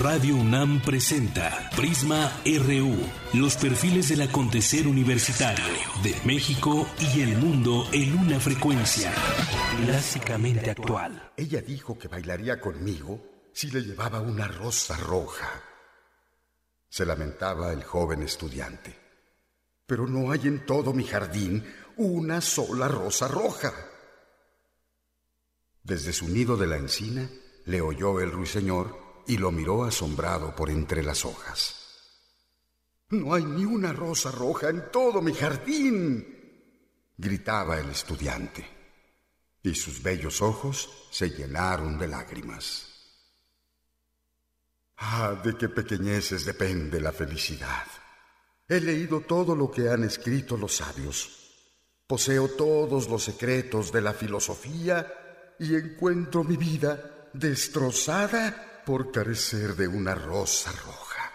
Radio UNAM presenta Prisma RU, los perfiles del acontecer universitario de México y el mundo en una frecuencia clásicamente actual. Ella dijo que bailaría conmigo si le llevaba una rosa roja. Se lamentaba el joven estudiante. Pero no hay en todo mi jardín una sola rosa roja. Desde su nido de la encina le oyó el ruiseñor y lo miró asombrado por entre las hojas. «No hay ni una rosa roja en todo mi jardín», gritaba el estudiante, y sus bellos ojos se llenaron de lágrimas. Ah, de qué pequeñeces depende la felicidad. He leído todo lo que han escrito los sabios. Poseo todos los secretos de la filosofía y encuentro mi vida destrozada por carecer de una rosa roja.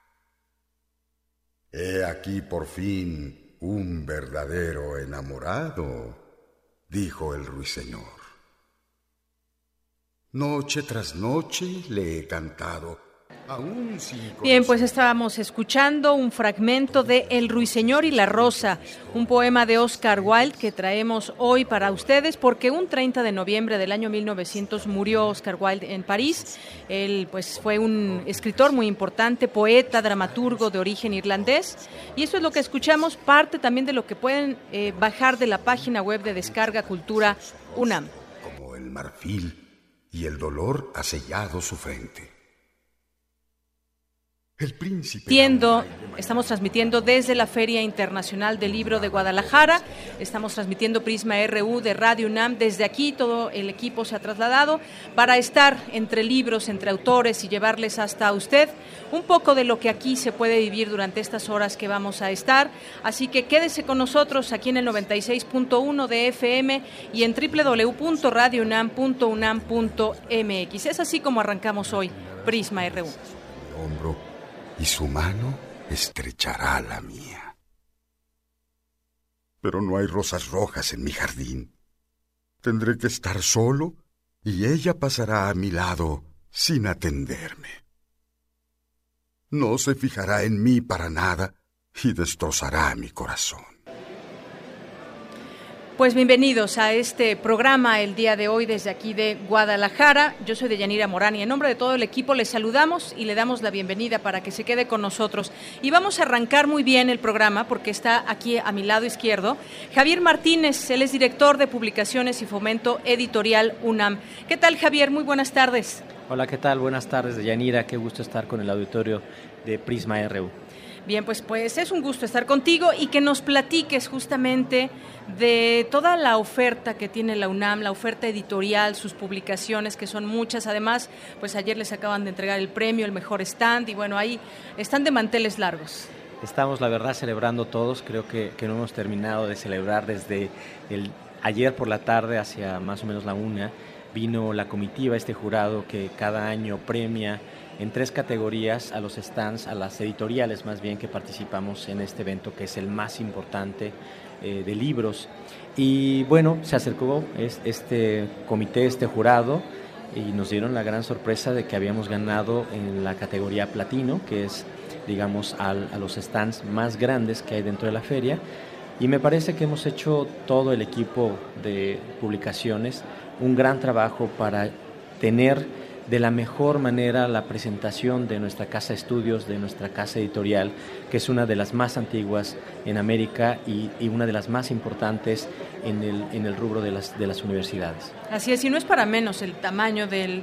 He aquí por fin un verdadero enamorado, dijo el ruiseñor. Noche tras noche le he cantado. Bien, pues estábamos escuchando un fragmento de El ruiseñor y la rosa, un poema de Oscar Wilde que traemos hoy para ustedes porque un 30 de noviembre del año 1900 murió Oscar Wilde en París. Él pues fue un escritor muy importante, poeta, dramaturgo de origen irlandés, y eso es lo que escuchamos, parte también de lo que pueden bajar de la página web de Descarga Cultura UNAM. Como el marfil, y el dolor ha sellado su frente. El príncipe. Estamos transmitiendo desde la Feria Internacional del Libro de Guadalajara. Estamos transmitiendo Prisma RU de Radio UNAM. Desde aquí todo el equipo se ha trasladado para estar entre libros, entre autores y llevarles hasta usted un poco de lo que aquí se puede vivir durante estas horas que vamos a estar. Así que quédese con nosotros aquí en el 96.1 de FM y en www.radiounam.unam.mx. Es así como arrancamos hoy Prisma RU. Hombro. Y su mano estrechará la mía. Pero no hay rosas rojas en mi jardín. Tendré que estar solo y ella pasará a mi lado sin atenderme. No se fijará en mí para nada y destrozará mi corazón. Pues bienvenidos a este programa el día de hoy desde aquí de Guadalajara. Yo soy Deyanira Morán y en nombre de todo el equipo les saludamos y le damos la bienvenida para que se quede con nosotros. Y vamos a arrancar muy bien el programa porque está aquí a mi lado izquierdo Javier Martínez, él es director de Publicaciones y Fomento Editorial UNAM. ¿Qué tal, Javier? Muy buenas tardes. Hola, ¿qué tal? Buenas tardes, Deyanira. Qué gusto estar con el auditorio de Prisma RU. Bien, pues es un gusto estar contigo y que nos platiques justamente de toda la oferta que tiene la UNAM, la oferta editorial, sus publicaciones, que son muchas. Además, pues ayer les acaban de entregar el premio, el mejor stand, y bueno, ahí están de manteles largos. Estamos, la verdad, celebrando todos. Creo que no hemos terminado de celebrar desde ayer por la tarde hacia más o menos la 1:00. Vino la comitiva, este jurado que cada año premia en 3 categorías a los stands, a las editoriales más bien, que participamos en este evento que es el más importante de libros. Y bueno, se acercó este comité, este jurado, y nos dieron la gran sorpresa de que habíamos ganado en la categoría platino, que es, digamos, a los stands más grandes que hay dentro de la feria. Y me parece que hemos hecho todo el equipo de publicaciones un gran trabajo para tener de la mejor manera la presentación de nuestra casa de estudios, de nuestra casa editorial, que es una de las más antiguas en América y una de las más importantes en el rubro de las universidades. Así es, y no es para menos el tamaño del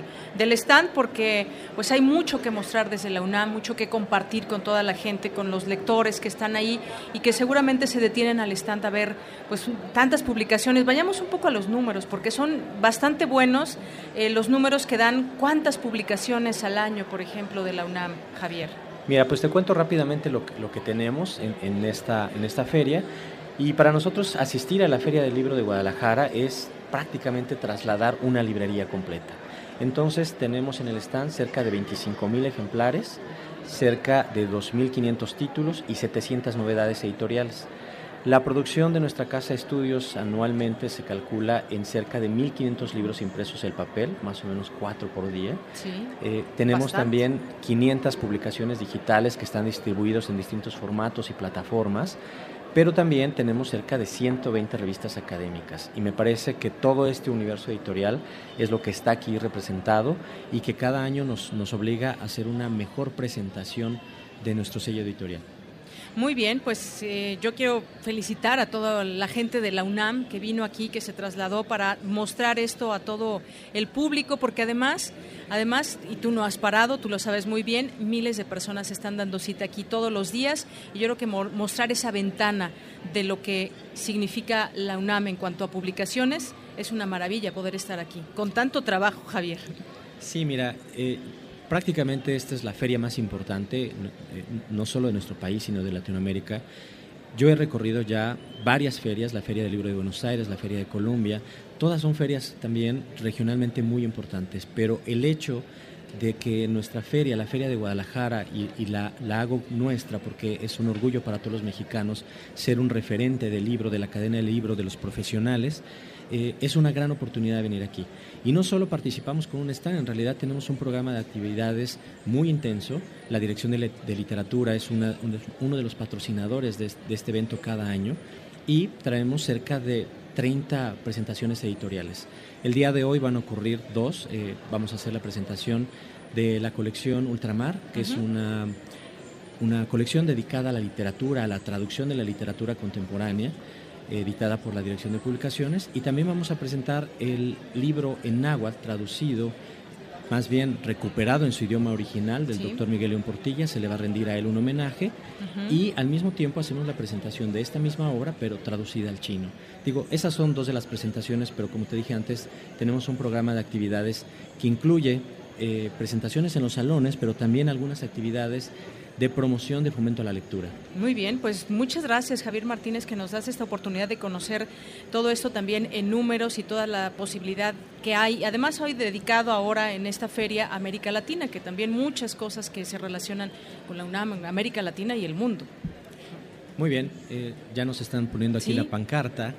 stand, porque pues hay mucho que mostrar desde la UNAM, mucho que compartir con toda la gente, con los lectores que están ahí y que seguramente se detienen al stand a ver pues tantas publicaciones. Vayamos un poco a los números, porque son bastante buenos los números que dan. ¿Cuántas publicaciones al año, por ejemplo, de la UNAM, Javier? Mira, pues te cuento rápidamente lo que tenemos en esta feria. Y para nosotros asistir a la Feria del Libro de Guadalajara es prácticamente trasladar una librería completa. Entonces tenemos en el stand cerca de 25,000 ejemplares, cerca de 2,500 títulos y 700 novedades editoriales. La producción de nuestra casa de estudios anualmente se calcula en cerca de 1,500 libros impresos en papel, más o menos 4 por día. Sí, tenemos bastante. también 500 publicaciones digitales que están distribuidos en distintos formatos y plataformas, pero también tenemos cerca de 120 revistas académicas, y me parece que todo este universo editorial es lo que está aquí representado y que cada año nos obliga a hacer una mejor presentación de nuestro sello editorial. Muy bien, pues yo quiero felicitar a toda la gente de la UNAM que vino aquí, que se trasladó para mostrar esto a todo el público, porque además, y tú no has parado, tú lo sabes muy bien, miles de personas están dando cita aquí todos los días, y yo creo que mostrar esa ventana de lo que significa la UNAM en cuanto a publicaciones, es una maravilla poder estar aquí, con tanto trabajo, Javier. Sí, mira, prácticamente esta es la feria más importante, no solo de nuestro país, sino de Latinoamérica. Yo he recorrido ya varias ferias, la Feria del Libro de Buenos Aires, la Feria de Colombia, todas son ferias también regionalmente muy importantes, pero el hecho de que nuestra feria, la Feria de Guadalajara, y la hago nuestra porque es un orgullo para todos los mexicanos ser un referente del libro, de la cadena del libro, de los profesionales, es una gran oportunidad de venir aquí. Y no solo participamos con un stand, en realidad tenemos un programa de actividades muy intenso. La Dirección de Literatura es uno de los patrocinadores de este evento cada año, y traemos cerca de 30 presentaciones editoriales. El día de hoy van a ocurrir 2. Vamos a hacer la presentación de la colección Ultramar, que es una colección dedicada a la literatura, a la traducción de la literatura contemporánea, editada por la Dirección de Publicaciones, y también vamos a presentar el libro en náhuatl traducido, más bien recuperado en su idioma original, del doctor Miguel León Portilla. Se le va a rendir a él un homenaje, y al mismo tiempo hacemos la presentación de esta misma obra, pero traducida al chino. Digo, esas son 2 de las presentaciones, pero como te dije antes, tenemos un programa de actividades que incluye presentaciones en los salones, pero también algunas actividades de promoción, de fomento a la lectura. Muy bien, pues muchas gracias, Javier Martínez, que nos das esta oportunidad de conocer todo esto también en números y toda la posibilidad que hay. Además, hoy dedicado ahora en esta feria a América Latina, que también muchas cosas que se relacionan con la UNAM, América Latina y el mundo. Muy bien, ya nos están poniendo aquí la pancarta.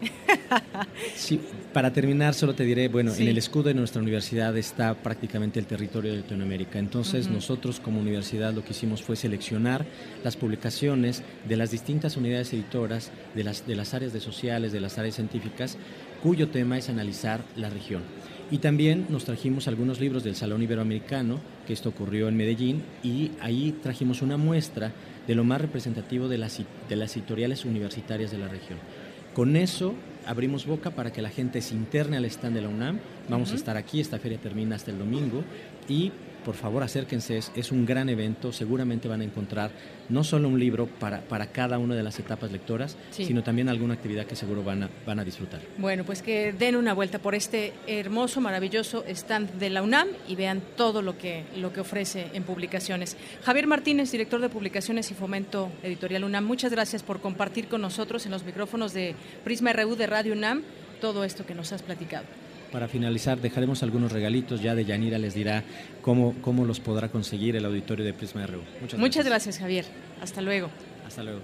Sí, para terminar, solo te diré, en el escudo de nuestra universidad está prácticamente el territorio de Latinoamérica. Entonces, nosotros como universidad lo que hicimos fue seleccionar las publicaciones de las distintas unidades editoras, de las áreas de sociales, de las áreas científicas, cuyo tema es analizar la región. Y también nos trajimos algunos libros del Salón Iberoamericano, que esto ocurrió en Medellín, y ahí trajimos una muestra de lo más representativo de las editoriales universitarias de la región. Con eso abrimos boca para que la gente se interne al stand de la UNAM. Vamos a estar aquí, esta feria termina hasta el domingo, y por favor acérquense, es un gran evento. Seguramente van a encontrar no solo un libro para cada una de las etapas lectoras, sino también alguna actividad que seguro van a disfrutar. Bueno, pues que den una vuelta por este hermoso, maravilloso stand de la UNAM y vean todo lo que ofrece en publicaciones. Javier Martínez, director de Publicaciones y Fomento Editorial UNAM, muchas gracias por compartir con nosotros en los micrófonos de Prisma RU de Radio UNAM todo esto que nos has platicado. Para finalizar, dejaremos algunos regalitos, ya de Yanira les dirá cómo los podrá conseguir el auditorio de Prisma RU. Muchas gracias, Javier. Hasta luego. Hasta luego.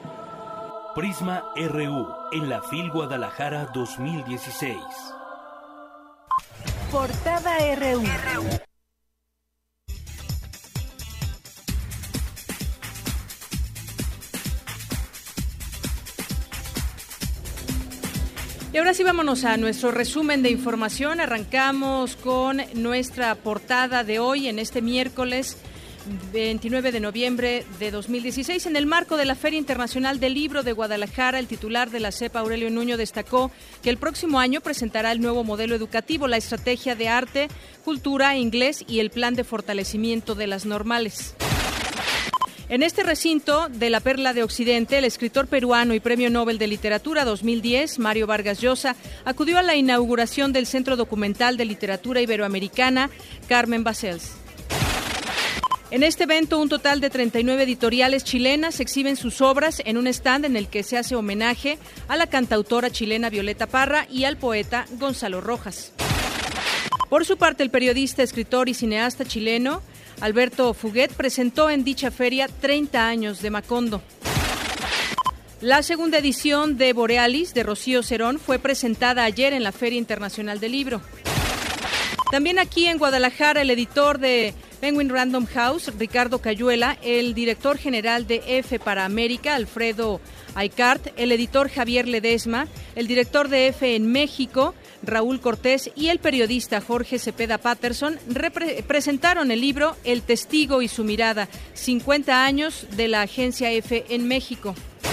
Prisma RU en la FIL Guadalajara 2016. Portada RU. Y ahora sí, vámonos a nuestro resumen de información. Arrancamos con nuestra portada de hoy, en este miércoles 29 de noviembre de 2016. En el marco de la Feria Internacional del Libro de Guadalajara, el titular de la CEP, Aurelio Nuño, destacó que el próximo año presentará el nuevo modelo educativo, la estrategia de arte, cultura, inglés y el plan de fortalecimiento de las normales. En este recinto de la Perla de Occidente, el escritor peruano y Premio Nobel de Literatura 2010, Mario Vargas Llosa, acudió a la inauguración del Centro Documental de Literatura Iberoamericana Carmen Basels. En este evento, un total de 39 editoriales chilenas exhiben sus obras en un stand en el que se hace homenaje a la cantautora chilena Violeta Parra y al poeta Gonzalo Rojas. Por su parte, el periodista, escritor y cineasta chileno Alberto Fuguet presentó en dicha feria 30 años de Macondo. La segunda edición de Borealis de Rocío Cerón fue presentada ayer en la Feria Internacional del Libro. También aquí en Guadalajara, el editor de Penguin Random House, Ricardo Cayuela, el director general de EFE para América, Alfredo Aicart, el editor Javier Ledesma, el director de EFE en México, Raúl Cortés, y el periodista Jorge Cepeda Patterson presentaron el libro El Testigo y su mirada, 50 años de la agencia EFE en México.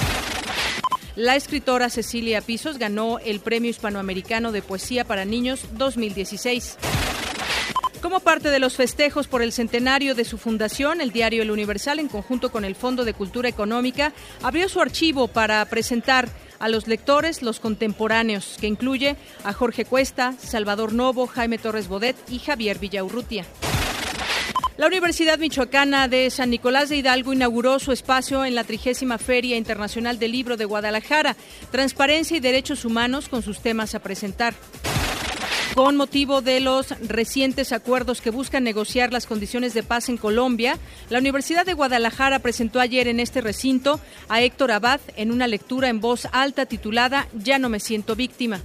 La escritora Cecilia Pisos ganó el Premio Hispanoamericano de Poesía para Niños 2016. Como parte de los festejos por el centenario de su fundación, el diario El Universal, en conjunto con el Fondo de Cultura Económica, abrió su archivo para presentar a los lectores los contemporáneos, que incluye a Jorge Cuesta, Salvador Novo, Jaime Torres Bodet y Javier Villaurrutia. La Universidad Michoacana de San Nicolás de Hidalgo inauguró su espacio en la 30ª Feria Internacional del Libro de Guadalajara, Transparencia y Derechos Humanos, con sus temas a presentar. Con motivo de los recientes acuerdos que buscan negociar las condiciones de paz en Colombia, la Universidad de Guadalajara presentó ayer en este recinto a Héctor Abad en una lectura en voz alta titulada Ya no me siento víctima.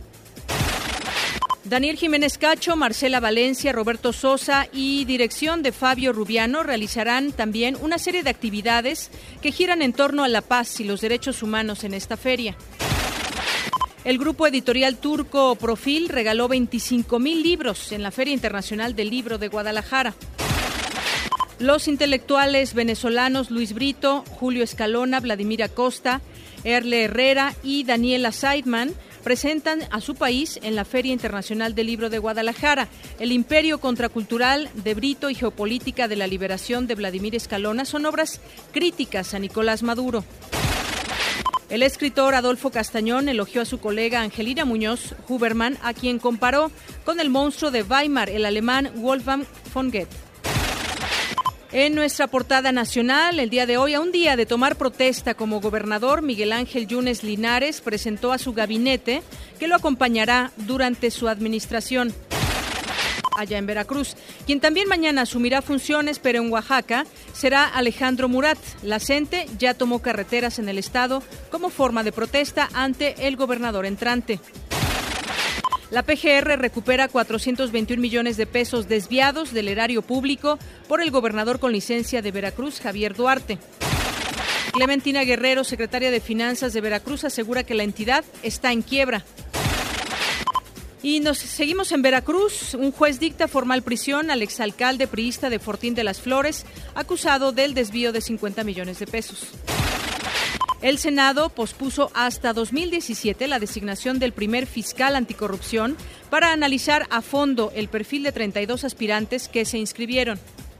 Daniel Jiménez Cacho, Marcela Valencia, Roberto Sosa y dirección de Fabio Rubiano realizarán también una serie de actividades que giran en torno a la paz y los derechos humanos en esta feria. El grupo editorial turco Profil regaló 25,000 libros en la Feria Internacional del Libro de Guadalajara. Los intelectuales venezolanos Luis Brito, Julio Escalona, Vladimir Acosta, Erle Herrera y Daniela Seidman presentan a su país en la Feria Internacional del Libro de Guadalajara. El Imperio Contracultural de Brito y Geopolítica de la Liberación de Vladimir Escalona son obras críticas a Nicolás Maduro. El escritor Adolfo Castañón elogió a su colega Angelina Muñoz Huberman, a quien comparó con el monstruo de Weimar, el alemán Wolfgang von Goethe. En nuestra portada nacional, el día de hoy, a un día de tomar protesta como gobernador, Miguel Ángel Yunes Linares presentó a su gabinete que lo acompañará durante su administración allá en Veracruz. Quien también mañana asumirá funciones, pero en Oaxaca, será Alejandro Murat. La CENTE ya tomó carreteras en el estado como forma de protesta ante el gobernador entrante. La PGR recupera 421 millones de pesos desviados del erario público por el gobernador con licencia de Veracruz, Javier Duarte. Clementina Guerrero, secretaria de Finanzas de Veracruz, asegura que la entidad está en quiebra. Y nos seguimos en Veracruz. Un juez dicta formal prisión al exalcalde priista de Fortín de las Flores, acusado del desvío de 50 millones de pesos. El Senado pospuso hasta 2017 la designación del primer fiscal anticorrupción para analizar a fondo el perfil de 32 aspirantes que se inscribieron.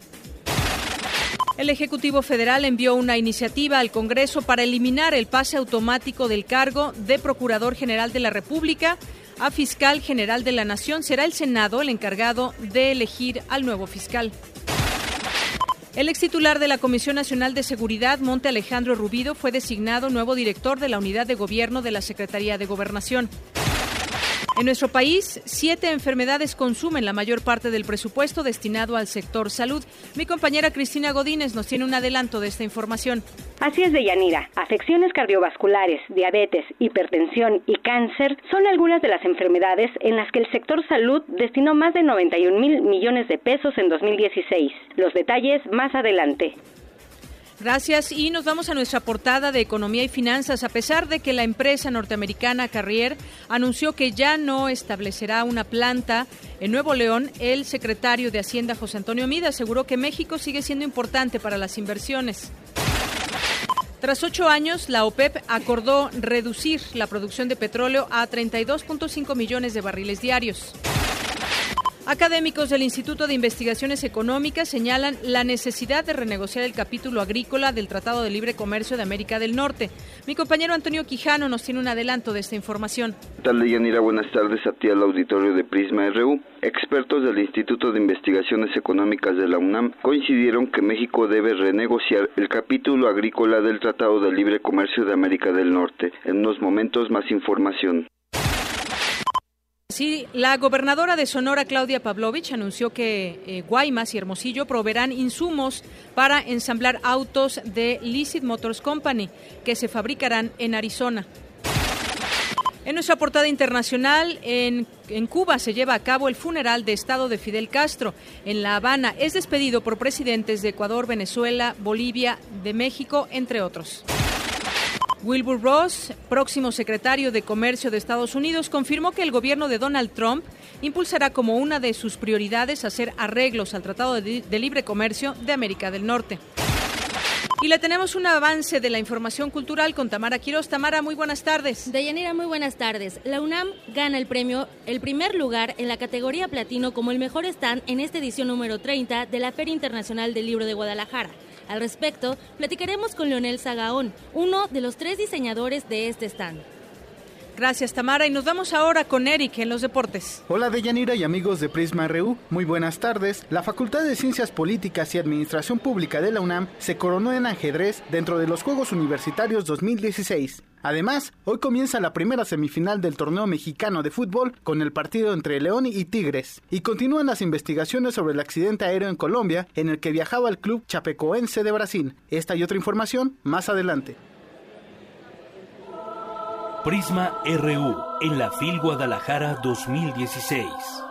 El Ejecutivo Federal envió una iniciativa al Congreso para eliminar el pase automático del cargo de Procurador General de la República a Fiscal General de la Nación. Será el Senado el encargado de elegir al nuevo fiscal. El extitular de la Comisión Nacional de Seguridad, Monte Alejandro Rubido, fue designado nuevo director de la Unidad de Gobierno de la Secretaría de Gobernación. En nuestro país, 7 enfermedades consumen la mayor parte del presupuesto destinado al sector salud. Mi compañera Cristina Godínez nos tiene un adelanto de esta información. Así es, Deyanira. Afecciones cardiovasculares, diabetes, hipertensión y cáncer son algunas de las enfermedades en las que el sector salud destinó más de 91,000 millones de pesos en 2016. Los detalles más adelante. Gracias, y nos vamos a nuestra portada de Economía y Finanzas. A pesar de que la empresa norteamericana Carrier anunció que ya no establecerá una planta en Nuevo León, el secretario de Hacienda, José Antonio Meade, aseguró que México sigue siendo importante para las inversiones. Tras 8 años, la OPEP acordó reducir la producción de petróleo a 32.5 millones de barriles diarios. Académicos del Instituto de Investigaciones Económicas señalan la necesidad de renegociar el capítulo agrícola del Tratado de Libre Comercio de América del Norte. Mi compañero Antonio Quijano nos tiene un adelanto de esta información. ¿Qué tal, Deyanira? Buenas tardes a ti al auditorio de Prisma RU. Expertos del Instituto de Investigaciones Económicas de la UNAM coincidieron que México debe renegociar el capítulo agrícola del Tratado de Libre Comercio de América del Norte. En unos momentos, más información. Sí, la gobernadora de Sonora, Claudia Pavlovich, anunció que Guaymas y Hermosillo proveerán insumos para ensamblar autos de Licit Motors Company, que se fabricarán en Arizona. En nuestra portada internacional, en Cuba se lleva a cabo el funeral de Estado de Fidel Castro. En La Habana es despedido por presidentes de Ecuador, Venezuela, Bolivia, de México, entre otros. Wilbur Ross, próximo secretario de Comercio de Estados Unidos, confirmó que el gobierno de Donald Trump impulsará como una de sus prioridades hacer arreglos al Tratado de Libre Comercio de América del Norte. Y le tenemos un avance de la información cultural con Tamara Quirós. Tamara, muy buenas tardes. Deyanira, muy buenas tardes. La UNAM gana el primer lugar en la categoría platino como el mejor stand en esta edición número 30 de la Feria Internacional del Libro de Guadalajara. Al respecto, platicaremos con Leonel Sagaón, uno de los 3 diseñadores de este stand. Gracias, Tamara, y nos vamos ahora con Eric en los deportes. Hola Deyanira y amigos de Prisma RU, muy buenas tardes. La Facultad de Ciencias Políticas y Administración Pública de la UNAM se coronó en ajedrez dentro de los Juegos Universitarios 2016. Además, hoy comienza la primera semifinal del torneo mexicano de fútbol con el partido entre León y Tigres. Y continúan las investigaciones sobre el accidente aéreo en Colombia en el que viajaba el club chapecoense de Brasil. Esta y otra información más adelante. Prisma RU en la FIL Guadalajara 2016.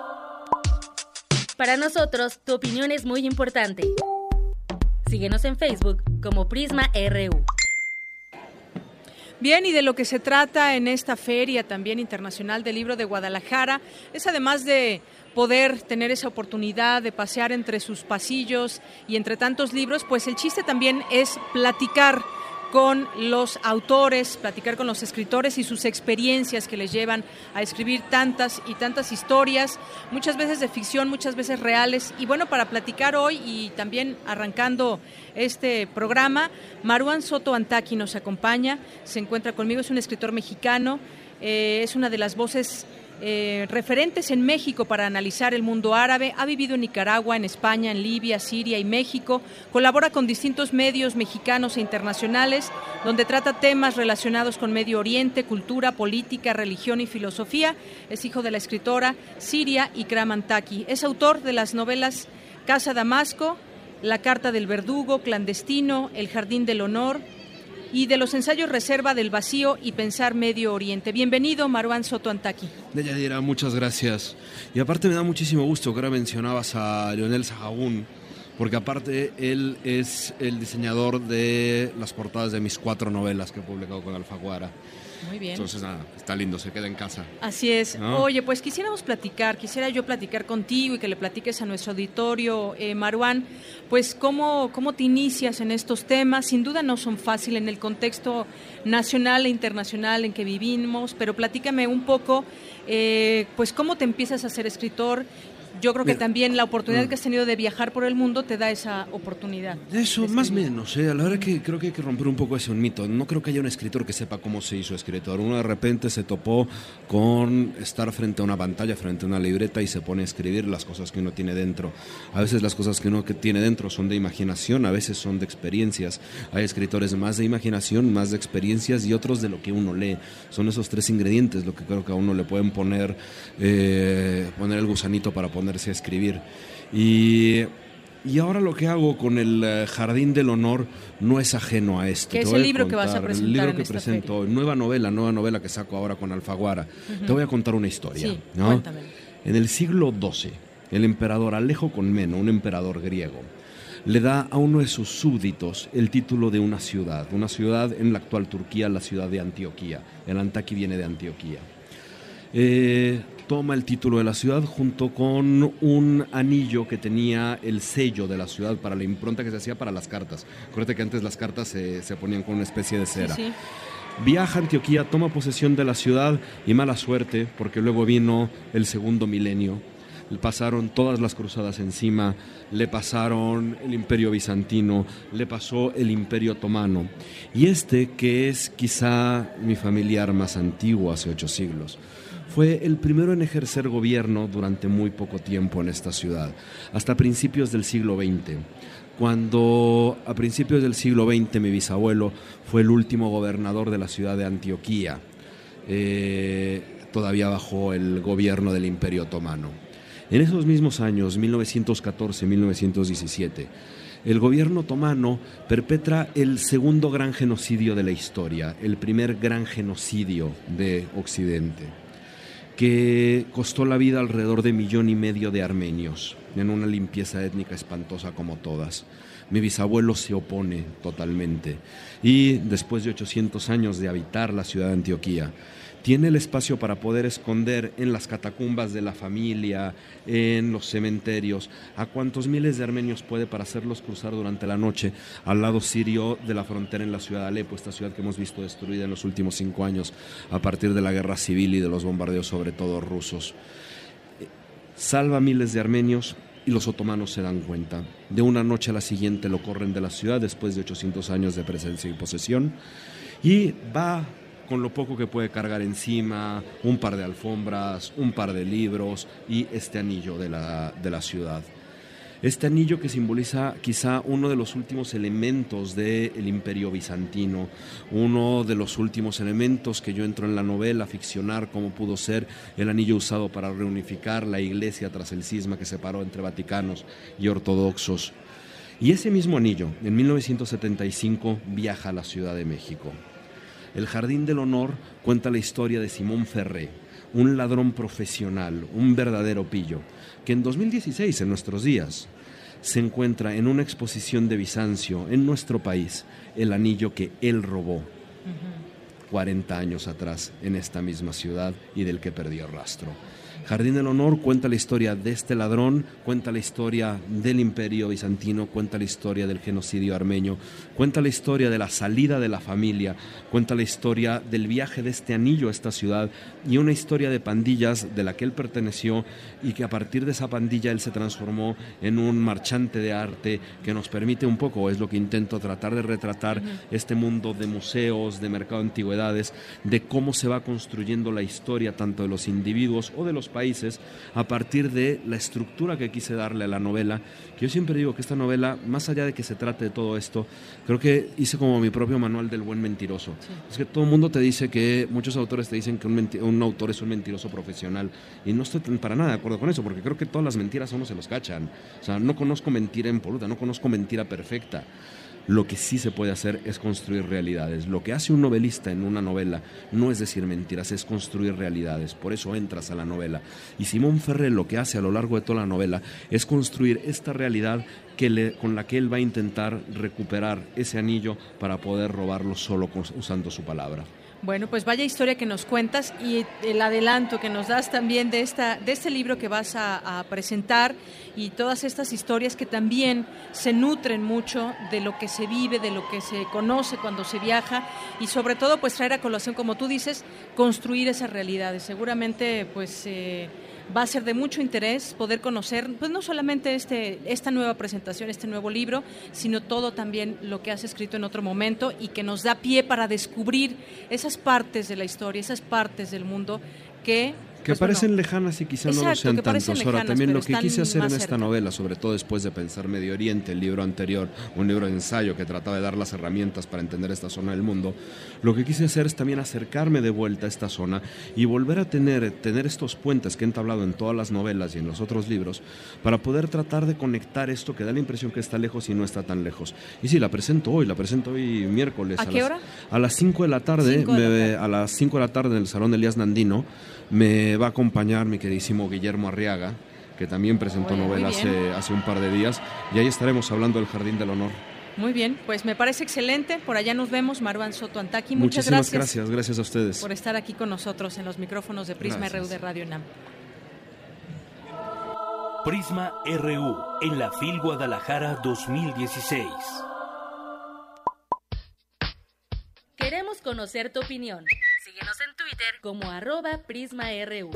Para nosotros, tu opinión es muy importante. Síguenos en Facebook como Prisma RU. Bien, y de lo que se trata en esta Feria también Internacional del Libro de Guadalajara es, además de poder tener esa oportunidad de pasear entre sus pasillos y entre tantos libros, pues el chiste también es platicar con los autores, platicar con los escritores y sus experiencias que les llevan a escribir tantas y tantas historias, muchas veces de ficción, muchas veces reales. Y bueno, para platicar hoy y también arrancando este programa, Maruán Soto Antaki nos acompaña, se encuentra conmigo, es un escritor mexicano, es una de las voces referentes en México para analizar el mundo árabe, ha vivido en Nicaragua, en España, en Libia, Siria y México, colabora con distintos medios mexicanos e internacionales, donde trata temas relacionados con Medio Oriente, cultura, política, religión y filosofía. Es hijo de la escritora siria Ikram Antaki. Es autor de las novelas Casa Damasco, La Carta del Verdugo, Clandestino, El Jardín del Honor, y de los ensayos Reserva del Vacío y Pensar Medio Oriente. Bienvenido, Maruán Soto Antaki. Deyanira, muchas gracias. Y aparte me da muchísimo gusto que ahora mencionabas a Leonel Sagaún, porque aparte él es el diseñador de las portadas de mis 4 novelas que he publicado con Alfaguara. Muy bien. Entonces, nada, está lindo, se queda en casa. Así es. ¿No? Oye, pues quisiera yo platicar contigo y que le platiques a nuestro auditorio, Maruán, pues cómo te inicias en estos temas. Sin duda no son fáciles en el contexto nacional e internacional en que vivimos, pero platícame un poco, pues cómo te empiezas a ser escritor. Yo creo que también la oportunidad que has tenido de viajar por el mundo te da esa oportunidad. Eso, más o menos. La verdad que creo que hay que romper un poco ese mito. No creo que haya un escritor que sepa cómo se hizo escritor. Uno de repente se topó con estar frente a una pantalla, frente a una libreta y se pone a escribir las cosas que uno tiene dentro. A veces las cosas que uno tiene dentro son de imaginación, a veces son de experiencias. Hay escritores más de imaginación, más de experiencias y otros de lo que uno lee. Son esos 3 ingredientes lo que creo que a uno le pueden poner el gusanito para ponerse a escribir. Y ahora lo que hago con el Jardín del Honor no es ajeno a esto. ¿Qué es el libro que vas a presentar? El libro que presento, nueva novela que saco ahora con Alfaguara. Te voy a contar una historia. Sí, ¿no? Cuéntame. En el siglo XII, el emperador Alejo Comneno, un emperador griego, le da a uno de sus súbditos el título de una ciudad en la actual Turquía, la ciudad de Antioquía. El Antaki viene de Antioquía. Toma el título de la ciudad junto con un anillo que tenía el sello de la ciudad para la impronta que se hacía para las cartas. Acuérdate que antes las cartas se ponían con una especie de cera. Sí. Viaja a Antioquía, toma posesión de la ciudad y mala suerte, porque luego vino el segundo milenio. Le pasaron todas las cruzadas encima, le pasaron el Imperio Bizantino, le pasó el Imperio Otomano. Y que es quizá mi familiar más antiguo, hace 8 siglos, fue el primero en ejercer gobierno durante muy poco tiempo en esta ciudad, hasta principios del siglo XX. Cuando a principios del siglo XX mi bisabuelo fue el último gobernador de la ciudad de Antioquía. todavía bajo el gobierno del Imperio Otomano. En esos mismos años, 1914-1917, el gobierno otomano perpetra el segundo gran genocidio de la historia, el primer gran genocidio de Occidente, que costó la vida alrededor de 1,5 millones de armenios, en una limpieza étnica espantosa como todas. Mi bisabuelo se opone totalmente y después de 800 años de habitar la ciudad de Antioquía, tiene el espacio para poder esconder en las catacumbas de la familia, en los cementerios, a cuantos miles de armenios puede para hacerlos cruzar durante la noche al lado sirio de la frontera en la ciudad de Alepo, esta ciudad que hemos visto destruida en los últimos 5 años a partir de la guerra civil y de los bombardeos sobre todo rusos. Salva miles de armenios y los otomanos se dan cuenta. De una noche a la siguiente lo corren de la ciudad después de 800 años de presencia y posesión y va con lo poco que puede cargar encima, un par de alfombras, un par de libros y este anillo de la ciudad. Este anillo que simboliza quizá uno de los últimos elementos del Imperio Bizantino, uno de los últimos elementos que yo entro en la novela a ficcionar cómo pudo ser el anillo usado para reunificar la Iglesia tras el cisma que separó entre vaticanos y ortodoxos. Y ese mismo anillo, en 1975, viaja a la Ciudad de México. El Jardín del Honor cuenta la historia de Simón Ferré, un ladrón profesional, un verdadero pillo, que en 2016, en nuestros días, se encuentra en una exposición de Bizancio, en nuestro país, el anillo que él robó 40 años atrás en esta misma ciudad y del que perdió rastro. Jardín del Honor cuenta la historia de este ladrón, cuenta la historia del Imperio Bizantino, cuenta la historia del genocidio armenio, cuenta la historia de la salida de la familia, cuenta la historia del viaje de este anillo a esta ciudad y una historia de pandillas de la que él perteneció y que a partir de esa pandilla él se transformó en un marchante de arte que nos permite un poco, es lo que intento tratar de retratar, este mundo de museos, de mercado de antigüedades, de cómo se va construyendo la historia tanto de los individuos o de los países a partir de la estructura que quise darle a la novela, que yo siempre digo que esta novela, más allá de que se trate de todo esto, creo que hice como mi propio manual del buen mentiroso. Sí. Es que todo el mundo te dice que, muchos autores te dicen que un autor es un mentiroso profesional y no estoy para nada de acuerdo con eso, porque creo que todas las mentiras a uno se los cachan. O sea, no conozco mentira impoluta, no conozco mentira perfecta. Lo que sí se puede hacer es construir realidades. Lo que hace un novelista en una novela no es decir mentiras, es construir realidades. Por eso entras a la novela. Y Simón Ferré lo que hace a lo largo de toda la novela es construir esta realidad con la que él va a intentar recuperar ese anillo para poder robarlo solo usando su palabra. Bueno, pues vaya historia que nos cuentas y el adelanto que nos das también de este libro que vas a presentar y todas estas historias que también se nutren mucho de lo que se vive, de lo que se conoce cuando se viaja y sobre todo pues traer a colación, como tú dices, construir esas realidades. Seguramente pues va a ser de mucho interés poder conocer, pues no solamente esta nueva presentación, este nuevo libro, sino todo también lo que has escrito en otro momento y que nos da pie para descubrir esas partes de la historia, esas partes del mundo que parecen lejanas y quizá no lo sean tantos. Ahora, también lo que quise hacer en esta novela, sobre todo después de pensar Medio Oriente, el libro anterior, un libro de ensayo que trataba de dar las herramientas para entender esta zona del mundo, lo que quise hacer es también acercarme de vuelta a esta zona y volver a tener estos puentes que he entablado en todas las novelas y en los otros libros para poder tratar de conectar esto que da la impresión que está lejos y no está tan lejos. Y sí, la presento hoy miércoles. ¿A qué hora? A las 5 de la tarde, a las 5 de la tarde en el Salón de Elías Nandino, me va a acompañar mi queridísimo Guillermo Arriaga, que también presentó novela hace un par de días, y ahí estaremos hablando del Jardín del Honor. Muy bien, pues me parece excelente. Por allá nos vemos, Marwan Soto Antaki. Muchísimas gracias a ustedes por estar aquí con nosotros en los micrófonos de Prisma RU de Radio UNAM. Prisma RU en la FIL Guadalajara 2016. Queremos conocer tu opinión. Síguenos en Twitter como @PrismaRU.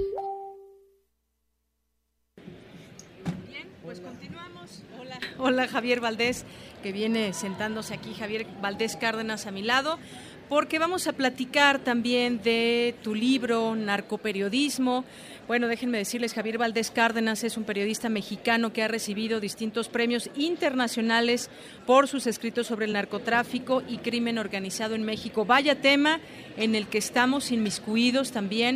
Bien, pues continuamos. Hola Javier Valdés, que viene sentándose aquí, Javier Valdés Cárdenas a mi lado, porque vamos a platicar también de tu libro, Narcoperiodismo. Bueno, déjenme decirles, Javier Valdés Cárdenas es un periodista mexicano que ha recibido distintos premios internacionales por sus escritos sobre el narcotráfico y crimen organizado en México. Vaya tema en el que estamos inmiscuidos también,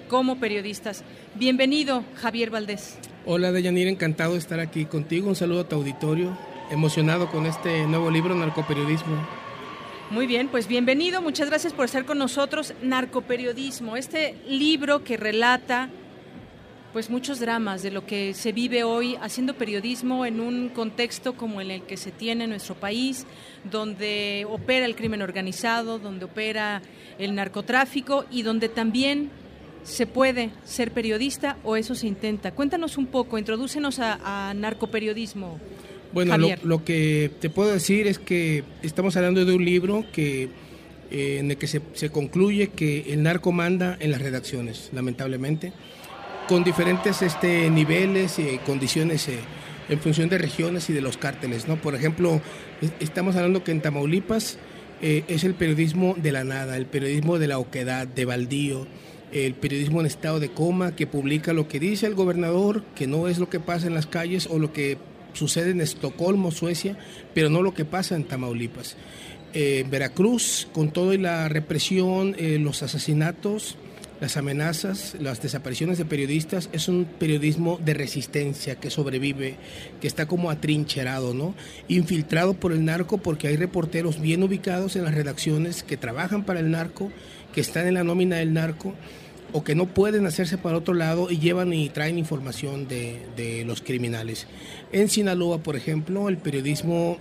como periodistas. Bienvenido, Javier Valdés. Hola, Deyanira, encantado de estar aquí contigo. Un saludo a tu auditorio, emocionado con este nuevo libro, Narcoperiodismo. Muy bien, pues bienvenido, muchas gracias por estar con nosotros. Narcoperiodismo, este libro que relata pues muchos dramas de lo que se vive hoy haciendo periodismo en un contexto como en el que se tiene en nuestro país, donde opera el crimen organizado, donde opera el narcotráfico y donde también se puede ser periodista, o eso se intenta. Cuéntanos un poco, introdúcenos a narcoperiodismo. Bueno, lo que te puedo decir es que estamos hablando de un libro que en el que se concluye que el narco manda en las redacciones, lamentablemente, con diferentes niveles y condiciones en función de regiones y de los cárteles, ¿no? Por ejemplo, estamos hablando que en Tamaulipas es el periodismo de la nada, el periodismo de la oquedad, de baldío, el periodismo en estado de coma, que publica lo que dice el gobernador, que no es lo que pasa en las calles o lo que sucede en Estocolmo, Suecia, pero no lo que pasa en Tamaulipas. Veracruz, con toda la represión, los asesinatos, las amenazas, las desapariciones de periodistas, es un periodismo de resistencia que sobrevive, que está como atrincherado, ¿no? Infiltrado por el narco, porque hay reporteros bien ubicados en las redacciones que trabajan para el narco, que están en la nómina del narco, o que no pueden hacerse para otro lado y llevan y traen información de los criminales. En Sinaloa, por ejemplo, el periodismo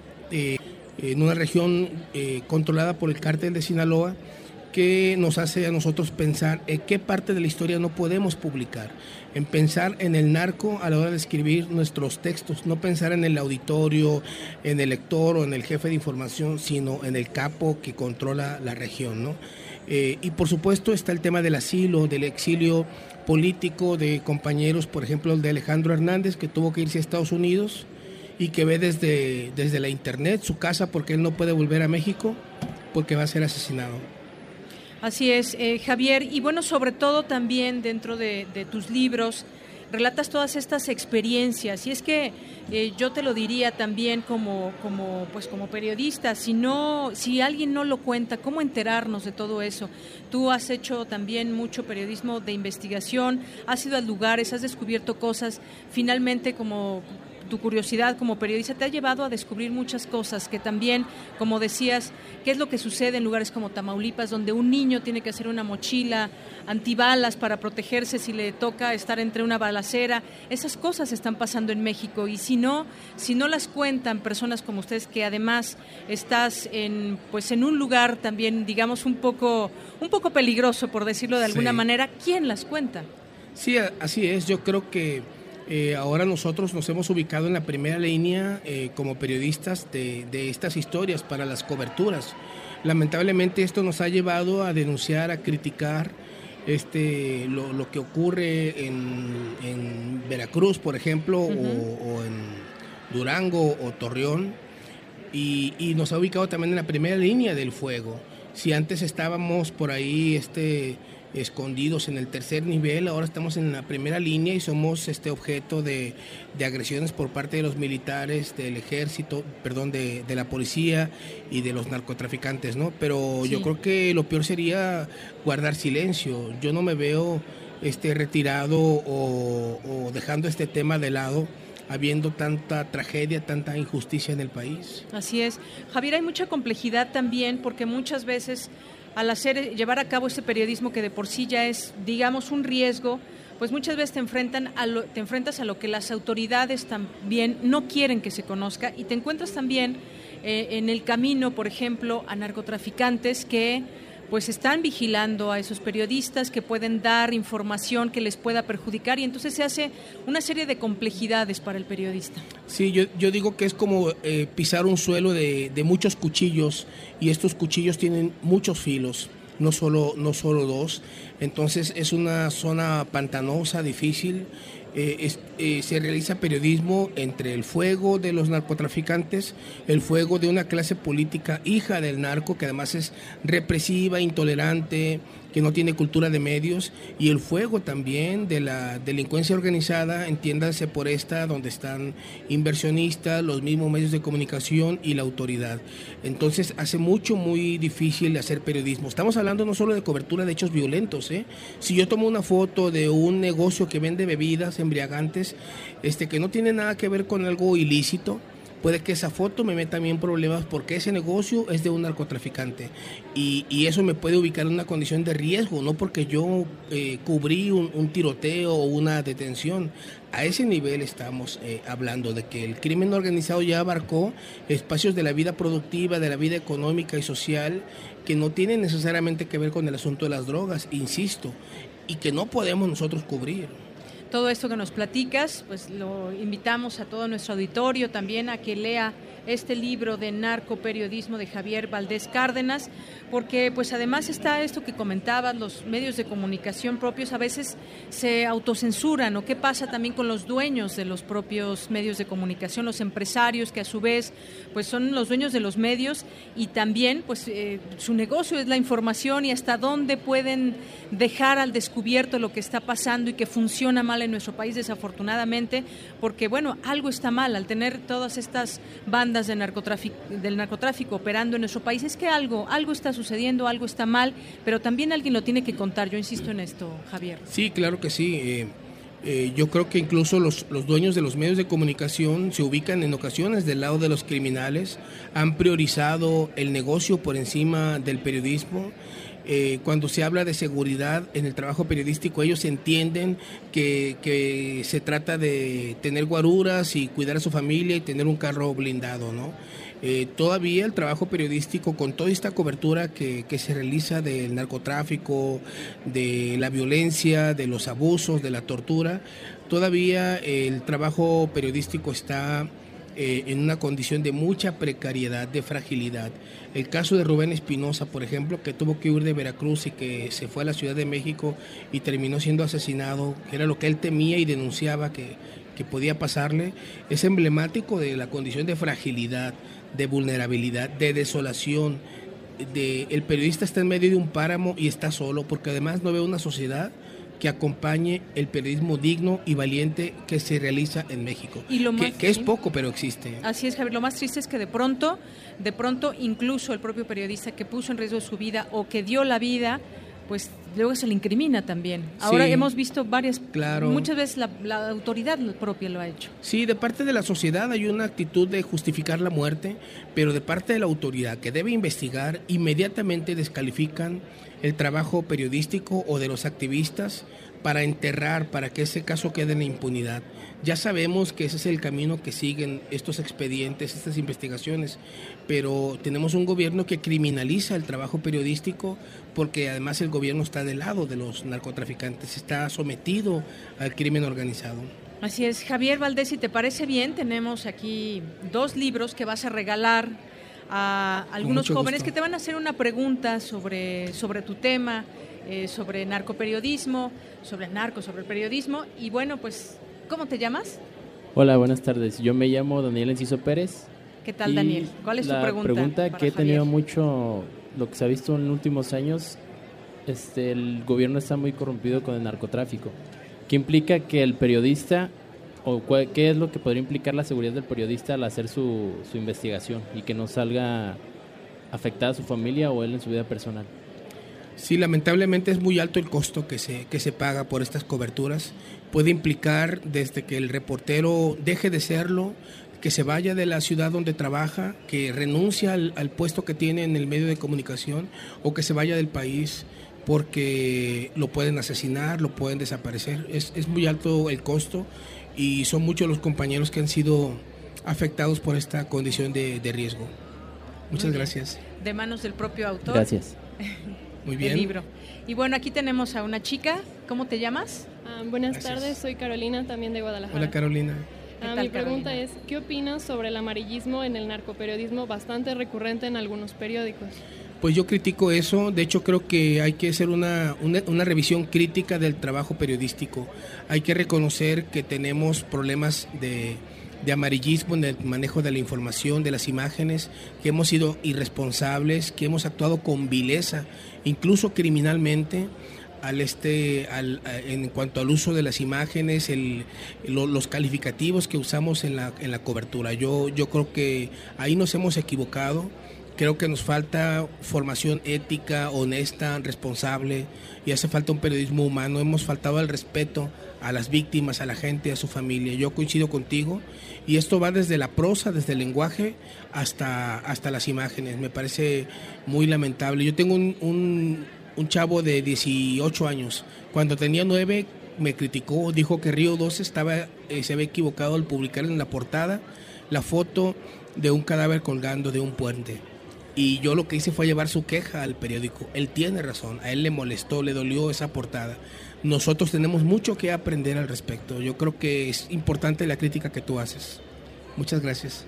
en una región controlada por el cártel de Sinaloa, que nos hace a nosotros pensar en qué parte de la historia no podemos publicar, en pensar en el narco a la hora de escribir nuestros textos, no pensar en el auditorio, en el lector o en el jefe de información, sino en el capo que controla la región, ¿no? Y por supuesto está el tema del asilo, del exilio político de compañeros, por ejemplo el de Alejandro Hernández, que tuvo que irse a Estados Unidos y que ve desde la internet su casa porque él no puede volver a México porque va a ser asesinado. Así es, Javier, y bueno, sobre todo también dentro de tus libros relatas todas estas experiencias, y es que yo te lo diría también como periodista, si alguien no lo cuenta, ¿cómo enterarnos de todo eso? Tú has hecho también mucho periodismo de investigación, has ido a lugares, has descubierto cosas, finalmente como tu curiosidad como periodista te ha llevado a descubrir muchas cosas que también, como decías, qué es lo que sucede en lugares como Tamaulipas, donde un niño tiene que hacer una mochila antibalas para protegerse si le toca estar entre una balacera. Esas cosas están pasando en México, y si no las cuentan personas como ustedes, que además estás en un lugar también, digamos, un poco peligroso, por decirlo de alguna manera, ¿quién las cuenta? Sí, así es. Yo creo que ahora nosotros nos hemos ubicado en la primera línea como periodistas de estas historias para las coberturas. Lamentablemente esto nos ha llevado a denunciar, a criticar lo que ocurre en Veracruz, por ejemplo, o en Durango o Torreón, y nos ha ubicado también en la primera línea del fuego. Si antes estábamos por ahí escondidos en el tercer nivel, ahora estamos en la primera línea y somos objeto de agresiones por parte de los militares, del ejército, de la policía y de los narcotraficantes, ¿no? Pero sí, yo creo que lo peor sería guardar silencio. Yo no me veo retirado o dejando este tema de lado, habiendo tanta tragedia, tanta injusticia en el país. Así es. Javier, hay mucha complejidad también, porque muchas veces al llevar a cabo este periodismo, que de por sí ya es, digamos, un riesgo, pues muchas veces te enfrentas a lo que las autoridades también no quieren que se conozca, y te encuentras también en el camino, por ejemplo, a narcotraficantes que pues están vigilando a esos periodistas, que pueden dar información que les pueda perjudicar, y entonces se hace una serie de complejidades para el periodista. Sí, yo digo que es como pisar un suelo de muchos cuchillos, y estos cuchillos tienen muchos filos, no solo dos. Entonces es una zona pantanosa, difícil, se realiza periodismo entre el fuego de los narcotraficantes, el fuego de una clase política hija del narco, que además es represiva, intolerante, que no tiene cultura de medios, y el fuego también de la delincuencia organizada, entiéndase por esta, donde están inversionistas, los mismos medios de comunicación y la autoridad. Entonces hace muy difícil hacer periodismo. Estamos hablando no solo de cobertura de hechos violentos, Si yo tomo una foto de un negocio que vende bebidas embriagantes, que no tiene nada que ver con algo ilícito, puede que esa foto me meta a mí en problemas porque ese negocio es de un narcotraficante y eso me puede ubicar en una condición de riesgo, no porque yo cubrí un tiroteo o una detención. A ese nivel estamos hablando de que el crimen organizado ya abarcó espacios de la vida productiva, de la vida económica y social que no tienen necesariamente que ver con el asunto de las drogas, insisto, y que no podemos nosotros cubrir. Todo esto que nos platicas, pues lo invitamos a todo nuestro auditorio también a que lea este libro de narcoperiodismo de Javier Valdés Cárdenas, porque pues además está esto que comentabas, los medios de comunicación propios a veces se autocensuran, o qué pasa también con los dueños de los propios medios de comunicación, los empresarios que a su vez pues son los dueños de los medios y también pues su negocio es la información, y hasta dónde pueden dejar al descubierto lo que está pasando y que funciona mal en nuestro país, desafortunadamente, porque bueno, algo está mal al tener todas estas bandas del narcotráfico operando en nuestro país. Es que algo está sucediendo, algo está mal, pero también alguien lo tiene que contar. Yo insisto en esto, Javier. Sí, claro que sí. Yo creo que incluso los dueños de los medios de comunicación se ubican en ocasiones del lado de los criminales, han priorizado el negocio por encima del periodismo. Cuando se habla de seguridad en el trabajo periodístico, ellos entienden que se trata de tener guaruras y cuidar a su familia y tener un carro blindado, ¿no? Todavía el trabajo periodístico, con toda esta cobertura que se realiza del narcotráfico, de la violencia, de los abusos, de la tortura, todavía el trabajo periodístico está en una condición de mucha precariedad, de fragilidad. El caso de Rubén Espinosa, por ejemplo, que tuvo que huir de Veracruz y que se fue a la Ciudad de México y terminó siendo asesinado, que era lo que él temía y denunciaba que podía pasarle, es emblemático de la condición de fragilidad, de vulnerabilidad, de desolación. El periodista está en medio de un páramo y está solo, porque además no ve una sociedad que acompañe el periodismo digno y valiente que se realiza en México, y que es poco, pero existe. Así es, Javier. Lo más triste es que de pronto, incluso el propio periodista que puso en riesgo su vida o que dio la vida, pues luego se le incrimina también. Ahora sí, hemos visto muchas veces la autoridad propia lo ha hecho. Sí, de parte de la sociedad hay una actitud de justificar la muerte, pero de parte de la autoridad, que debe investigar, inmediatamente descalifican el trabajo periodístico o de los activistas para enterrar, para que ese caso quede en la impunidad. Ya sabemos que ese es el camino que siguen estos expedientes, estas investigaciones, pero tenemos un gobierno que criminaliza el trabajo periodístico, porque además el gobierno está del lado de los narcotraficantes, está sometido al crimen organizado. Así es, Javier Valdés, si te parece bien, tenemos aquí 2 libros que vas a regalar a algunos jóvenes que te van a hacer una pregunta sobre tu tema, sobre narcoperiodismo, sobre el periodismo. Y bueno, pues, ¿cómo te llamas? Hola, buenas tardes. Yo me llamo Daniel Enciso Pérez. ¿Qué tal, Daniel? ¿Cuál es tu pregunta? La pregunta que he tenido mucho, lo que se ha visto en los últimos años, el gobierno está muy corrompido con el narcotráfico. ¿Qué implica que el periodista, o qué es lo que podría implicar la seguridad del periodista al hacer su investigación y que no salga afectada a su familia o él en su vida personal? Sí, lamentablemente es muy alto el costo que se paga por estas coberturas. Puede implicar desde que el reportero deje de serlo, que se vaya de la ciudad donde trabaja, que renuncie al puesto que tiene en el medio de comunicación, o que se vaya del país porque lo pueden asesinar, lo pueden desaparecer. Es muy alto el costo y son muchos los compañeros que han sido afectados por esta condición de riesgo. Muchas gracias. De manos del propio autor. Gracias. Muy bien. El libro. Y bueno, aquí tenemos a una chica. ¿Cómo te llamas? Buenas tardes, soy Carolina, también de Guadalajara. Hola, Carolina. Mi pregunta es, ¿qué opinas sobre el amarillismo en el narcoperiodismo bastante recurrente en algunos periódicos? Pues yo critico eso. De hecho, creo que hay que hacer una revisión crítica del trabajo periodístico. Hay que reconocer que tenemos problemas de amarillismo en el manejo de la información, de las imágenes, que hemos sido irresponsables, que hemos actuado con vileza, incluso criminalmente, en cuanto al uso de las imágenes, los calificativos que usamos en la cobertura. Yo creo que ahí nos hemos equivocado. Creo que nos falta formación ética, honesta, responsable, y hace falta un periodismo humano. Hemos faltado al respeto a las víctimas, a la gente, a su familia. Yo coincido contigo, y esto va desde la prosa, desde el lenguaje, hasta las imágenes. Me parece muy lamentable. Yo tengo un chavo de 18 años. Cuando tenía 9 me criticó, dijo que Río 12 se había equivocado al publicar en la portada la foto de un cadáver colgando de un puente. Y yo lo que hice fue llevar su queja al periódico. Él tiene razón, a él le molestó, le dolió esa portada. Nosotros tenemos mucho que aprender al respecto. Yo creo que es importante la crítica que tú haces. Muchas gracias.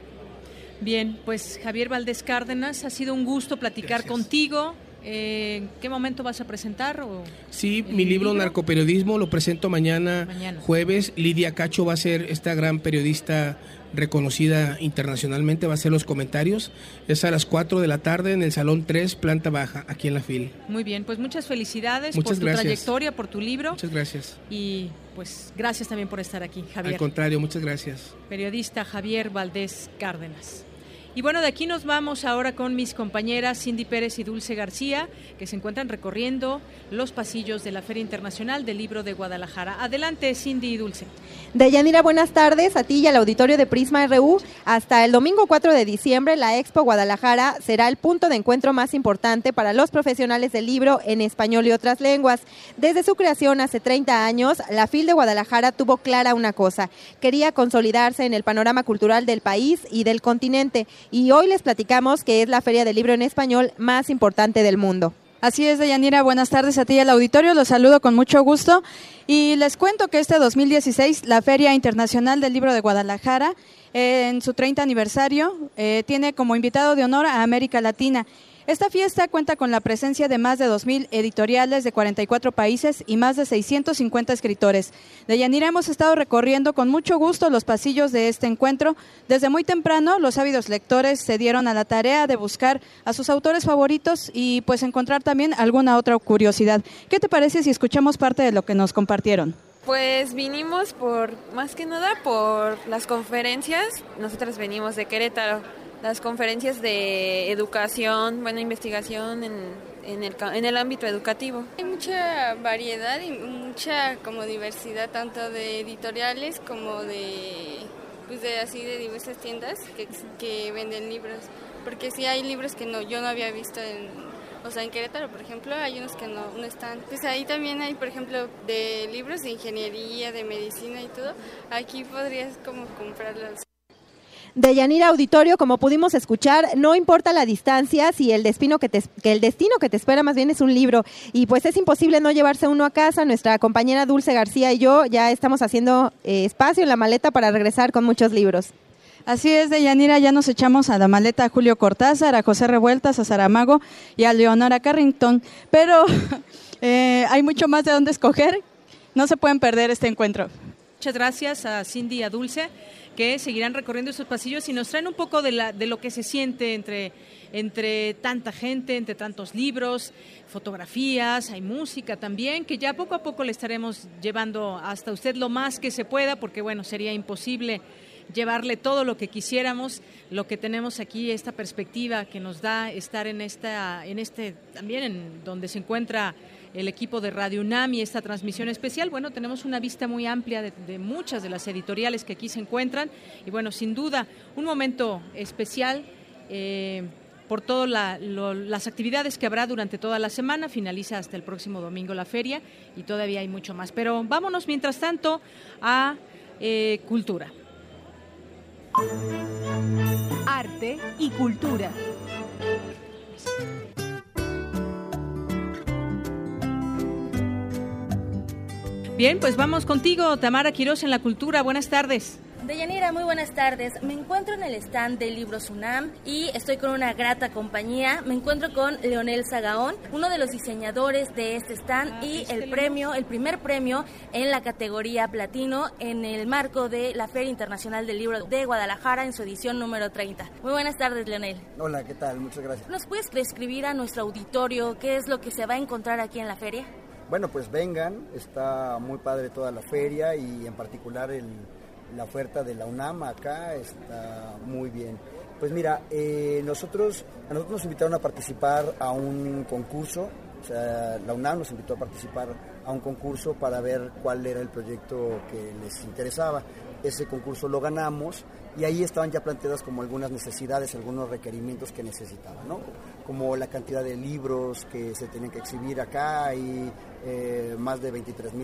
Bien, pues Javier Valdés Cárdenas, ha sido un gusto platicar contigo. ¿En qué momento vas a presentar? Sí, mi libro Narcoperiodismo lo presento mañana jueves. Lidia Cacho va a ser esta gran periodista reconocida internacionalmente, va a hacer los comentarios. Es a las 4 de la tarde en el Salón 3, planta baja, aquí en la FIL. Muy bien, pues muchas felicidades por tu trayectoria, por tu libro. Muchas gracias. Y pues gracias también por estar aquí, Javier. Al contrario, muchas gracias. Periodista Javier Valdés Cárdenas. Y bueno, de aquí nos vamos ahora con mis compañeras Cindy Pérez y Dulce García, que se encuentran recorriendo los pasillos de la Feria Internacional del Libro de Guadalajara. Adelante, Cindy y Dulce. Deyanira, buenas tardes a ti y al auditorio de Prisma RU. Hasta el domingo 4 de diciembre, la Expo Guadalajara será el punto de encuentro más importante para los profesionales del libro en español y otras lenguas. Desde su creación hace 30 años, la FIL de Guadalajara tuvo clara una cosa: quería consolidarse en el panorama cultural del país y del continente. Y hoy les platicamos que es la Feria del Libro en Español más importante del mundo. Así es, Deyanira, buenas tardes a ti y al auditorio, los saludo con mucho gusto y les cuento que este 2016 la Feria Internacional del Libro de Guadalajara, en su 30 aniversario, tiene como invitado de honor a América Latina. Esta fiesta cuenta con la presencia de más de 2,000 editoriales de 44 países y más de 650 escritores. Deyanira, hemos estado recorriendo con mucho gusto los pasillos de este encuentro. Desde muy temprano, los ávidos lectores se dieron a la tarea de buscar a sus autores favoritos y pues encontrar también alguna otra curiosidad. ¿Qué te parece si escuchamos parte de lo que nos compartieron? Pues vinimos más que nada por las conferencias. Nosotras venimos de Querétaro. Las conferencias de educación, investigación en el ámbito educativo. Hay mucha variedad y mucha como diversidad, tanto de editoriales como de de diversas tiendas que venden libros. Porque sí hay libros que yo no había visto en Querétaro, por ejemplo, hay unos que no están. Pues ahí también hay, por ejemplo, de libros de ingeniería, de medicina y todo. Aquí podrías como comprarlos. Deyanira, auditorio, como pudimos escuchar, no importa la distancia, si el destino que te espera más bien es un libro, y pues es imposible no llevarse uno a casa. Nuestra compañera Dulce García y yo ya estamos haciendo espacio en la maleta para regresar con muchos libros. Así es, Deyanira, ya nos echamos a la maleta a Julio Cortázar, a José Revueltas, a Saramago y a Leonora Carrington, pero hay mucho más de dónde escoger. No se pueden perder este encuentro. Muchas gracias a Cindy y a Dulce, que seguirán recorriendo estos pasillos y nos traen un poco de lo que se siente entre tanta gente, entre tantos libros, fotografías, hay música también, que ya poco a poco le estaremos llevando hasta usted lo más que se pueda, porque sería imposible llevarle todo lo que quisiéramos. Lo que tenemos aquí, esta perspectiva que nos da estar en también en donde se encuentra el equipo de Radio UNAM y esta transmisión especial. Tenemos una vista muy amplia de muchas de las editoriales que aquí se encuentran y sin duda un momento especial por todas las actividades que habrá durante toda la semana. Finaliza hasta el próximo domingo la feria y todavía hay mucho más, pero vámonos mientras tanto a cultura. Arte y cultura. Bien, pues vamos contigo, Tamara Quirós, en la cultura. Buenas tardes. Deyanira, muy buenas tardes. Me encuentro en el stand de Libros UNAM y estoy con una grata compañía. Me encuentro con Leonel Sagaón, uno de los diseñadores de este stand y el primer premio en la categoría platino en el marco de la Feria Internacional del Libro de Guadalajara en su edición número 30. Muy buenas tardes, Leonel. Hola, ¿qué tal? Muchas gracias. ¿Nos puedes describir a nuestro auditorio qué es lo que se va a encontrar aquí en la feria? Bueno, pues vengan, está muy padre toda la feria y en particular la oferta de la UNAM acá está muy bien. Pues mira, a nosotros nos invitaron a participar a un concurso, o sea, la UNAM nos invitó a participar a un concurso para ver cuál era el proyecto que les interesaba. Ese concurso lo ganamos y ahí estaban ya planteadas como algunas necesidades, algunos requerimientos que necesitaban, ¿no? Como la cantidad de libros que se tenían que exhibir acá y más de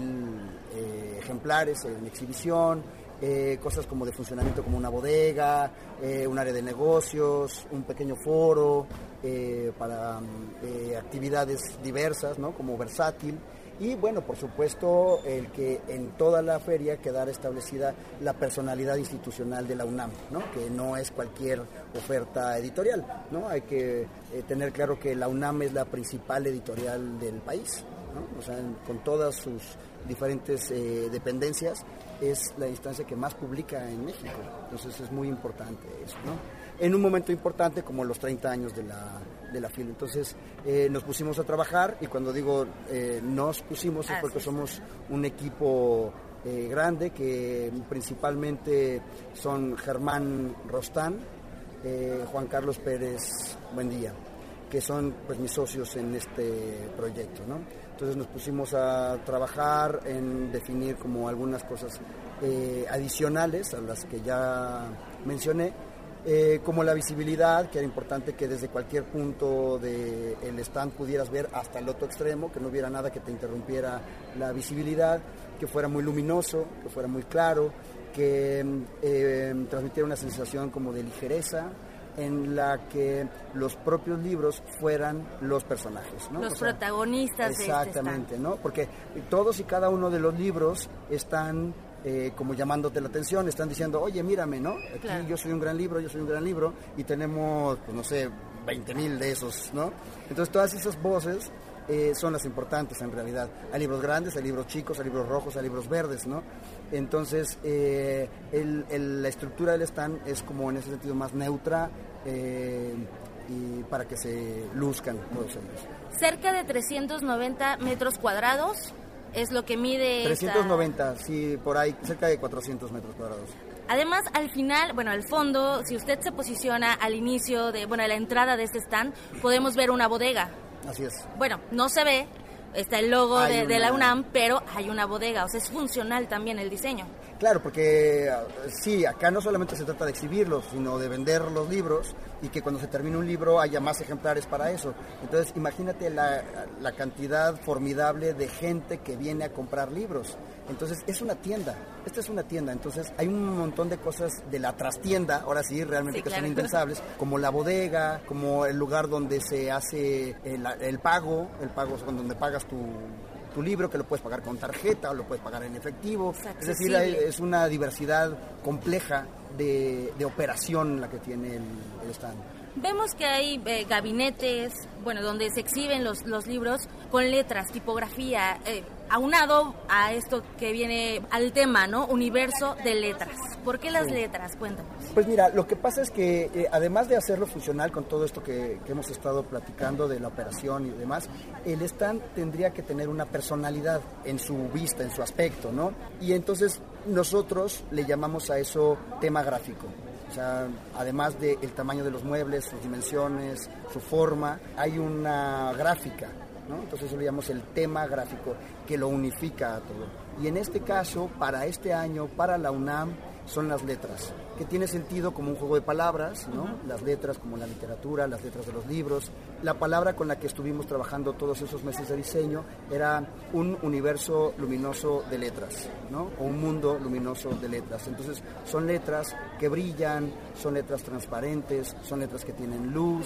23,000 ejemplares en exhibición. Cosas como de funcionamiento como una bodega, un área de negocios, un pequeño foro para actividades diversas, ¿no? Como versátil. Y bueno, por supuesto, el que en toda la feria quedara establecida la personalidad institucional de la UNAM, ¿no? Que no es cualquier oferta editorial, ¿no? Hay que tener claro que la UNAM es la principal editorial del país, ¿no? O sea, con todas sus diferentes dependencias, es la instancia que más publica en México. Entonces es muy importante eso, ¿no? En un momento importante como los 30 años de la FIL. Entonces nos pusimos a trabajar, y cuando digo nos pusimos es porque somos un equipo grande, que principalmente son Germán Rostán, Juan Carlos Pérez Buendía, que son pues mis socios en este proyecto, ¿no? Entonces nos pusimos a trabajar en definir como algunas cosas adicionales a las que ya mencioné, como la visibilidad, que era importante que desde cualquier punto del stand pudieras ver hasta el otro extremo, que no hubiera nada que te interrumpiera la visibilidad, que fuera muy luminoso, que fuera muy claro, que transmitiera una sensación como de ligereza, en la que los propios libros fueran los personajes, ¿no? Los protagonistas de este stand. Exactamente, ¿no? Porque todos y cada uno de los libros están como llamándote la atención, están diciendo, oye, mírame, ¿no? Aquí claro. Yo soy un gran libro, y tenemos, pues no sé, 20,000 de esos, ¿no? Entonces todas esas voces son las importantes en realidad. Hay libros grandes, hay libros chicos, hay libros rojos, hay libros verdes, ¿no? Entonces la estructura del stand es como en ese sentido más neutra, y para que se luzcan todos ellos. Cerca de 390 metros cuadrados es lo que mide 390, sí, por ahí, cerca de 400 metros cuadrados. Además, al final, bueno, al fondo, si usted se posiciona al inicio de, bueno, a la entrada de este stand, podemos ver una bodega. Así es. Bueno, no se ve, está el logo de la UNAM, pero hay una bodega, o sea, es funcional también el diseño. Claro, porque sí, acá no solamente se trata de exhibirlos, sino de vender los libros, y que cuando se termine un libro haya más ejemplares para eso. Entonces, imagínate la cantidad formidable de gente que viene a comprar libros. Entonces, es una tienda, esta es una tienda. Entonces, hay un montón de cosas de la trastienda, ahora sí, realmente sí, que claro, son indispensables, como la bodega, como el lugar donde se hace el pago donde pagas tu libro, que lo puedes pagar con tarjeta o lo puedes pagar en efectivo. Es decir, es una diversidad compleja de operación la que tiene el stand. Vemos que hay gabinetes, bueno, donde se exhiben los libros con letras, tipografía, aunado a esto que viene al tema, ¿no? Universo de letras. ¿Por qué las letras? Cuéntanos. Pues mira, lo que pasa es que además de hacerlo funcional con todo esto que hemos estado platicando de la operación y demás, el stand tendría que tener una personalidad en su vista, en su aspecto, ¿no? Y entonces nosotros le llamamos a eso tema gráfico. O sea, además del tamaño de los muebles, sus dimensiones, su forma, hay una gráfica, ¿no? Entonces eso le llamamos el tema gráfico, que lo unifica a todo. Y en este caso, para este año, para la UNAM, son las letras, que tiene sentido como un juego de palabras, ¿no? Uh-huh. Las letras como la literatura, las letras de los libros. La palabra con la que estuvimos trabajando todos esos meses de diseño era un universo luminoso de letras, ¿no? O un mundo luminoso de letras. Entonces son letras que brillan, son letras transparentes, son letras que tienen luz,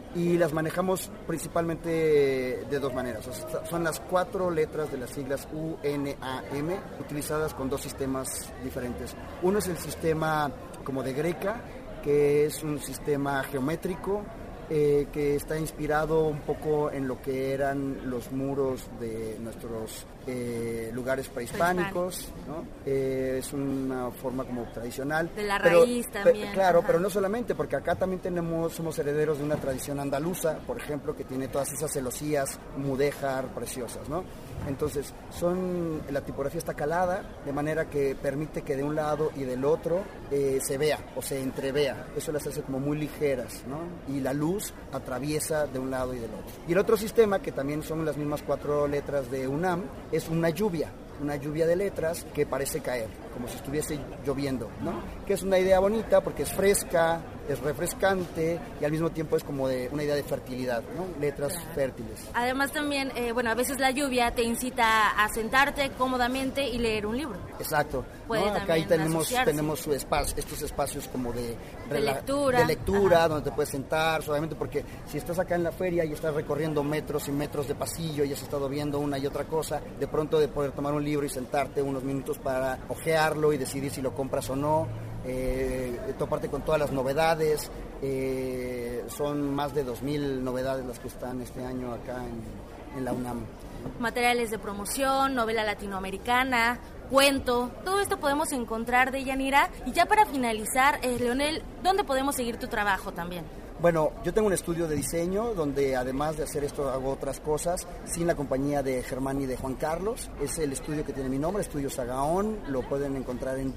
y las manejamos principalmente de dos maneras. O sea, son las 4 letras de las siglas UNAM, utilizadas con 2 sistemas diferentes. Uno es el sistema como de Greca, que es un sistema geométrico, que está inspirado un poco en lo que eran los muros de nuestros lugares prehispánicos, ¿no? Es una forma como tradicional. De la raíz también. Claro, Ajá. pero no solamente, porque acá también somos herederos de una tradición andaluza, por ejemplo, que tiene todas esas celosías mudéjar preciosas, ¿no? Entonces, la tipografía está calada, de manera que permite que de un lado y del otro se vea o se entrevea. Eso las hace como muy ligeras, ¿no? Y la luz atraviesa de un lado y del otro. Y el otro sistema, que también son las mismas 4 letras de UNAM, es una lluvia de letras que parece caer, como si estuviese lloviendo, ¿no? Que es una idea bonita porque es fresca, es refrescante y al mismo tiempo es como de una idea de fertilidad, ¿no? Letras fértiles. Además también, a veces la lluvia te incita a sentarte cómodamente y leer un libro. Exacto. Puede ¿no? Acá ahí tenemos estos espacios como de lectura, donde te puedes sentar, solamente porque si estás acá en la feria y estás recorriendo metros y metros de pasillo y has estado viendo una y otra cosa, de pronto de poder tomar un libro y sentarte unos minutos para hojearlo y decidir si lo compras o no, toparte con todas las novedades, son más de 2,000 novedades las que están este año acá en la UNAM. Materiales de promoción, novela latinoamericana, cuento, todo esto podemos encontrar de Yanira. Y ya para finalizar, Leonel, ¿dónde podemos seguir tu trabajo también? Bueno, yo tengo un estudio de diseño donde además de hacer esto hago otras cosas sin la compañía de Germán y de Juan Carlos. Es el estudio que tiene mi nombre, Estudio Sagaón. Lo pueden encontrar en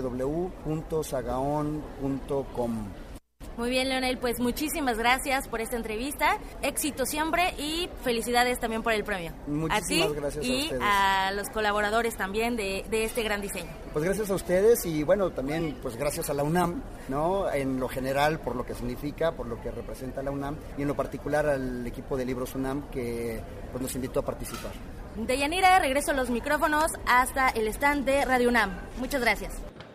www.sagaon.com. Muy bien, Leonel, pues muchísimas gracias por esta entrevista. Éxito siempre y felicidades también por el premio. Muchísimas gracias a ustedes. Y a los colaboradores también de este gran diseño. Pues gracias a ustedes y bueno, también pues gracias a la UNAM, ¿no? En lo general, por lo que significa, por lo que representa la UNAM y en lo particular al equipo de Libros UNAM que pues nos invitó a participar. De Yanira, regreso a los micrófonos hasta el stand de Radio UNAM. Muchas gracias.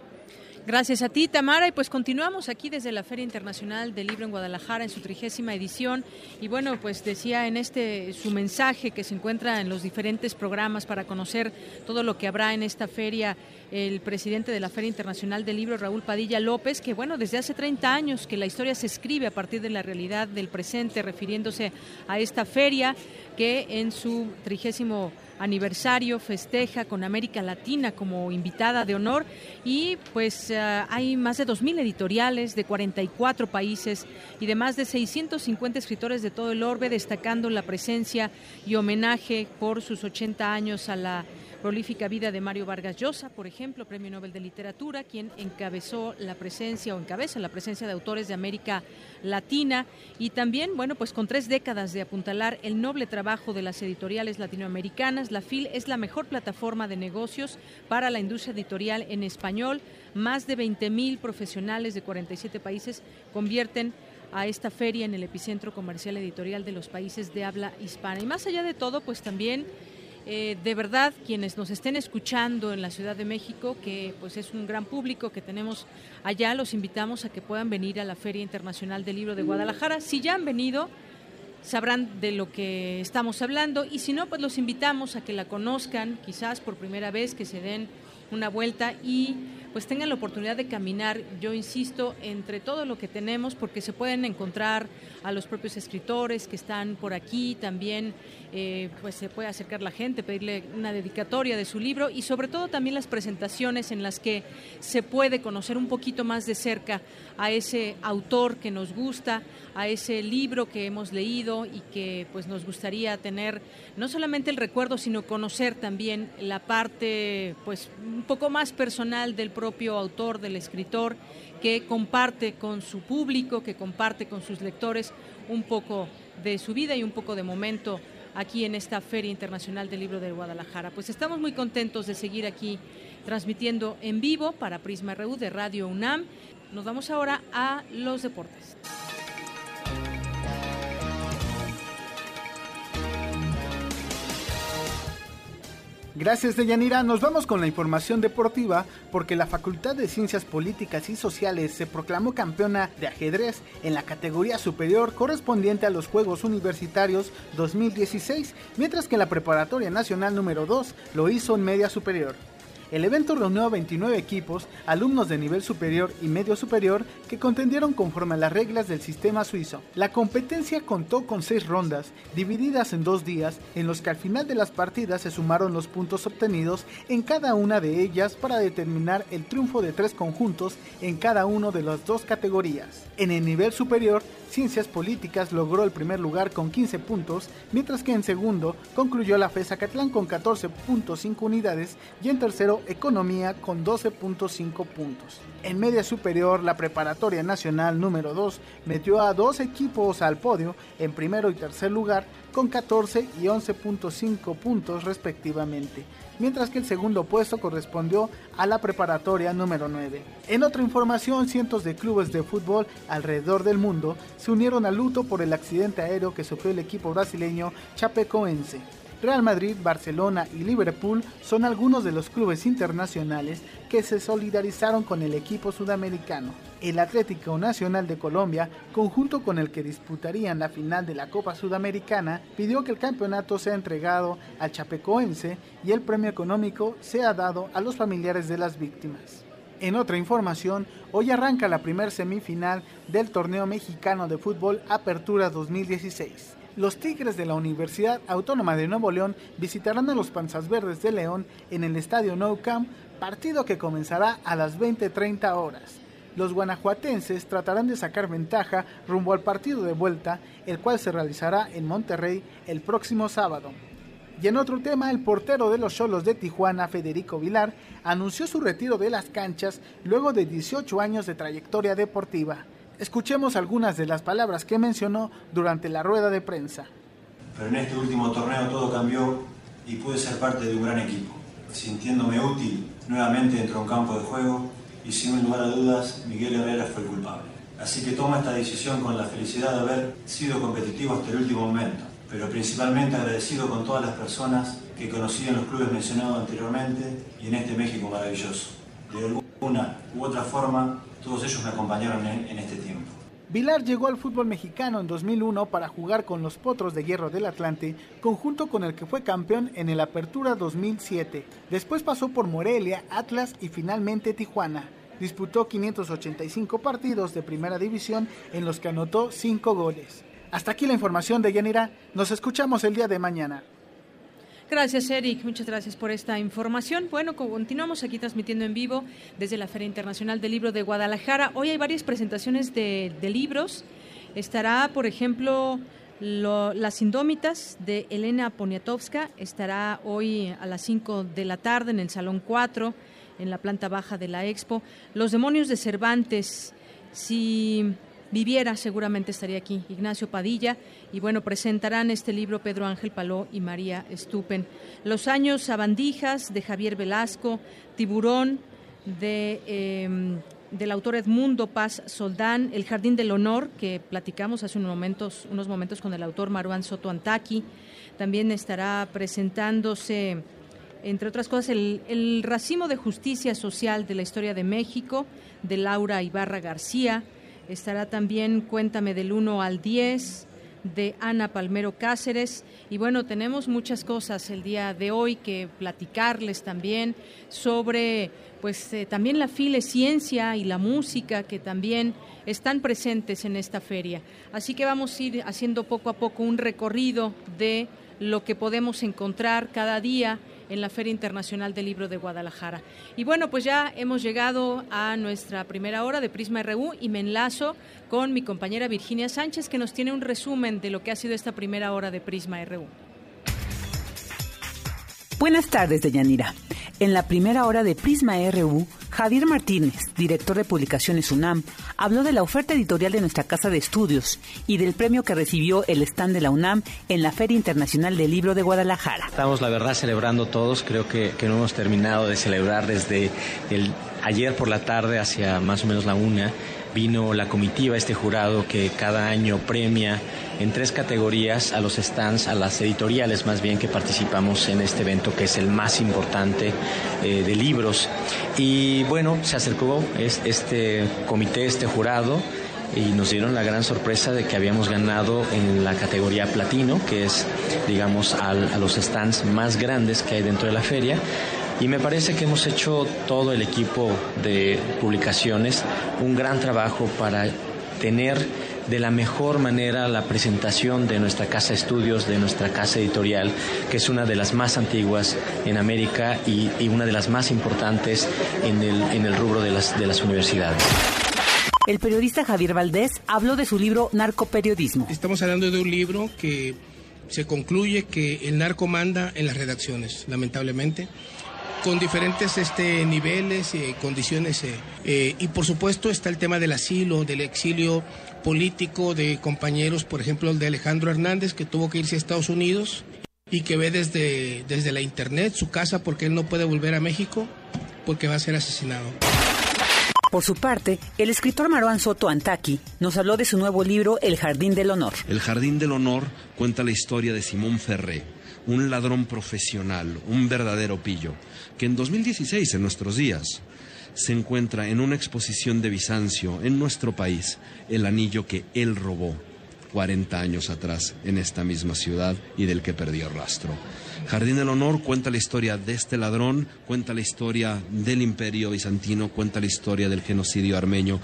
Gracias a ti, Tamara, y pues continuamos aquí desde la Feria Internacional del Libro en Guadalajara en su 30ª edición. Y bueno, pues decía en su mensaje que se encuentra en los diferentes programas para conocer todo lo que habrá en esta feria, el presidente de la Feria Internacional del Libro, Raúl Padilla López, que bueno, desde hace 30 años que la historia se escribe a partir de la realidad del presente, refiriéndose a esta feria que en su 30º aniversario festeja con América Latina como invitada de honor y pues hay más de 2,000 editoriales de 44 países y de más de 650 escritores de todo el orbe, destacando la presencia y homenaje por sus 80 años a la prolífica vida de Mario Vargas Llosa, por ejemplo, Premio Nobel de Literatura, quien encabeza la presencia de autores de América Latina y también, bueno, pues con 3 décadas de apuntalar el noble trabajo de las editoriales latinoamericanas, la FIL es la mejor plataforma de negocios para la industria editorial en español. Más de 20,000 profesionales de 47 países convierten a esta feria en el epicentro comercial editorial de los países de habla hispana. Y más allá de todo, pues también de verdad, quienes nos estén escuchando en la Ciudad de México, que pues es un gran público que tenemos allá, los invitamos a que puedan venir a la Feria Internacional del Libro de Guadalajara. Si ya han venido, sabrán de lo que estamos hablando y si no, pues los invitamos a que la conozcan, quizás por primera vez, que se den una vuelta y pues tengan la oportunidad de caminar, yo insisto, entre todo lo que tenemos, porque se pueden encontrar a los propios escritores que están por aquí, también pues se puede acercar la gente, pedirle una dedicatoria de su libro y sobre todo también las presentaciones en las que se puede conocer un poquito más de cerca a ese autor que nos gusta, a ese libro que hemos leído y que pues nos gustaría tener no solamente el recuerdo, sino conocer también la parte pues un poco más personal del propio autor, del escritor, que comparte con su público, que comparte con sus lectores un poco de su vida y un poco de momento aquí en esta Feria Internacional del Libro de Guadalajara. Pues estamos muy contentos de seguir aquí transmitiendo en vivo para Prisma RU de Radio UNAM. Nos vamos ahora a los deportes. Gracias, Deyanira. Nos vamos con la información deportiva porque la Facultad de Ciencias Políticas y Sociales se proclamó campeona de ajedrez en la categoría superior correspondiente a los Juegos Universitarios 2016, mientras que la Preparatoria Nacional número 2 lo hizo en media superior. El evento reunió a 29 equipos, alumnos de nivel superior y medio superior, que contendieron conforme a las reglas del sistema suizo. La competencia contó con 6 rondas, divididas en 2 días, en los que al final de las partidas se sumaron los puntos obtenidos en cada una de ellas para determinar el triunfo de 3 conjuntos en cada una de las 2 categorías. En el nivel superior, Ciencias Políticas logró el primer lugar con 15 puntos, mientras que en segundo concluyó la FES Zacatlán con 14.5 unidades y en tercero Economía con 12.5 puntos. En media superior, la Preparatoria Nacional número 2 metió a 2 equipos al podio en primero y tercer lugar con 14 y 11.5 puntos respectivamente, mientras que el segundo puesto correspondió a la Preparatoria número 9. En otra información, cientos de clubes de fútbol alrededor del mundo se unieron al luto por el accidente aéreo que sufrió el equipo brasileño Chapecoense. Real Madrid, Barcelona y Liverpool son algunos de los clubes internacionales que se solidarizaron con el equipo sudamericano. El Atlético Nacional de Colombia, conjunto con el que disputarían la final de la Copa Sudamericana, pidió que el campeonato sea entregado al Chapecoense y el premio económico sea dado a los familiares de las víctimas. En otra información, hoy arranca la primer semifinal del torneo mexicano de fútbol Apertura 2016. Los Tigres de la Universidad Autónoma de Nuevo León visitarán a los Panzas Verdes de León en el Estadio Nou Camp, partido que comenzará a las 20:30 horas. Los guanajuatenses tratarán de sacar ventaja rumbo al partido de vuelta, el cual se realizará en Monterrey el próximo sábado. Y en otro tema, el portero de los Xolos de Tijuana, Federico Vilar, anunció su retiro de las canchas luego de 18 años de trayectoria deportiva. Escuchemos algunas de las palabras que mencionó durante la rueda de prensa. Pero en este último torneo todo cambió y pude ser parte de un gran equipo. Sintiéndome útil, nuevamente entró a un campo de juego y sin lugar a dudas, Miguel Herrera fue el culpable. Así que tomo esta decisión con la felicidad de haber sido competitivo hasta el último momento, pero principalmente agradecido con todas las personas que conocí en los clubes mencionados anteriormente y en este México maravilloso. De alguna u otra forma, todos ellos me acompañaron en este tiempo. Vilar llegó al fútbol mexicano en 2001 para jugar con los Potros de Hierro del Atlante, conjunto con el que fue campeón en el Apertura 2007. Después pasó por Morelia, Atlas y finalmente Tijuana. Disputó 585 partidos de primera división en los que anotó 5 goles. Hasta aquí la información de Yanira. Nos escuchamos el día de mañana. Gracias, Eric. Muchas gracias por esta información. Bueno, continuamos aquí transmitiendo en vivo desde la Feria Internacional del Libro de Guadalajara. Hoy hay varias presentaciones de libros. Estará, por ejemplo, Las Indómitas de Elena Poniatowska. Estará hoy a las 5 de la tarde en el Salón 4, en la planta baja de la Expo. Los Demonios de Cervantes. Si viviera, seguramente estaría aquí Ignacio Padilla, y bueno, presentarán este libro Pedro Ángel Paló y María Stupen. Los años sabandijas de Javier Velasco, Tiburón del autor Edmundo Paz Soldán, El Jardín del Honor, que platicamos hace unos momentos con el autor Maruán Soto Antaki. También estará presentándose, entre otras cosas, el Racimo de Justicia Social de la Historia de México, de Laura Ibarra García. Estará también Cuéntame del 1 al 10, de Ana Palmero Cáceres. Y bueno, tenemos muchas cosas el día de hoy que platicarles también sobre, también la filesciencia y la música que también están presentes en esta feria. Así que vamos a ir haciendo poco a poco un recorrido de lo que podemos encontrar cada día en la Feria Internacional del Libro de Guadalajara. Y bueno, pues ya hemos llegado a nuestra primera hora de Prisma RU y me enlazo con mi compañera Virginia Sánchez, que nos tiene un resumen de lo que ha sido esta primera hora de Prisma RU. Buenas tardes, Deyanira. En la primera hora de Prisma RU, Javier Martínez, director de Publicaciones UNAM, habló de la oferta editorial de nuestra casa de estudios y del premio que recibió el stand de la UNAM en la Feria Internacional del Libro de Guadalajara. Estamos, la verdad, celebrando todos. Creo que no hemos terminado de celebrar desde ayer por la tarde hacia más o menos la 1:00. vino la comitiva, este jurado que cada año premia en 3 categorías a los stands, a las editoriales más bien, que participamos en este evento, que es el más importante de libros. Y bueno, se acercó este comité, este jurado, y nos dieron la gran sorpresa de que habíamos ganado en la categoría platino, que es, digamos, a los stands más grandes que hay dentro de la feria. Y me parece que hemos hecho, todo el equipo de publicaciones, un gran trabajo para tener de la mejor manera la presentación de nuestra casa de estudios, de nuestra casa editorial, que es una de las más antiguas en América y una de las más importantes en el rubro de las universidades. El periodista Javier Valdés habló de su libro Narcoperiodismo. Estamos hablando de un libro que se concluye que el narco manda en las redacciones, lamentablemente, con diferentes niveles, condiciones, y por supuesto está el tema del asilo, del exilio político de compañeros, por ejemplo el de Alejandro Hernández, que tuvo que irse a Estados Unidos y que ve desde la internet su casa porque él no puede volver a México porque va a ser asesinado. Por su parte, el escritor Maruán Soto Antaki nos habló de su nuevo libro El Jardín del Honor. El Jardín del Honor cuenta la historia de Simón Ferré, un ladrón profesional, un verdadero pillo, que en 2016, en nuestros días, se encuentra en una exposición de Bizancio, en nuestro país, el anillo que él robó 40 años atrás en esta misma ciudad y del que perdió rastro. Jardín del Honor cuenta la historia de este ladrón, cuenta la historia del Imperio Bizantino, cuenta la historia del genocidio armenio.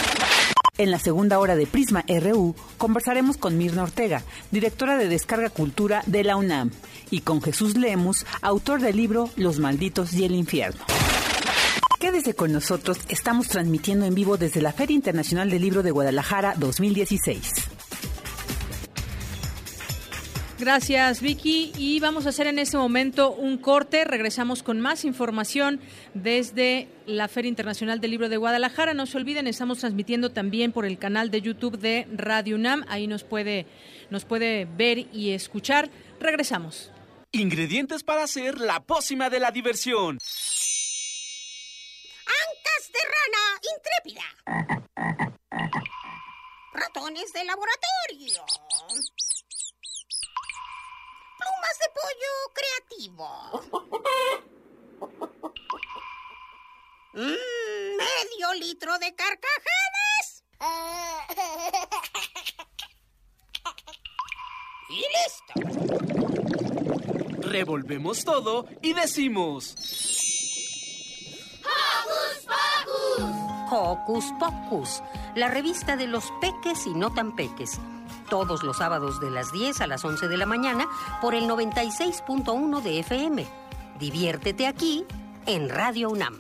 En la segunda hora de Prisma RU conversaremos con Mirna Ortega, directora de Descarga Cultura de la UNAM, y con Jesús Lemus, autor del libro Los Malditos y el Infierno. Quédese con nosotros, estamos transmitiendo en vivo desde la Feria Internacional del Libro de Guadalajara 2016. Gracias, Vicky. Y vamos a hacer en este momento un corte. Regresamos con más información desde la Feria Internacional del Libro de Guadalajara. No se olviden, estamos transmitiendo también por el canal de YouTube de Radio UNAM. Ahí nos puede ver y escuchar. Regresamos. Ingredientes para hacer la pócima de la diversión. Ancas de rana intrépida. Ratones de laboratorio. Plumas de pollo creativo. Medio litro de carcajadas. Y listo. Revolvemos todo y decimos... ¡Hocus Pocus! Hocus Pocus, la revista de los peques y no tan peques. Todos los sábados de las 10 a las 11 de la mañana por el 96.1 de FM. Diviértete aquí en Radio UNAM.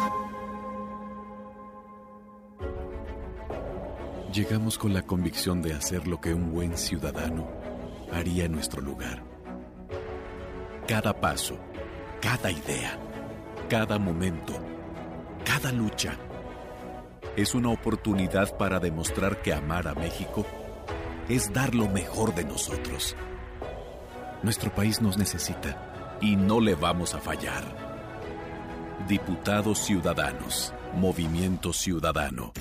Llegamos con la convicción de hacer lo que un buen ciudadano haría en nuestro lugar. Cada paso, cada idea, cada momento, cada lucha es una oportunidad para demostrar que amar a México es dar lo mejor de nosotros. Nuestro país nos necesita y no le vamos a fallar. Diputados Ciudadanos, Movimiento Ciudadano.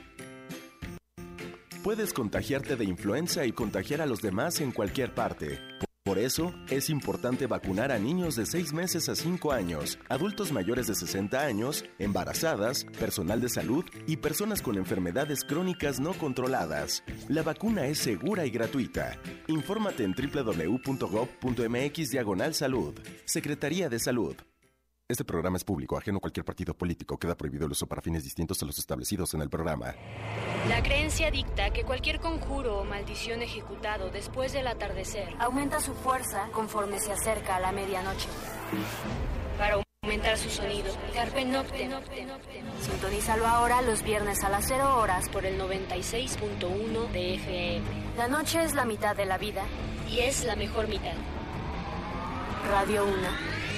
Puedes contagiarte de influenza y contagiar a los demás en cualquier parte. Por eso, es importante vacunar a niños de 6 meses a 5 años, adultos mayores de 60 años, embarazadas, personal de salud y personas con enfermedades crónicas no controladas. La vacuna es segura y gratuita. Infórmate en www.gov.mx/salud. Secretaría de Salud. Este programa es público, ajeno a cualquier partido político. Queda prohibido el uso para fines distintos a los establecidos en el programa. La creencia dicta que cualquier conjuro o maldición ejecutado después del atardecer aumenta su fuerza conforme se acerca a la medianoche. Para aumentar su sonido, Carpe Noctem. Sintonízalo ahora los viernes a las 0 horas por el 96.1 de FM. La noche es la mitad de la vida y es la mejor mitad. Radio UNAM.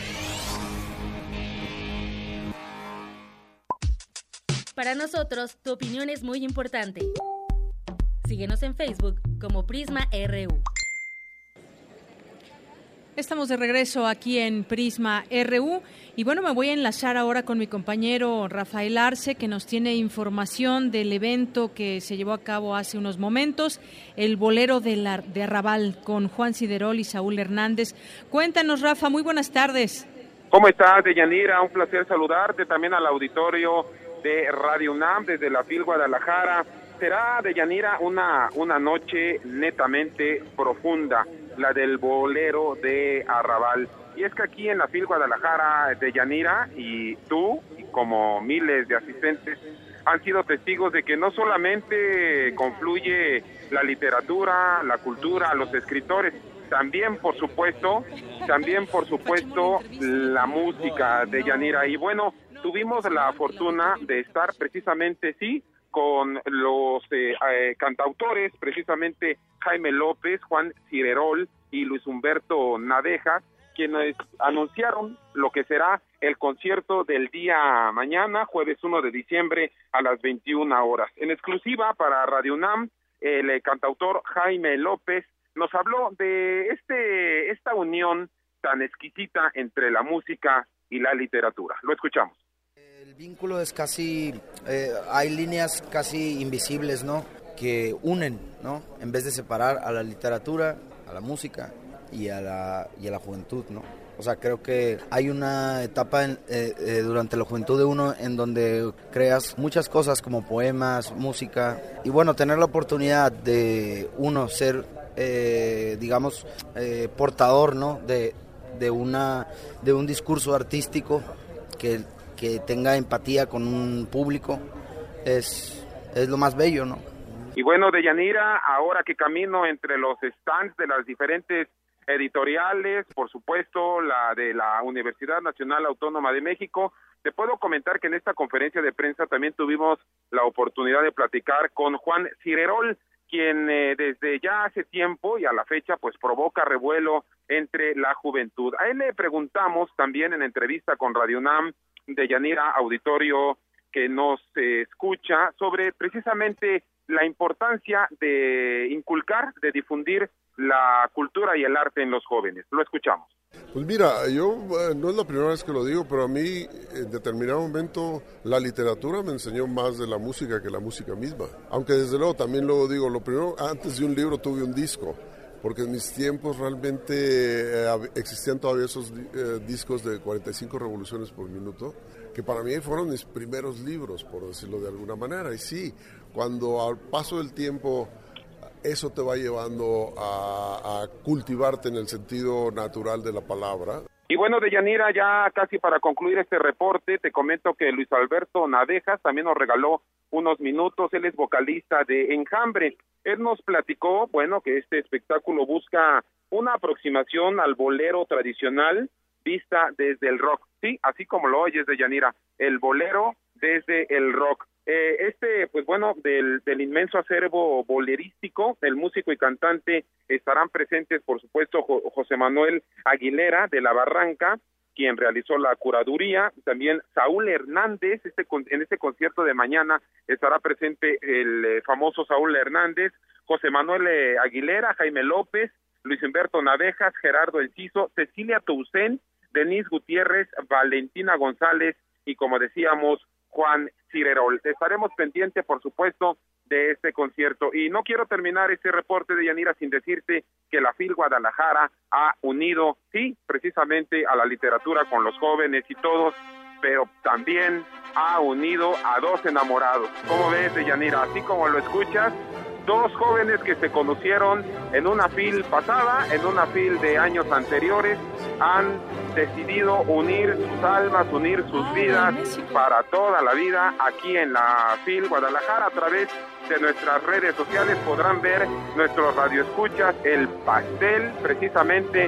Para nosotros, tu opinión es muy importante. Síguenos en Facebook como Prisma RU. Estamos de regreso aquí en Prisma RU y bueno, me voy a enlazar ahora con mi compañero Rafael Arce, que nos tiene información del evento que se llevó a cabo hace unos momentos, el Bolero de Arrabal, con Juan Ciderol y Saúl Hernández. Cuéntanos, Rafa, muy buenas tardes. ¿Cómo estás, Deyanira? Un placer saludarte, también al auditorio de Radio UNAM desde la FIL Guadalajara. Será, Deyanira, una noche netamente profunda, la del Bolero de Arrabal. Y es que aquí en la FIL Guadalajara, Deyanira, y tú, y como miles de asistentes, han sido testigos de que no solamente confluye la literatura, la cultura, los escritores, también por supuesto la música, Deyanira. Y bueno, tuvimos la fortuna de estar precisamente, con los cantautores, precisamente Jaime López, Juan Ciderol y Luis Humberto Nadejas, quienes anunciaron lo que será el concierto del día mañana, jueves 1 de diciembre a las 21 horas. En exclusiva para Radio UNAM, el cantautor Jaime López nos habló de esta unión tan exquisita entre la música y la literatura. Lo escuchamos. El vínculo es casi, hay líneas casi invisibles, ¿no?, que unen, ¿no?, en vez de separar a la literatura, a la música y a la juventud, ¿no? O sea, creo que hay una etapa durante la juventud de uno en donde creas muchas cosas como poemas, música, y bueno, tener la oportunidad de uno ser, portador, ¿no?, de un discurso artístico que tenga empatía con un público, es lo más bello, ¿no? Y bueno, Deyanira, ahora que camino entre los stands de las diferentes editoriales, por supuesto la de la Universidad Nacional Autónoma de México, te puedo comentar que en esta conferencia de prensa también tuvimos la oportunidad de platicar con Juan Ciderol, quien desde ya hace tiempo y a la fecha pues provoca revuelo entre la juventud. A él le preguntamos también en entrevista con Radio UNAM, Deyanira, auditorio que nos escucha, sobre precisamente la importancia de inculcar, de difundir la cultura y el arte en los jóvenes. Lo escuchamos. Pues mira, yo no es la primera vez que lo digo, pero a mí en determinado momento la literatura me enseñó más de la música que la música misma. Aunque desde luego también luego digo, lo primero, antes de un libro tuve un disco, porque en mis tiempos realmente existían todavía esos discos de 45 revoluciones por minuto, que para mí fueron mis primeros libros, por decirlo de alguna manera. Y sí, cuando al paso del tiempo eso te va llevando a cultivarte en el sentido natural de la palabra. Y bueno, Deyanira, ya casi para concluir este reporte, te comento que Luis Alberto Nadejas también nos regaló unos minutos. Él es vocalista de Enjambre. Él nos platicó, bueno, que este espectáculo busca una aproximación al bolero tradicional vista desde el rock. Sí, así como lo oyes, Deyanira, el bolero desde el rock. Pues bueno, del inmenso acervo bolerístico, el músico y cantante estarán presentes, por supuesto, José Manuel Aguilera de La Barranca, quien realizó la curaduría, también Saúl Hernández. En este concierto de mañana estará presente el famoso Saúl Hernández, José Manuel Aguilera, Jaime López, Luis Humberto Nadejas, Gerardo Enciso, Cecilia Toussaint, Denise Gutiérrez, Valentina González y, como decíamos, Juan Ciderol. Estaremos pendientes, por supuesto, de este concierto. Y no quiero terminar este reporte, de Yanira, sin decirte que la FIL Guadalajara ha unido, sí, precisamente a la literatura con los jóvenes y todos, pero también ha unido a dos enamorados. ¿Cómo ves, Deyanira? Así como lo escuchas, dos jóvenes que se conocieron en una FIL pasada, en una FIL de años anteriores, han decidido unir sus almas, unir sus vidas para toda la vida aquí en la FIL Guadalajara. A través de nuestras redes sociales podrán ver nuestros radioescuchas, el pastel precisamente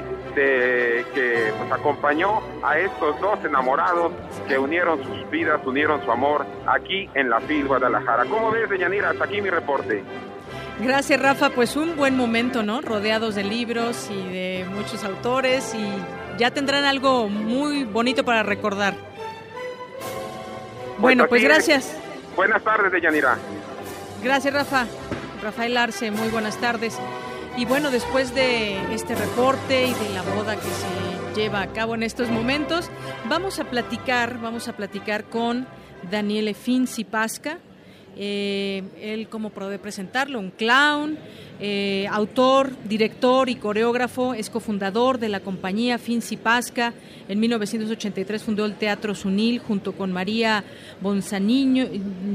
que nos acompañó a estos dos enamorados que unieron sus vidas, unieron su amor aquí en la FIL Guadalajara. ¿Cómo ves, Deyanira? Hasta aquí mi reporte. Gracias, Rafa. Pues un buen momento, ¿no? Rodeados de libros y de muchos autores, y ya tendrán algo muy bonito para recordar. Bueno, pues gracias. Buenas tardes, Deyanira. Gracias, Rafa. Rafael Arce, muy buenas tardes. Y bueno, después de este reporte y de la boda que se lleva a cabo en estos momentos, vamos a platicar con Daniele Finzi Pasca. Él, como puede presentarlo, un clown, autor, director y coreógrafo, es cofundador de la compañía Finzi Pasca. En 1983 fundó el Teatro Sunil junto con María Bonzanigo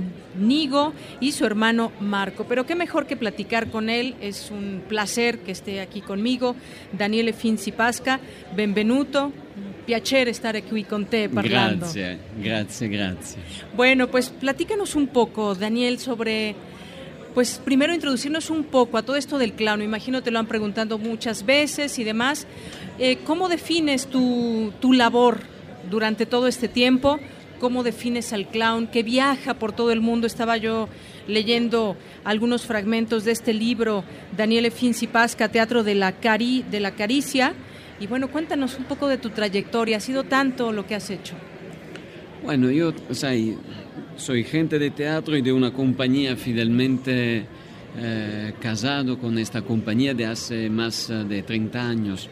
y su hermano Marco. Pero qué mejor que platicar con él, es un placer que esté aquí conmigo. Daniele Finzi Pasca, benvenuto. Piacere stare qui con te parlando. Grazie. Bueno, pues platícanos un poco, Daniel, sobre, pues primero introducirnos un poco a todo esto del clown. Me imagino te lo han preguntado muchas veces y demás. ¿Cómo defines tu labor durante todo este tiempo? ¿Cómo defines al clown que viaja por todo el mundo? Estaba yo leyendo algunos fragmentos de este libro, Daniele Finzi Pasca, Teatro de la Caricia. Y bueno, cuéntanos un poco de tu trayectoria. ¿Ha sido tanto lo que has hecho? Bueno, yo soy gente de teatro y de una compañía fidelmente casado con esta compañía de hace más de 30 años.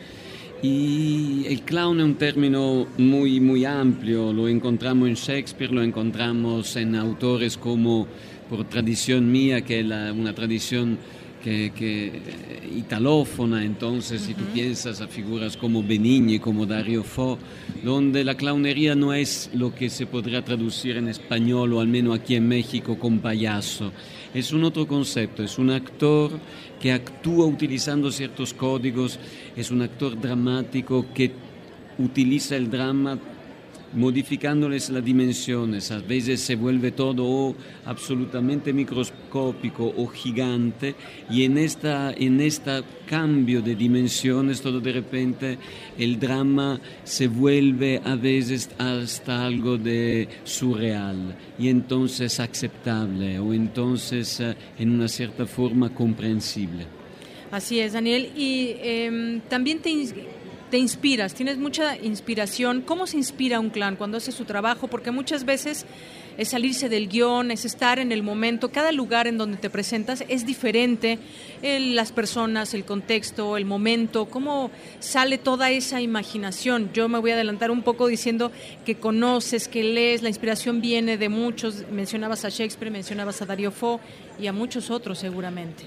Y el clown es un término muy, muy amplio. Lo encontramos en Shakespeare, lo encontramos en autores como, por tradición mía, que es una tradición que italófona, entonces si tú piensas a figuras como Benigni, como Dario Fo, donde la clownería no es lo que se podrá traducir en español, o al menos aquí en México, con payaso. Es un otro concepto, es un actor que actúa utilizando ciertos códigos, es un actor dramático que utiliza el drama modificándoles las dimensiones. A veces se vuelve todo o absolutamente microscópico o gigante, y en esta cambio de dimensiones todo de repente el drama se vuelve a veces hasta algo de surreal y entonces aceptable, o entonces en una cierta forma comprensible. Así es, Daniel, y también te inspiras, tienes mucha inspiración. ¿Cómo se inspira un clown cuando hace su trabajo? Porque muchas veces es salirse del guión, es estar en el momento. Cada lugar en donde te presentas es diferente, las personas, el contexto, el momento. ¿Cómo sale toda esa imaginación? Yo me voy a adelantar un poco diciendo que conoces, que lees, la inspiración viene de muchos. Mencionabas a Shakespeare, mencionabas a Dario Fo y a muchos otros seguramente.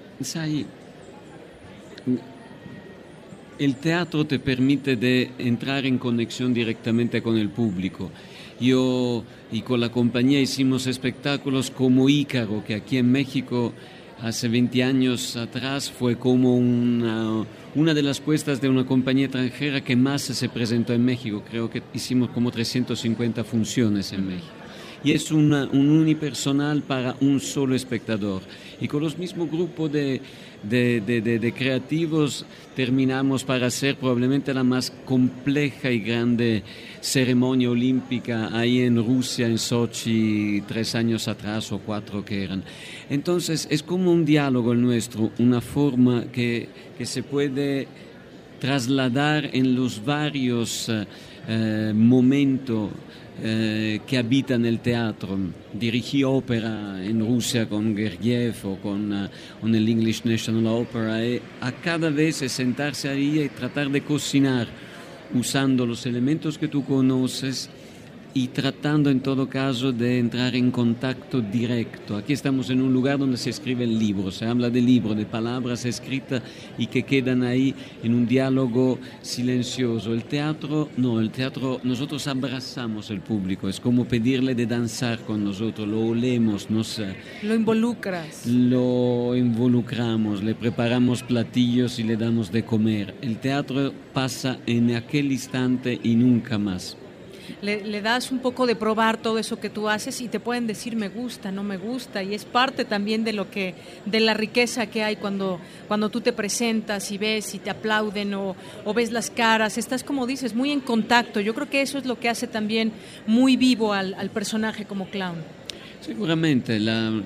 El teatro te permite de entrar en conexión directamente con el público. Yo y con la compañía hicimos espectáculos como Ícaro, que aquí en México hace 20 años atrás fue como una de las puestas de una compañía extranjera que más se presentó en México. Creo que hicimos como 350 funciones en México. Y es un unipersonal para un solo espectador. Y con los mismos grupos de creativos terminamos para hacer probablemente la más compleja y grande ceremonia olímpica ahí en Rusia, en Sochi, 3 años atrás o 4 que eran. Entonces es como un diálogo el nuestro, una forma que se puede trasladar en los varios momentos que habitan el teatro. Dirigí ópera en Rusia con Gergiev o con el English National Opera, y a cada vez es sentarse ahí y tratar de cocinar usando los elementos que tú conoces y tratando en todo caso de entrar en contacto directo. Aquí estamos en un lugar donde se escriben libros, se habla de libros, de palabras escritas y que quedan ahí en un diálogo silencioso. El teatro, nosotros abrazamos al público, es como pedirle de danzar con nosotros, lo olemos, lo involucras. Lo involucramos, le preparamos platillos y le damos de comer. El teatro pasa en aquel instante y nunca más. Le das un poco de probar todo eso que tú haces y te pueden decir me gusta, no me gusta, y es parte también de la riqueza que hay cuando tú te presentas y ves y te aplauden o ves las caras, estás, como dices, muy en contacto. Yo creo que eso es lo que hace también muy vivo al personaje como clown. Seguramente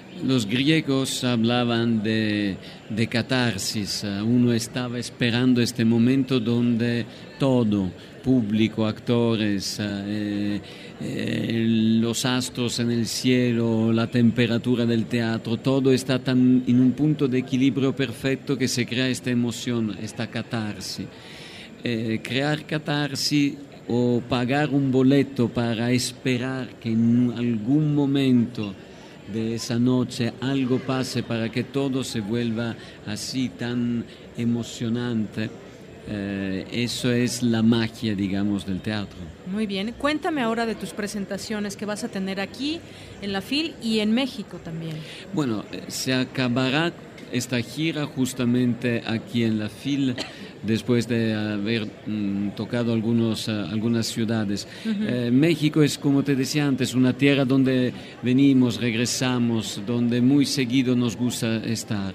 Los griegos hablaban de catarsis. Uno estaba esperando este momento donde todo, público, actores, los astros en el cielo, la temperatura del teatro, todo está tan en un punto de equilibrio perfecto que se crea esta emoción, esta catarsis. Crear catarsis o pagar un boleto para esperar que en algún momento de esa noche algo pase para que todo se vuelva así tan emocionante. Eso es la magia, digamos, del teatro. Muy bien, cuéntame ahora de tus presentaciones que vas a tener aquí en la FIL y en México también. Bueno, se acabará esta gira justamente aquí en la FIL después de haber tocado algunas ciudades. México es, como te decía antes, una tierra donde venimos, regresamos, donde muy seguido nos gusta estar.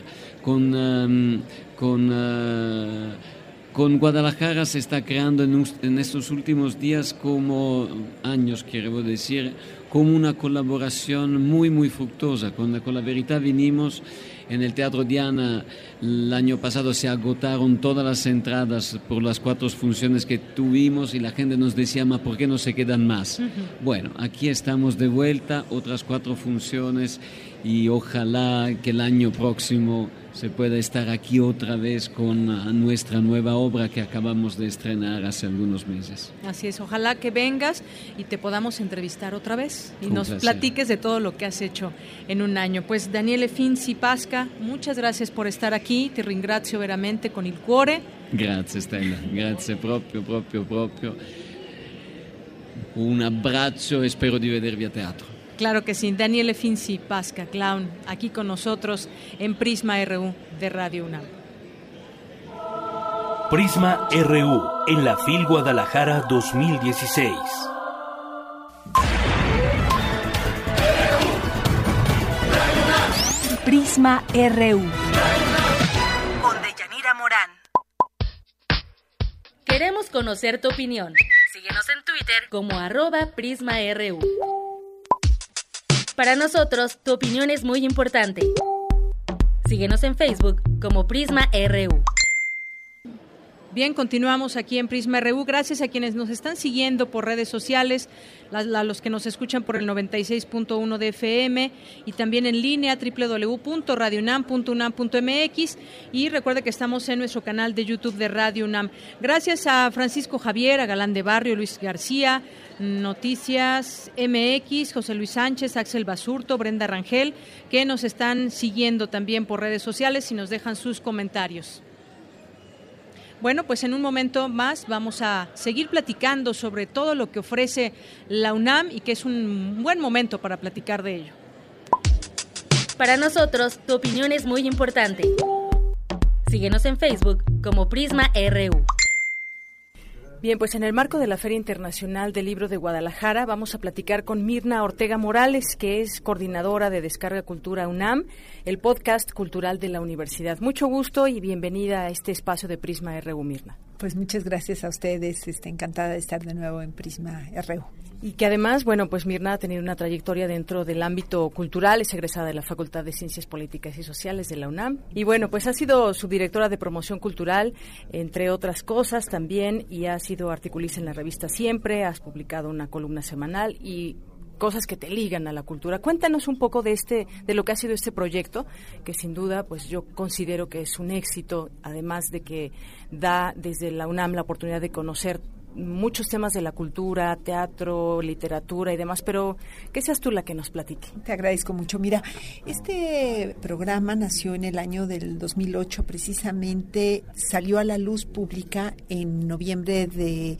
Con Guadalajara se está creando en estos últimos días, como años quiero decir, como una colaboración muy muy fructuosa. Con la Verità vinimos en el Teatro Diana. El año pasado se agotaron todas las entradas por las 4 funciones que tuvimos y la gente nos decía, ¿por qué no se quedan más? Bueno, aquí estamos de vuelta, otras 4 funciones y ojalá que el año próximo se pueda estar aquí otra vez con nuestra nueva obra que acabamos de estrenar hace algunos meses. Así es, ojalá que vengas y te podamos entrevistar otra vez y nos platiques de todo lo que has hecho en un año. Pues Daniele Finzi Pasca, muchas gracias por estar aquí, ti ringrazio veramente con il cuore. Grazie Stella, grazie proprio. Un abbraccio e spero di vedervi a teatro. Claro que sí, Daniele Finzi Pasca, clown, aquí con nosotros en Prisma RU de Radio UNAM. Prisma RU en la FIL Guadalajara 2016. Prisma RU con Deyanira Morán. Queremos conocer tu opinión. Síguenos en Twitter como @PrismaRU. Para nosotros, tu opinión es muy importante. Síguenos en Facebook como Prisma RU. Bien, continuamos aquí en Prisma RU. Gracias a quienes nos están siguiendo por redes sociales, a los que nos escuchan por el 96.1 de FM y también en línea www.radiounam.unam.mx, y recuerde que estamos en nuestro canal de YouTube de Radio UNAM. Gracias a Francisco Javier, a Galán de Barrio, Luis García, Noticias MX, José Luis Sánchez, Axel Basurto, Brenda Rangel, que nos están siguiendo también por redes sociales y nos dejan sus comentarios. Bueno, pues en un momento más vamos a seguir platicando sobre todo lo que ofrece la UNAM y que es un buen momento para platicar de ello. Para nosotros, tu opinión es muy importante. Síguenos en Facebook como Prisma RU. Bien, pues en el marco de la Feria Internacional del Libro de Guadalajara vamos a platicar con Mirna Ortega Morales, que es coordinadora de Descarga Cultura UNAM, el podcast cultural de la universidad. Mucho gusto y bienvenida a este espacio de Prisma RU, Mirna. Pues muchas gracias a ustedes, encantada de estar de nuevo en Prisma RU. Y que además, bueno, pues Mirna ha tenido una trayectoria dentro del ámbito cultural, es egresada de la Facultad de Ciencias Políticas y Sociales de la UNAM. Y bueno, pues ha sido subdirectora de promoción cultural, entre otras cosas también, y ha sido articulista en la revista Siempre, has publicado una columna semanal y cosas que te ligan a la cultura. Cuéntanos un poco de lo que ha sido este proyecto, que sin duda, pues yo considero que es un éxito, además de que da desde la UNAM la oportunidad de conocer muchos temas de la cultura, teatro, literatura y demás, pero que seas tú la que nos platique. Te agradezco mucho. Mira, este programa nació en el año del 2008, precisamente salió a la luz pública en noviembre de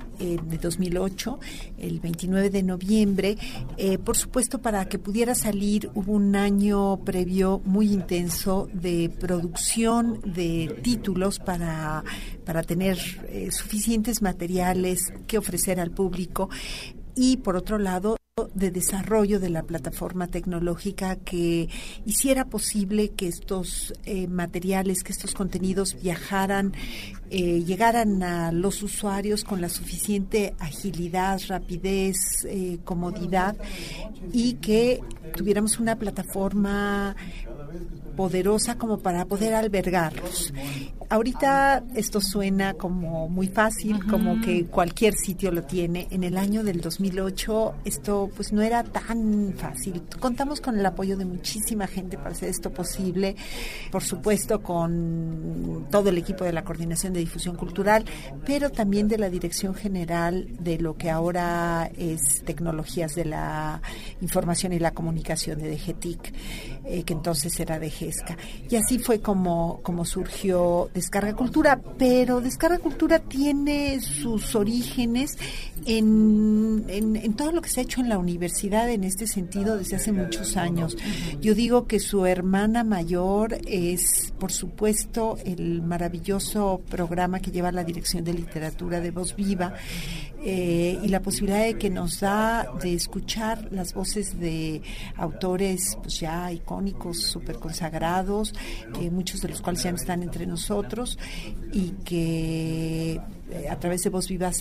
2008, el 29 de noviembre. Por supuesto, para que pudiera salir hubo un año previo muy intenso de producción de títulos para tener suficientes materiales que ofrecer al público, y por otro lado de desarrollo de la plataforma tecnológica que hiciera posible que estos materiales, que estos contenidos viajaran llegaran a los usuarios con la suficiente agilidad, rapidez, comodidad, y que tuviéramos una plataforma poderosa como para poder albergarlos. Ahorita esto suena como muy fácil, como que cualquier sitio lo tiene. En el año del 2008 esto pues no era tan fácil. Contamos con el apoyo de muchísima gente para hacer esto posible, por supuesto con todo el equipo de la Coordinación de Difusión Cultural, pero también de la Dirección General de lo que ahora es Tecnologías de la Información y la Comunicación de DGTIC, que entonces era de GESCA. Y así fue como surgió Descarga Cultura, pero Descarga Cultura tiene sus orígenes en todo lo que se ha hecho en la universidad en este sentido desde hace muchos años. Yo digo que su hermana mayor es, por supuesto, el maravilloso programa que lleva la Dirección de Literatura de Voz Viva, y la posibilidad de que nos da de escuchar las voces de autores pues ya icónicos, súper consagrados, muchos de los cuales ya no están entre nosotros, y que a través de Voz Viva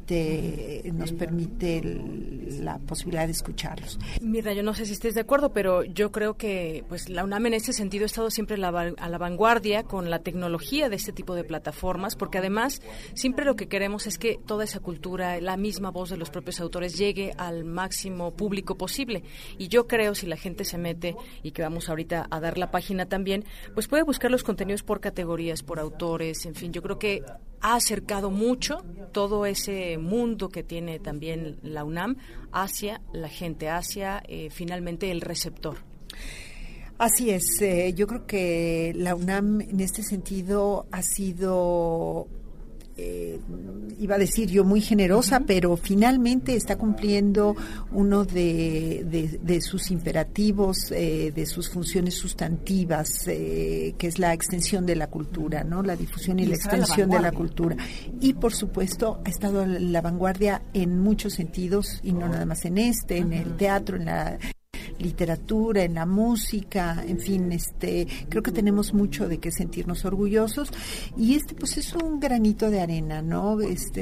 nos permite la posibilidad de escucharlos. Mirna, yo no sé si estés de acuerdo, pero yo creo que pues la UNAM en este sentido ha estado siempre a la vanguardia con la tecnología de este tipo de plataformas, porque además siempre lo que queremos es que toda esa cultura, la misma voz de los propios autores llegue al máximo público posible. Y yo creo, si la gente se mete, y que vamos ahorita a dar la página también, pues puede buscar los contenidos por categorías, por autores, en fin, yo creo que ha acercado mucho todo ese mundo que tiene también la UNAM hacia la gente, hacia finalmente el receptor. Así es, yo creo que la UNAM en este sentido ha sido, iba a decir yo, muy generosa, pero finalmente está cumpliendo uno de sus imperativos, de sus funciones sustantivas, que es la extensión de la cultura, ¿no? La difusión y la extensión de la cultura. Y por supuesto ha estado en la vanguardia en muchos sentidos, y no nada más en en el teatro, en la literatura, en la música, en fin, creo que tenemos mucho de qué sentirnos orgullosos, y pues es un granito de arena, ¿no?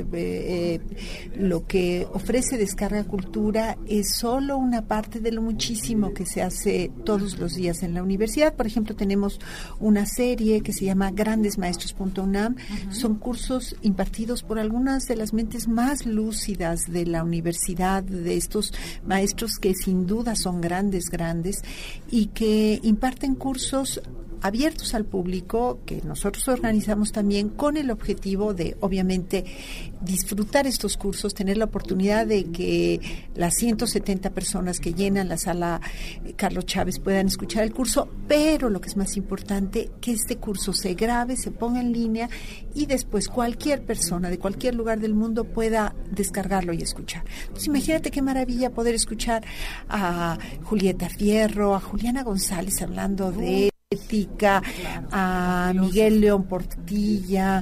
Lo que ofrece Descarga Cultura es solo una parte de lo muchísimo que se hace todos los días en la universidad. Por ejemplo, tenemos una serie que se llama grandesmaestros.unam. Son cursos impartidos por algunas de las mentes más lúcidas de la universidad, de estos maestros que sin duda son grandes, y que imparten cursos abiertos al público, que nosotros organizamos también con el objetivo de, obviamente, disfrutar estos cursos, tener la oportunidad de que las 170 personas que llenan la sala Carlos Chávez puedan escuchar el curso, pero lo que es más importante, que este curso se grabe, se ponga en línea, y después cualquier persona de cualquier lugar del mundo pueda descargarlo y escuchar. Entonces, imagínate qué maravilla poder escuchar a Julieta Fierro, a Juliana González hablando de ética, a Miguel León Portilla,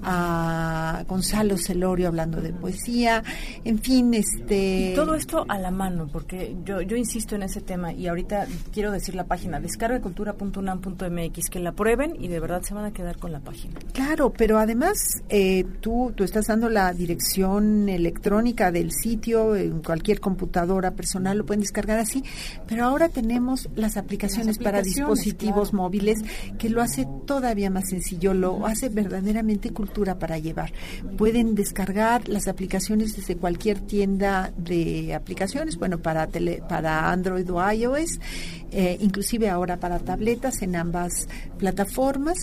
a Gonzalo Celorio hablando de poesía, en fin, Y todo esto a la mano, porque yo insisto en ese tema, y ahorita quiero decir la página, descargacultura.unam.mx, que la prueben y de verdad se van a quedar con la página. Claro, pero además tú estás dando la dirección electrónica del sitio, en cualquier computadora personal lo pueden descargar así, pero ahora tenemos las aplicaciones para dispositivos móviles, que lo hace todavía más sencillo, lo hace verdaderamente cultura para llevar. Pueden descargar las aplicaciones desde cualquier tienda de aplicaciones, bueno, para Android o iOS, inclusive ahora para tabletas en ambas plataformas.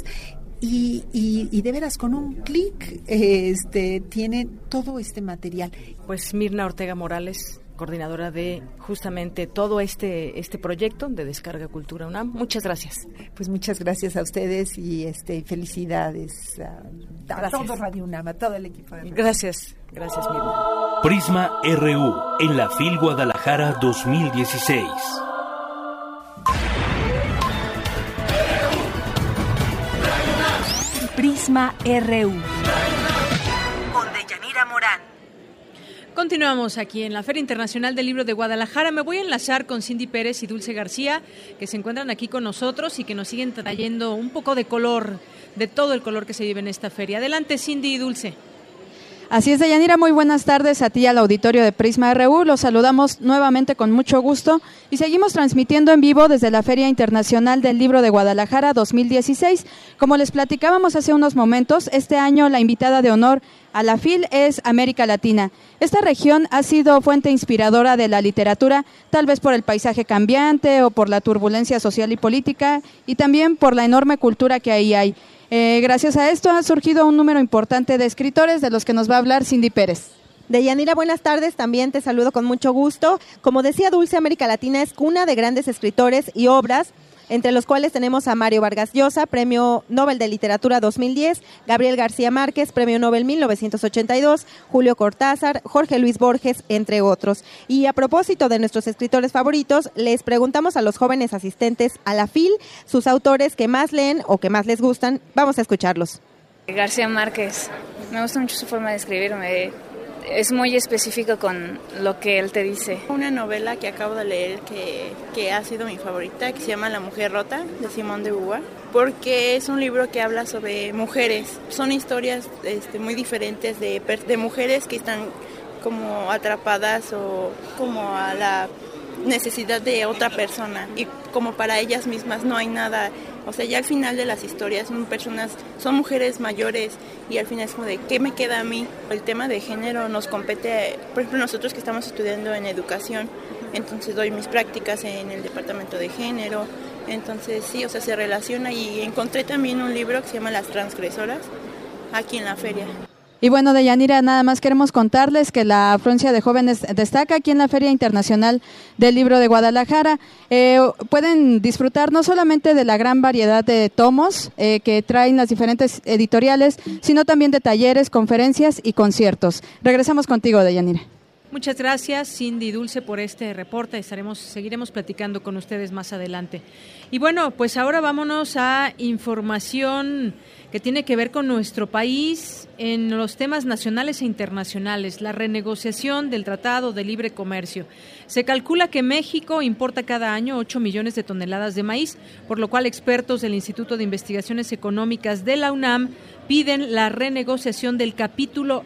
Y de veras, con un clic tienen todo este material. Pues Mirna Ortega Morales, coordinadora de justamente todo este proyecto de Descarga Cultura UNAM. Muchas gracias. Pues muchas gracias a ustedes, y felicidades a todo Radio UNAM, a todo el equipo de Radio. Gracias Mirna. Prisma RU en la FIL Guadalajara 2016. Prisma RU. Con Deyanira Morán. Continuamos aquí en la Feria Internacional del Libro de Guadalajara. Me voy a enlazar con Cindy Pérez y Dulce García, que se encuentran aquí con nosotros y que nos siguen trayendo un poco de color de todo el color que se vive en esta feria. Adelante, Cindy y Dulce. Así es, Deyanira, muy buenas tardes a ti, al auditorio de Prisma RU. Los saludamos nuevamente con mucho gusto y seguimos transmitiendo en vivo desde la Feria Internacional del Libro de Guadalajara 2016. Como les platicábamos hace unos momentos, este año la invitada de honor a la FIL es América Latina. Esta región ha sido fuente inspiradora de la literatura, tal vez por el paisaje cambiante o por la turbulencia social y política, y también por la enorme cultura que ahí hay. Gracias a esto ha surgido un número importante de escritores, de los que nos va a hablar Cindy Pérez. Deyanira, buenas tardes, también te saludo con mucho gusto. Como decía Dulce, América Latina es cuna de grandes escritores y obras, entre los cuales tenemos a Mario Vargas Llosa, Premio Nobel de Literatura 2010, Gabriel García Márquez, Premio Nobel 1982, Julio Cortázar, Jorge Luis Borges, entre otros. Y a propósito de nuestros escritores favoritos, les preguntamos a los jóvenes asistentes a la FIL sus autores que más leen o que más les gustan. Vamos a escucharlos. García Márquez, me gusta mucho su forma de escribir, es muy específico con lo que él te dice. Una novela que acabo de leer que ha sido mi favorita, que se llama La mujer rota, de Simone de Beauvoir, porque es un libro que habla sobre mujeres. Son historias muy diferentes de mujeres que están como atrapadas o como a la necesidad de otra persona, y como para ellas mismas no hay nada. O sea, ya al final de las historias son mujeres mayores, y al final es como de ¿qué me queda a mí? El tema de género nos compete, por ejemplo, nosotros que estamos estudiando en educación, entonces doy mis prácticas en el departamento de género, entonces sí, o sea, se relaciona, y encontré también un libro que se llama Las transgresoras aquí en la feria. Y bueno, Deyanira, nada más queremos contarles que la afluencia de jóvenes destaca aquí en la Feria Internacional del Libro de Guadalajara. Pueden disfrutar no solamente de la gran variedad de tomos que traen las diferentes editoriales, sino también de talleres, conferencias y conciertos. Regresamos contigo, Deyanira. Muchas gracias, Cindy y Dulce, por este reporte. Seguiremos platicando con ustedes más adelante. Y bueno, pues ahora vámonos a información que tiene que ver con nuestro país en los temas nacionales e internacionales, la renegociación del Tratado de Libre Comercio. Se calcula que México importa cada año 8 millones de toneladas de maíz, por lo cual expertos del Instituto de Investigaciones Económicas de la UNAM piden la renegociación del capítulo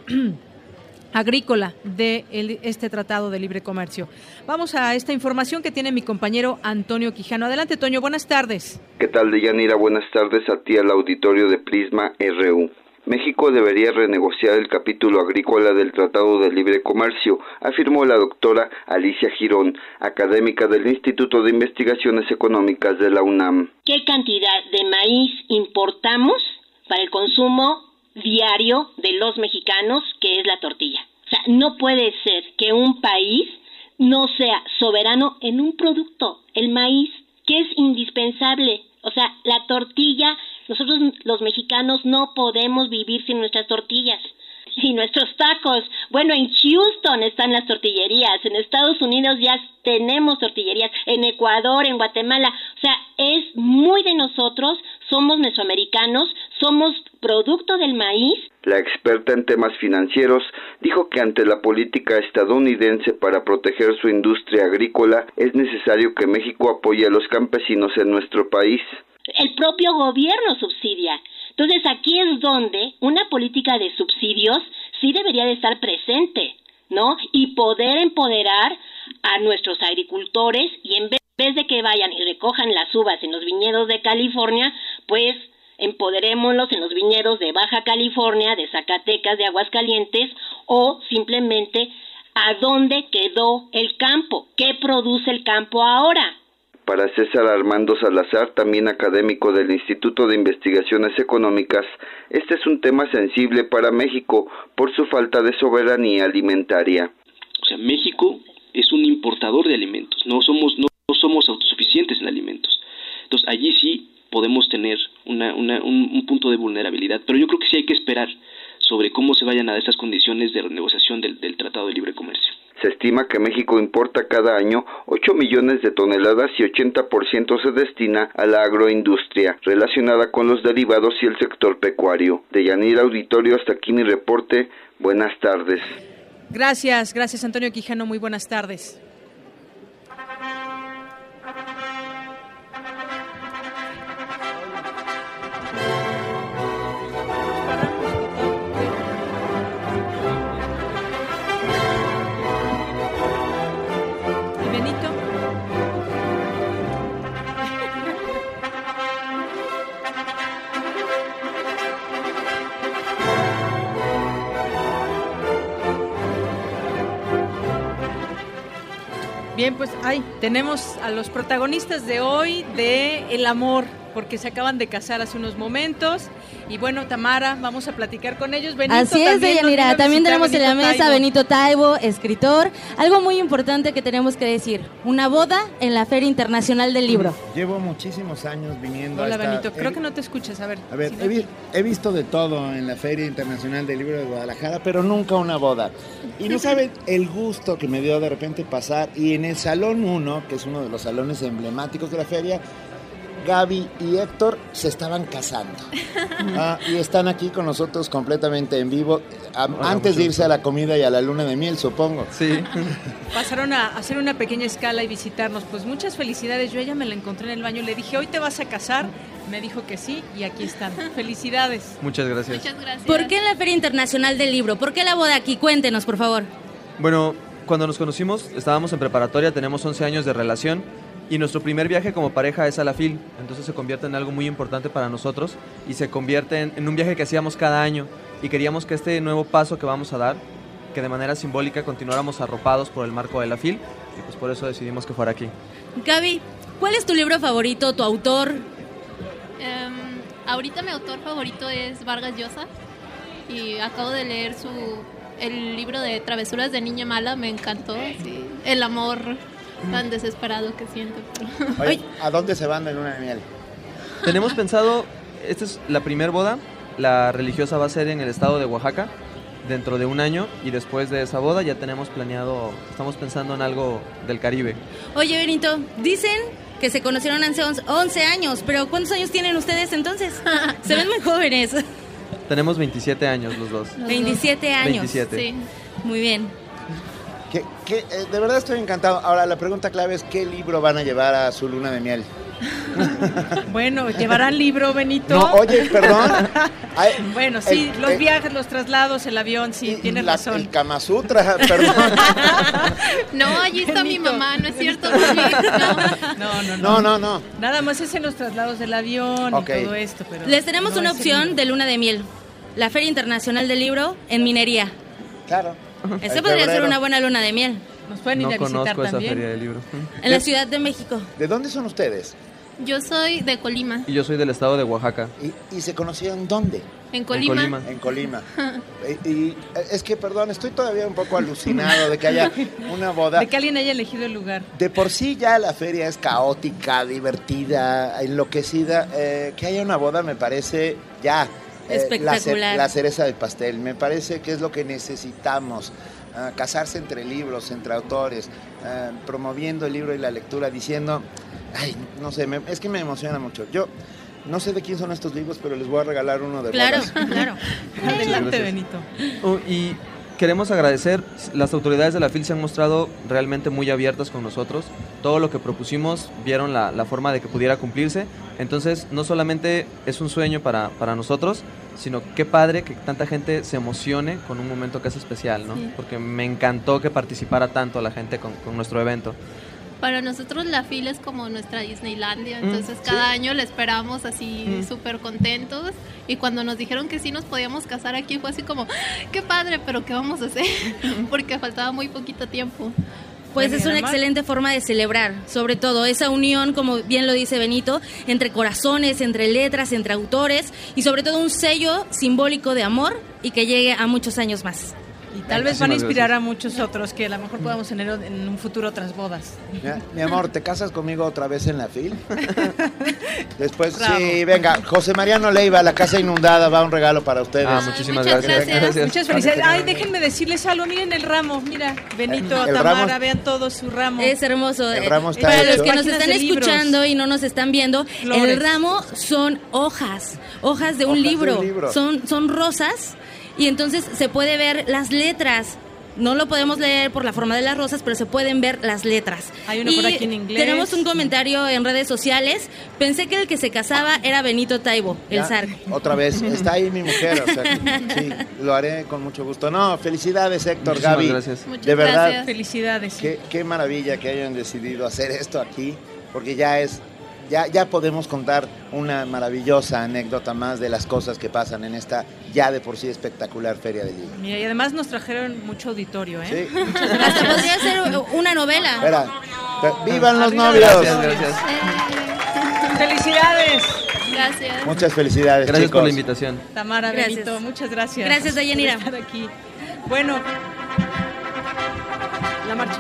agrícola de este Tratado de Libre Comercio. Vamos a esta información que tiene mi compañero Antonio Quijano. Adelante, Toño, buenas tardes. ¿Qué tal, Deyanira? Buenas tardes a ti, al auditorio de Prisma RU. México debería renegociar el capítulo agrícola del Tratado de Libre Comercio, afirmó la doctora Alicia Girón, académica del Instituto de Investigaciones Económicas de la UNAM. ¿Qué cantidad de maíz importamos para el consumo diario de los mexicanos, que es la tortilla? O sea, no puede ser que un país no sea soberano en un producto, el maíz, que es indispensable. O sea, la tortilla, nosotros los mexicanos no podemos vivir sin nuestras tortillas y nuestros tacos. Bueno, en Houston están las tortillerías, en Estados Unidos ya tenemos tortillerías, en Ecuador, en Guatemala. O sea, es muy de nosotros, somos mesoamericanos, somos producto del maíz. La experta en temas financieros dijo que ante la política estadounidense para proteger su industria agrícola, es necesario que México apoye a los campesinos en nuestro país. El propio gobierno subsidia. Entonces aquí es donde una política de subsidios sí debería de estar presente, ¿no? Y poder empoderar a nuestros agricultores, y en vez de que vayan y recojan las uvas en los viñedos de California, pues empoderémoslos en los viñedos de Baja California, de Zacatecas, de Aguascalientes, o simplemente ¿a dónde quedó el campo? ¿Qué produce el campo ahora? Para César Armando Salazar, también académico del Instituto de Investigaciones Económicas, este es un tema sensible para México por su falta de soberanía alimentaria. O sea, México es un importador de alimentos, no somos autosuficientes en alimentos. Entonces, allí sí podemos tener un punto de vulnerabilidad, pero yo creo que sí hay que esperar sobre cómo se vayan a dar estas condiciones de renegociación del Tratado de Libre Comercio. Se estima que México importa cada año 8 millones de toneladas y 80% se destina a la agroindustria relacionada con los derivados y el sector pecuario. Deyanira, auditorio, hasta aquí mi reporte. Buenas tardes. Gracias Antonio Quijano, muy buenas tardes. Bien, pues tenemos a los protagonistas de hoy de El Amor, porque se acaban de casar hace unos momentos. Y bueno, Tamara, vamos a platicar con ellos. Benito, así es, Deyanira. También tenemos en la mesa Benito Taibo, escritor. Algo muy importante que tenemos que decir: una boda en la Feria Internacional del Libro. Llevo muchísimos años viniendo Hola, Benito, creo que no te escuchas. A ver, he visto de todo en la Feria Internacional del Libro de Guadalajara, pero nunca una boda. Y no saben el gusto que me dio de repente pasar. Y en el Salón 1, que es uno de los salones emblemáticos de la feria, Gaby y Héctor se estaban casando. Y están aquí con nosotros completamente en vivo, antes de irse a la comida y a la luna de miel, supongo. Sí. Pasaron a hacer una pequeña escala y visitarnos. Pues muchas felicidades. Yo a ella me la encontré en el baño, le dije, ¿hoy te vas a casar? Me dijo que sí, y aquí están. Felicidades. Muchas gracias. Muchas gracias. ¿Por qué en la Feria Internacional del Libro? ¿Por qué la boda aquí? Cuéntenos, por favor. Bueno, cuando nos conocimos, estábamos en preparatoria, tenemos 11 años de relación. Y nuestro primer viaje como pareja es a la FIL, entonces se convierte en algo muy importante para nosotros y se convierte en un viaje que hacíamos cada año y queríamos que este nuevo paso que vamos a dar, que de manera simbólica continuáramos arropados por el marco de la FIL y pues por eso decidimos que fuera aquí. Gaby, ¿cuál es tu libro favorito, tu autor? Ahorita mi autor favorito es Vargas Llosa y acabo de leer el libro de Travesuras de Niña Mala, me encantó, sí. El amor tan desesperado que siento. Oye, ¿a dónde se van de luna de miel? Tenemos pensado, esta es la primer boda, la religiosa va a ser en el estado de Oaxaca dentro de un año y después de esa boda ya tenemos planeado, estamos pensando en algo del Caribe. Oye, Benito, dicen que se conocieron hace 11 años, pero ¿cuántos años tienen ustedes entonces? Se ven muy jóvenes. Tenemos 27 años los dos. 27 años. 27. Sí. Muy bien. De verdad estoy encantado. Ahora, la pregunta clave es, ¿qué libro van a llevar a su luna de miel? Bueno, ¿llevarán libro, Benito? No, oye, perdón. Bueno, sí, los viajes, los traslados, el avión, sí, tienes razón. El Kama Sutra, perdón. No, allí está Benito. Mi mamá, ¿no es cierto? No. Nada más es en los traslados del avión y todo esto. Pero les tenemos una opción de luna de miel. La Feria Internacional del Libro en Minería. Claro. Esta podría ser una buena luna de miel. Nos pueden ir a visitar también. No conozco esa feria de libro. En la Ciudad de México. ¿De dónde son ustedes? Yo soy de Colima. Y yo soy del estado de Oaxaca. ¿Y se conocieron dónde? En Colima. En Colima. Y es que, perdón, estoy todavía un poco alucinado de que haya una boda. De que alguien haya elegido el lugar. De por sí ya la feria es caótica, divertida, enloquecida. Que haya una boda me parece ya... espectacular. La cereza del pastel, me parece que es lo que necesitamos, casarse entre libros, entre autores, promoviendo el libro y la lectura, diciendo, no sé, es que me emociona mucho. Yo no sé de quién son estos libros, pero les voy a regalar uno de bodas. Claro. Adelante, Benito. Y queremos agradecer, las autoridades de la FIL se han mostrado realmente muy abiertas con nosotros, todo lo que propusimos vieron la forma de que pudiera cumplirse, entonces no solamente es un sueño para nosotros, sino qué padre que tanta gente se emocione con un momento que es especial, ¿no? Sí. Porque me encantó que participara tanto la gente con nuestro evento. Para nosotros la FIL es como nuestra Disneylandia, entonces cada año la esperamos así súper contentos y cuando nos dijeron que sí nos podíamos casar aquí fue así como, qué padre, pero ¿qué vamos a hacer? Porque faltaba muy poquito tiempo. Pues es una excelente forma de celebrar, sobre todo esa unión, como bien lo dice Benito, entre corazones, entre letras, entre autores y sobre todo un sello simbólico de amor y que llegue a muchos años más. Y tal vez van a inspirar a muchos otros que a lo mejor podamos tener en un futuro otras bodas. Mi amor, ¿te casas conmigo otra vez en la FIL? Después, bravo. Sí, venga, José Mariano Leiva, la casa inundada, va un regalo para ustedes. Muchísimas gracias. Muchas felicidades. Déjenme decirles algo, miren el ramo, mira, Benito, Tamara, ramo, vean todo su ramo. Es hermoso. El ramo está para hecho. Los que nos están escuchando y no nos están viendo, flores. El ramo son hojas de un libro. Son rosas. Y entonces se puede ver las letras. No lo podemos leer por la forma de las rosas, pero se pueden ver las letras. Hay uno por aquí en inglés. Tenemos un comentario en redes sociales. Pensé que el que se casaba era Benito Taibo, el zar. Otra vez, está ahí mi mujer, o sea, sí, lo haré con mucho gusto. No, felicidades, Héctor, muchísimas Gaby. Gracias. De verdad, gracias. Felicidades. Qué maravilla que hayan decidido hacer esto aquí, porque ya podemos contar una maravillosa anécdota más de las cosas que pasan en esta ya de por sí espectacular Feria del Libro. Mira, y además nos trajeron mucho auditorio, ¿eh? Sí. Hasta podría ser una novela. Espera, ¡Vivan los Arriba. novios! Gracias. ¡Felicidades! Gracias. Muchas felicidades, Gracias chicos. por la invitación. Tamara, Gracias. Benito, muchas gracias. Gracias, Dayanira. por estar aquí. Bueno, la marcha.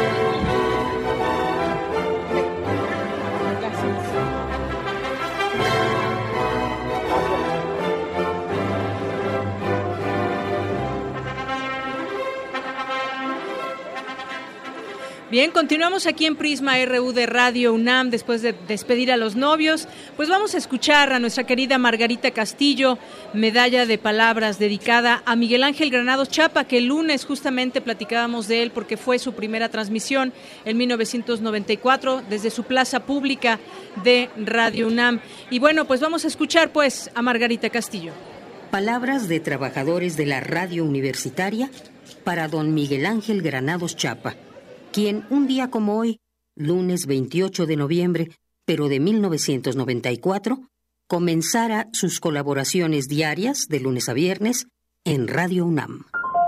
Bien, continuamos aquí en Prisma RU de Radio UNAM después de despedir a los novios. Pues vamos a escuchar a nuestra querida Margarita Castillo, medalla de palabras dedicada a Miguel Ángel Granados Chapa, que el lunes justamente platicábamos de él porque fue su primera transmisión en 1994 desde su plaza pública de Radio UNAM. Y bueno, pues vamos a escuchar pues a Margarita Castillo. Palabras de trabajadores de la radio universitaria para don Miguel Ángel Granados Chapa, quien un día como hoy, lunes 28 de noviembre, pero de 1994, comenzara sus colaboraciones diarias de lunes a viernes en Radio UNAM.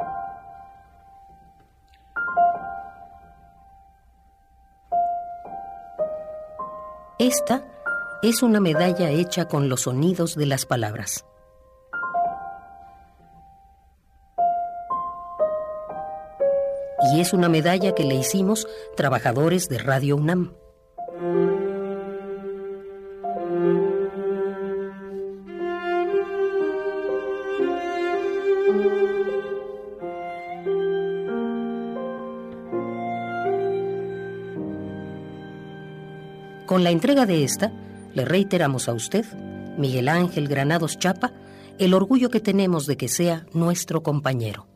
Esta es una medalla hecha con los sonidos de las palabras. Y es una medalla que le hicimos trabajadores de Radio UNAM. Con la entrega de esta, le reiteramos a usted, Miguel Ángel Granados Chapa, el orgullo que tenemos de que sea nuestro compañero.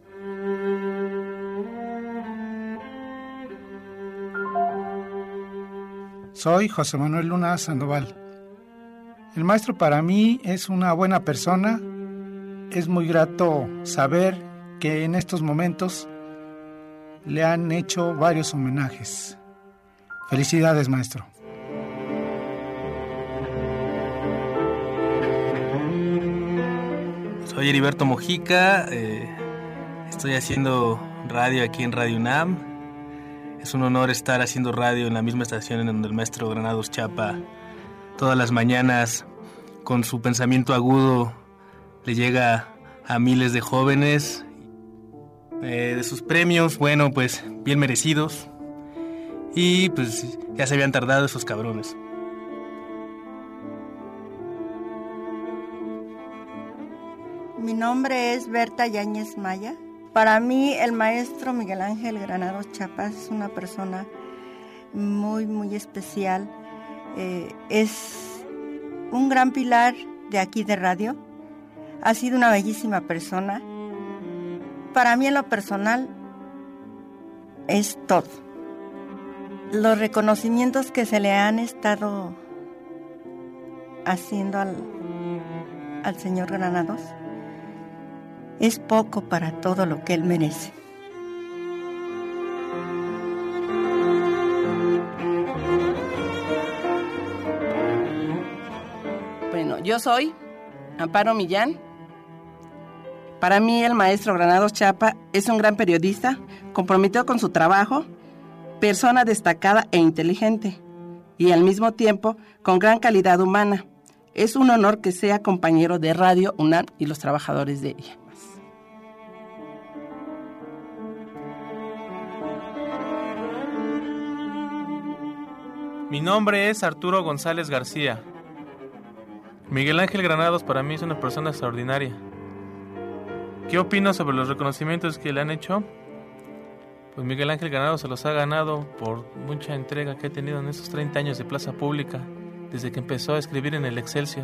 Soy José Manuel Luna Sandoval. El maestro para mí es una buena persona. Es muy grato saber que en estos momentos le han hecho varios homenajes. Felicidades, maestro. Soy Heriberto Mojica. Estoy haciendo radio aquí en Radio UNAM. Es un honor estar haciendo radio en la misma estación en donde el maestro Granados Chapa todas las mañanas con su pensamiento agudo le llega a miles de jóvenes. De sus premios, bueno, pues bien merecidos. Y pues ya se habían tardado esos cabrones. Mi nombre es Berta Yáñez Maya. Para mí, el maestro Miguel Ángel Granados Chapa es una persona muy, muy especial. Es un gran pilar de aquí de radio. Ha sido una bellísima persona. Para mí, en lo personal, es todo. Los reconocimientos que se le han estado haciendo al señor Granados es poco para todo lo que él merece. Bueno, yo soy Amparo Millán. Para mí el maestro Granados Chapa es un gran periodista, comprometido con su trabajo, persona destacada e inteligente, y al mismo tiempo con gran calidad humana. Es un honor que sea compañero de Radio UNAM y los trabajadores de ella. Mi nombre es Arturo González García. Miguel Ángel Granados para mí es una persona extraordinaria. ¿Qué opino sobre los reconocimientos que le han hecho? Pues Miguel Ángel Granados se los ha ganado por mucha entrega que ha tenido en esos 30 años de plaza pública, desde que empezó a escribir en el Excelsior.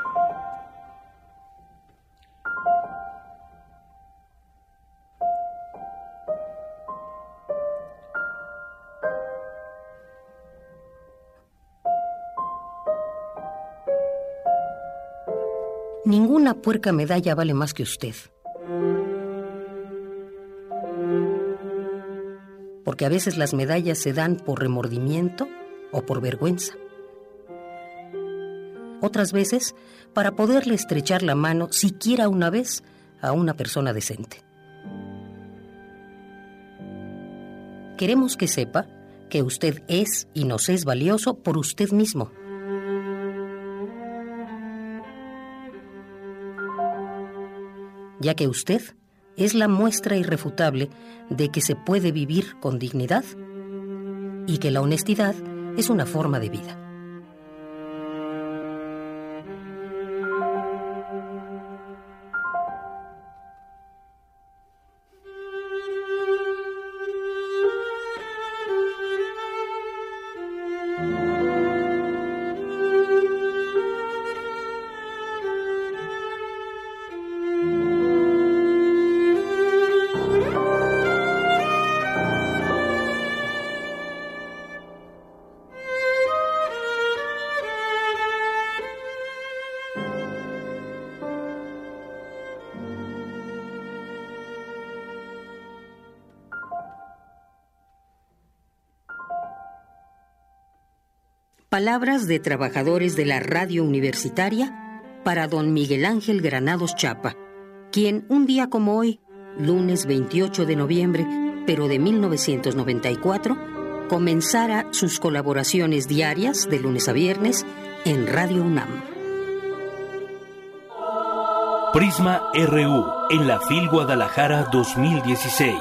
Ninguna puerca medalla vale más que usted. Porque a veces las medallas se dan por remordimiento o por vergüenza. Otras veces, para poderle estrechar la mano siquiera una vez a una persona decente. Queremos que sepa que usted es y nos es valioso por usted mismo. Ya que usted es la muestra irrefutable de que se puede vivir con dignidad y que la honestidad es una forma de vida. Palabras de trabajadores de la radio universitaria para don Miguel Ángel Granados Chapa, quien un día como hoy, lunes 28 de noviembre, pero de 1994, comenzara sus colaboraciones diarias de lunes a viernes en Radio UNAM. Prisma RU en la FIL Guadalajara 2016.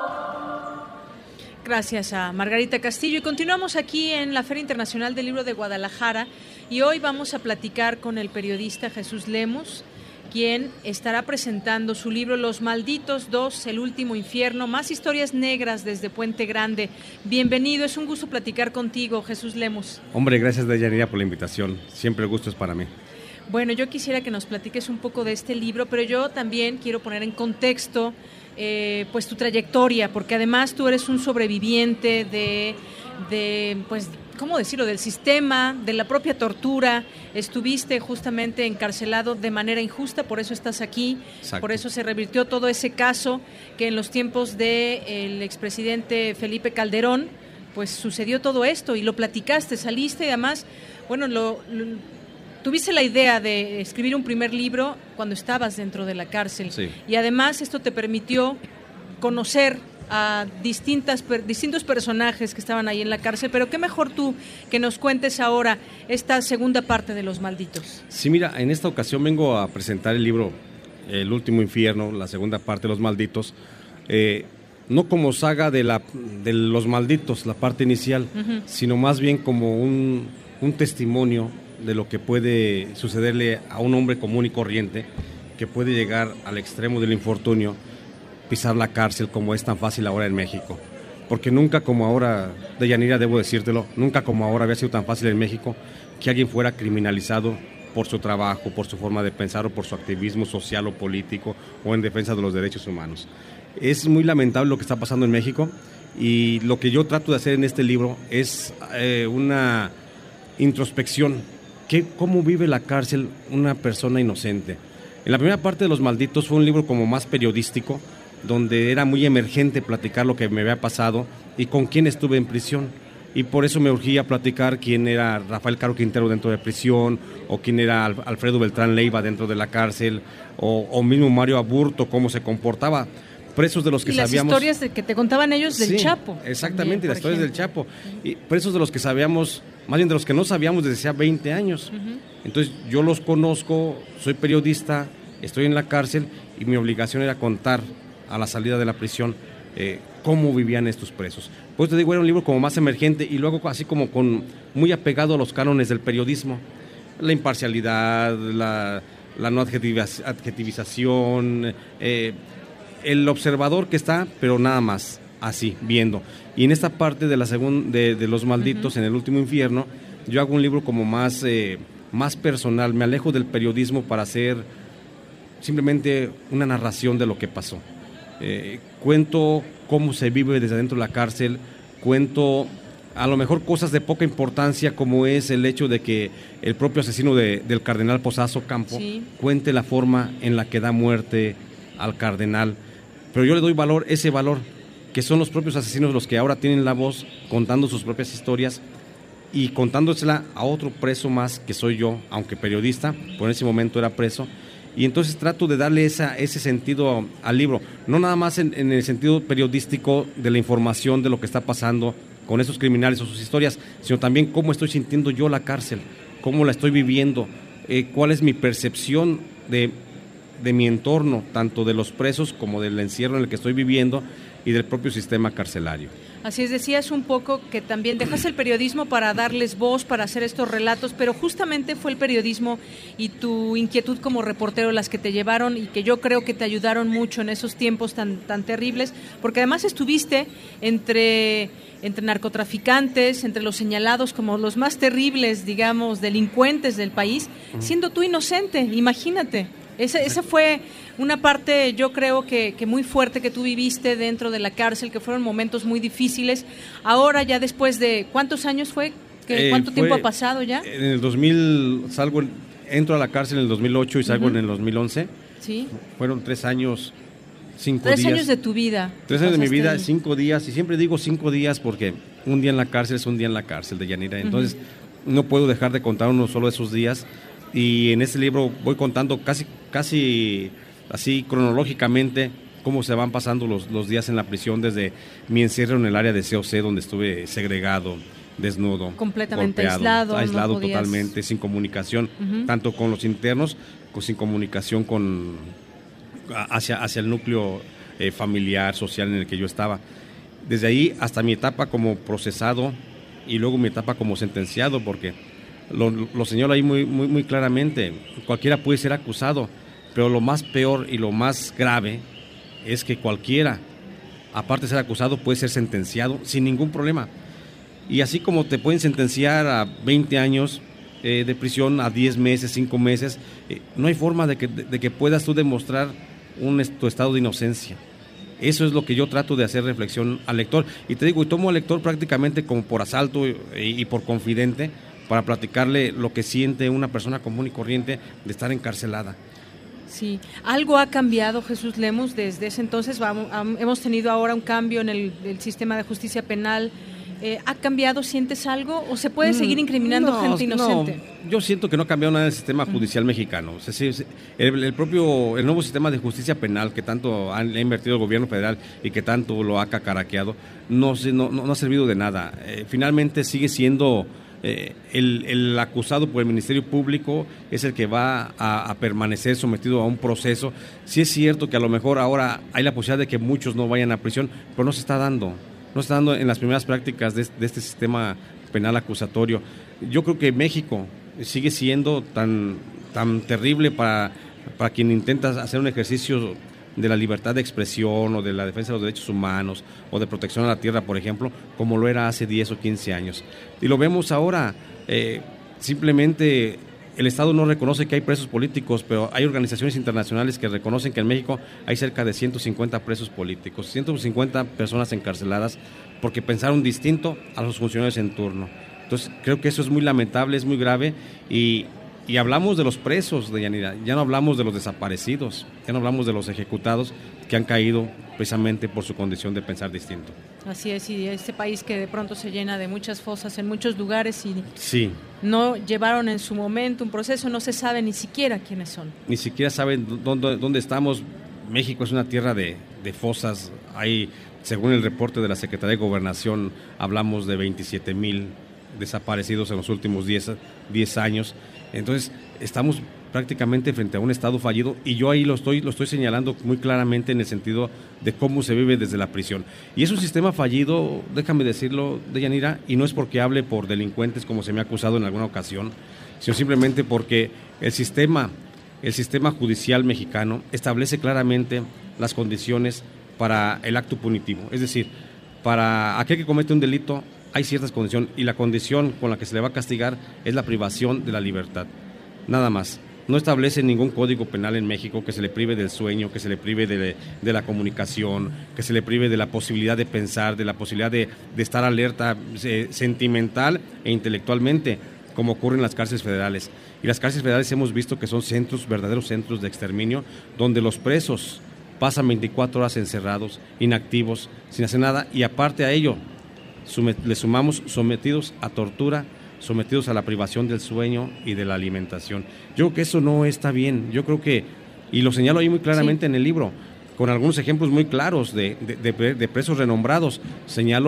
Gracias a Margarita Castillo y continuamos aquí en la Feria Internacional del Libro de Guadalajara y hoy vamos a platicar con el periodista Jesús Lemos, quien estará presentando su libro Los Malditos 2, El Último Infierno, más historias negras desde Puente Grande. Bienvenido, es un gusto platicar contigo, Jesús Lemos. Hombre, gracias Deyanira por la invitación, siempre el gusto es para mí. Bueno, yo quisiera que nos platiques un poco de este libro, pero yo también quiero poner en contexto pues tu trayectoria, porque además tú eres un sobreviviente de pues, ¿cómo decirlo?, del sistema, de la propia tortura. Estuviste justamente encarcelado de manera injusta, por eso estás aquí. Exacto. Por eso se revirtió todo ese caso que en los tiempos del expresidente Felipe Calderón, pues sucedió todo esto y lo platicaste, saliste y además, bueno, tuviste la idea de escribir un primer libro cuando estabas dentro de la cárcel. Sí. Y además esto te permitió conocer a distintos personajes que estaban ahí en la cárcel, pero qué mejor tú que nos cuentes ahora esta segunda parte de Los Malditos. Sí, mira, en esta ocasión vengo a presentar el libro El Último Infierno, la segunda parte de Los Malditos, no como saga de Los Malditos, la parte inicial, sino más bien como un testimonio de lo que puede sucederle a un hombre común y corriente que puede llegar al extremo del infortunio, pisar la cárcel como es tan fácil ahora en México. Porque nunca como ahora, Deyanira, debo decírtelo, nunca como ahora había sido tan fácil en México que alguien fuera criminalizado por su trabajo, por su forma de pensar o por su activismo social o político o en defensa de los derechos humanos. Es muy lamentable lo que está pasando en México y lo que yo trato de hacer en este libro es una introspección. ¿Cómo vive la cárcel una persona inocente? En la primera parte de Los Malditos fue un libro como más periodístico, donde era muy emergente platicar lo que me había pasado y con quién estuve en prisión. Y por eso me urgía platicar quién era Rafael Caro Quintero dentro de prisión, o quién era Alfredo Beltrán Leiva dentro de la cárcel, o mismo Mario Aburto, cómo se comportaba. Presos de los que sabíamos... Y las historias que te contaban ellos del Chapo. Exactamente, también, las historias del Chapo. Y presos de los que sabíamos, más bien de los que no sabíamos desde hace 20 años. Entonces yo los conozco, soy periodista, estoy en la cárcel y mi obligación era contar a la salida de la prisión cómo vivían estos presos. Pues te digo, era un libro como más emergente y luego así como muy apegado a los cánones del periodismo. La imparcialidad, la no adjetivización... el observador que está, pero nada más, así, viendo. Y en esta parte de Los Malditos, en El Último Infierno, yo hago un libro como más personal, me alejo del periodismo para hacer simplemente una narración de lo que pasó. Cuento cómo se vive desde dentro de la cárcel, cuento a lo mejor cosas de poca importancia como es el hecho de que el propio asesino del cardenal Posazo Campo cuente la forma en la que da muerte al cardenal. Pero yo le doy ese valor, que son los propios asesinos los que ahora tienen la voz contando sus propias historias y contándosela a otro preso más que soy yo, aunque periodista, por ese momento era preso, y entonces trato de darle ese sentido al libro, no nada más en el sentido periodístico de la información de lo que está pasando con esos criminales o sus historias, sino también cómo estoy sintiendo yo la cárcel, cómo la estoy viviendo, cuál es mi percepción de mi entorno, tanto de los presos como del encierro en el que estoy viviendo y del propio sistema carcelario. Así es, decías un poco que también dejas el periodismo para darles voz, para hacer estos relatos, pero justamente fue el periodismo y tu inquietud como reportero las que te llevaron y que yo creo que te ayudaron mucho en esos tiempos tan terribles, porque además estuviste entre narcotraficantes, entre los señalados como los más terribles, digamos, delincuentes del país, siendo tú inocente, imagínate. Esa fue una parte, yo creo que muy fuerte que tú viviste dentro de la cárcel, que fueron momentos muy difíciles. Ahora ya después de, ¿cuántos años fue? ¿Cuánto tiempo ha pasado ya? En el 2000 entro a la cárcel en el 2008 y salgo en el 2011. Sí. Fueron 3 años, 5 días. 3 años de tu vida. 3 años de mi vida, 5 días, y siempre digo 5 días porque un día en la cárcel es un día en la cárcel, Deyanira. Entonces no puedo dejar de contar uno solo de esos días. Y en este libro voy contando casi así cronológicamente cómo se van pasando los días en la prisión, desde mi encierro en el área de COC, donde estuve segregado, desnudo, completamente golpeado, aislado no podías... totalmente, sin comunicación, tanto con los internos, sin comunicación hacia el núcleo familiar, social en el que yo estaba. Desde ahí hasta mi etapa como procesado y luego mi etapa como sentenciado, porque lo señalo ahí muy claramente, cualquiera puede ser acusado, pero lo más peor y lo más grave es que cualquiera, aparte de ser acusado, puede ser sentenciado sin ningún problema. Y así como te pueden sentenciar a 20 años de prisión, a 10 meses, 5 meses, no hay forma de que puedas tú demostrar tu estado de inocencia. Eso es lo que yo trato de hacer reflexión al lector. Y te digo, y tomo al lector prácticamente como por asalto y por confidente, para platicarle lo que siente una persona común y corriente de estar encarcelada. Sí, algo ha cambiado, Jesús Lemus, desde ese entonces. Hemos tenido ahora un cambio en el sistema de justicia penal. ¿Ha cambiado? ¿Sientes algo? ¿O se puede seguir incriminando gente inocente? No, yo siento que no ha cambiado nada en el sistema judicial mexicano. O sea, el nuevo sistema de justicia penal que tanto ha invertido el gobierno federal y que tanto lo ha cacaraqueado, no ha servido de nada. Finalmente sigue siendo... el acusado por el Ministerio Público es el que va a permanecer sometido a un proceso. Sí es cierto que a lo mejor ahora hay la posibilidad de que muchos no vayan a prisión, pero no se está dando en las primeras prácticas de este sistema penal acusatorio. Yo creo que México sigue siendo tan terrible para quien intenta hacer un ejercicio de la libertad de expresión o de la defensa de los derechos humanos o de protección a la tierra, por ejemplo, como lo era hace 10 o 15 años. Y lo vemos ahora, simplemente el Estado no reconoce que hay presos políticos, pero hay organizaciones internacionales que reconocen que en México hay cerca de 150 presos políticos, 150 personas encarceladas porque pensaron distinto a los funcionarios en turno. Entonces creo que eso es muy lamentable, es muy grave y hablamos de los presos, Deyanira, ya no hablamos de los desaparecidos, ya no hablamos de los ejecutados que han caído precisamente por su condición de pensar distinto. Así es, y este país que de pronto se llena de muchas fosas en muchos lugares y sí, no llevaron en su momento un proceso, no se sabe ni siquiera quiénes son. Ni siquiera saben dónde estamos. México es una tierra de fosas. Hay, según el reporte de la Secretaría de Gobernación, hablamos de 27,000 desaparecidos en los últimos 10 años. Entonces, estamos prácticamente frente a un Estado fallido y yo ahí lo estoy señalando muy claramente en el sentido de cómo se vive desde la prisión. Y es un sistema fallido, déjame decirlo, Deyanira, y no es porque hable por delincuentes como se me ha acusado en alguna ocasión, sino simplemente porque el sistema judicial mexicano establece claramente las condiciones para el acto punitivo. Es decir, para aquel que comete un delito hay ciertas condiciones y la condición con la que se le va a castigar es la privación de la libertad. Nada más. No establece ningún código penal en México que se le prive del sueño, que se le prive de la comunicación, que se le prive de la posibilidad de pensar, de la posibilidad de estar alerta sentimental e intelectualmente, como ocurre en las cárceles federales. Y las cárceles federales hemos visto que son verdaderos centros de exterminio, donde los presos pasan 24 horas encerrados, inactivos, sin hacer nada, y aparte a ello, le sumamos sometidos a tortura, sometidos a la privación del sueño y de la alimentación. Yo creo que eso no está bien. Yo creo que, y lo señalo ahí muy claramente en el libro, con algunos ejemplos muy claros de presos renombrados, señalo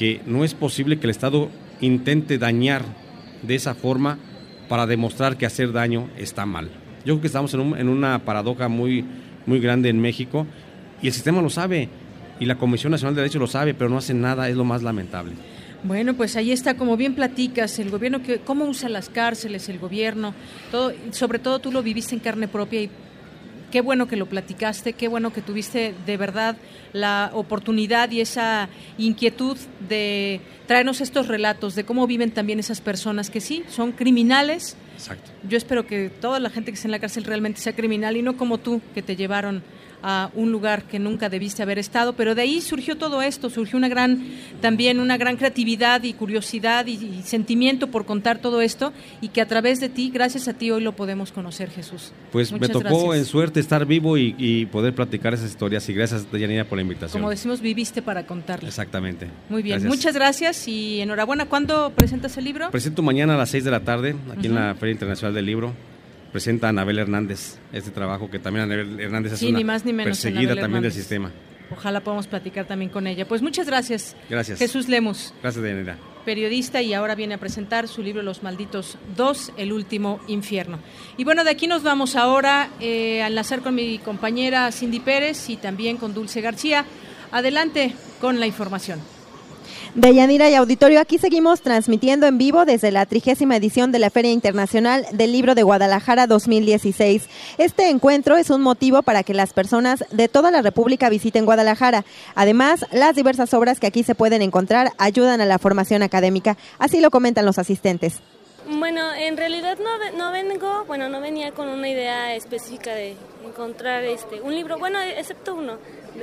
que no es posible que el Estado intente dañar de esa forma para demostrar que hacer daño está mal. Yo creo que estamos en una paradoja muy, muy grande en México, y el sistema lo sabe, y la Comisión Nacional de Derechos lo sabe, pero no hacen nada, es lo más lamentable. Bueno, pues ahí está, como bien platicas, el gobierno, cómo usa las cárceles, el gobierno, todo, sobre todo tú lo viviste en carne propia, y qué bueno que lo platicaste, qué bueno que tuviste de verdad la oportunidad y esa inquietud de traernos estos relatos de cómo viven también esas personas que sí, son criminales. Exacto. Yo espero que toda la gente que está en la cárcel realmente sea criminal y no como tú, que te llevaron a un lugar que nunca debiste haber estado, pero de ahí surgió todo esto, surgió una gran creatividad y curiosidad y sentimiento por contar todo esto, y que a través de ti, gracias a ti, hoy lo podemos conocer, Jesús. Pues muchas me tocó gracias. En suerte estar vivo y poder platicar esas historias, y gracias, Deyanira, por la invitación. Como decimos, viviste para contarlas. Exactamente. Muy bien, Gracias. muchas gracias y enhorabuena. ¿Cuándo presentas el libro? Presento mañana a las 6 de la tarde, aquí en la Feria Internacional del Libro. Presenta a Anabel Hernández este trabajo, que también Anabel Hernández es ni una más ni menos, perseguida Anabel también del Hernández. sistema. Ojalá podamos platicar también con ella. Pues muchas gracias. Gracias. Jesús Lemus. Gracias, Deyanira. Periodista, y ahora viene a presentar su libro Los Malditos 2, El Último Infierno. Y bueno, de aquí nos vamos ahora a enlazar con mi compañera Cindy Pérez y también con Dulce García. Adelante con la información. Deyanira y auditorio, aquí seguimos transmitiendo en vivo desde la 30ª edición de la Feria Internacional del Libro de Guadalajara 2016. Este encuentro es un motivo para que las personas de toda la República visiten Guadalajara. Además, las diversas obras que aquí se pueden encontrar ayudan a la formación académica. Así lo comentan los asistentes. Bueno, en realidad no venía con una idea específica de encontrar un libro, bueno, excepto uno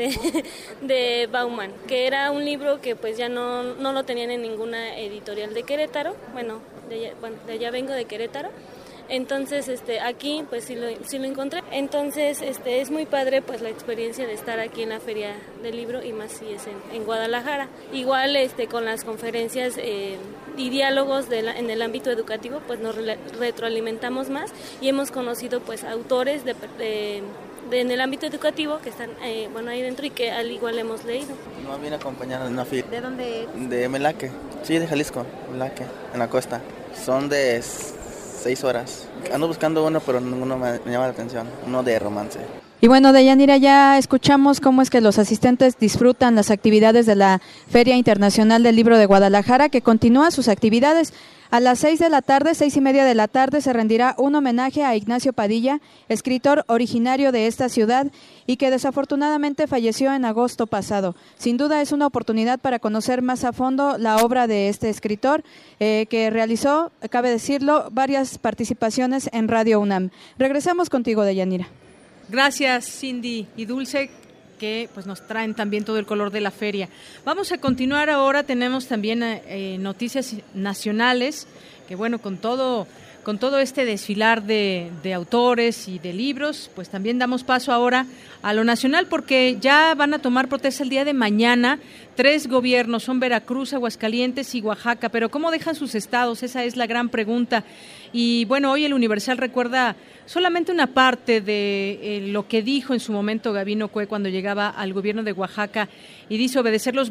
de Bauman, que era un libro que pues ya no lo tenían en ninguna editorial de Querétaro, de allá vengo de Querétaro. Entonces, aquí pues sí lo encontré. Entonces, es muy padre pues la experiencia de estar aquí en la Feria del Libro, y más si es en Guadalajara. Igual con las conferencias y diálogos en el ámbito educativo, pues nos retroalimentamos más, y hemos conocido pues autores en el ámbito educativo que están ahí dentro, y que al igual hemos leído. No, vine acompañado en una fila. ¿De dónde es? De Melaque, sí, de Jalisco, Melaque, en la costa. Son de 6 horas. Ando buscando uno, pero ninguno me llama la atención, uno de romance. Y bueno, Deyanira, ya escuchamos cómo es que los asistentes disfrutan las actividades de la Feria Internacional del Libro de Guadalajara, que continúa sus actividades. A las 6:30 de la tarde, se rendirá un homenaje a Ignacio Padilla, escritor originario de esta ciudad y que desafortunadamente falleció en agosto pasado. Sin duda es una oportunidad para conocer más a fondo la obra de este escritor, que realizó, cabe decirlo, varias participaciones en Radio UNAM. Regresamos contigo, Deyanira. Gracias, Cindy y Dulce, que pues nos traen también todo el color de la feria. Vamos a continuar ahora, tenemos también noticias nacionales, que bueno, con todo este desfilar de autores y de libros, pues también damos paso ahora a lo nacional, porque ya van a tomar protesta el día de mañana 3 gobiernos, son Veracruz, Aguascalientes y Oaxaca, pero ¿cómo dejan sus estados? Esa es la gran pregunta. Y bueno, hoy el Universal recuerda solamente una parte de lo que dijo en su momento Gabino Cue cuando llegaba al gobierno de Oaxaca, y dice obedecer a los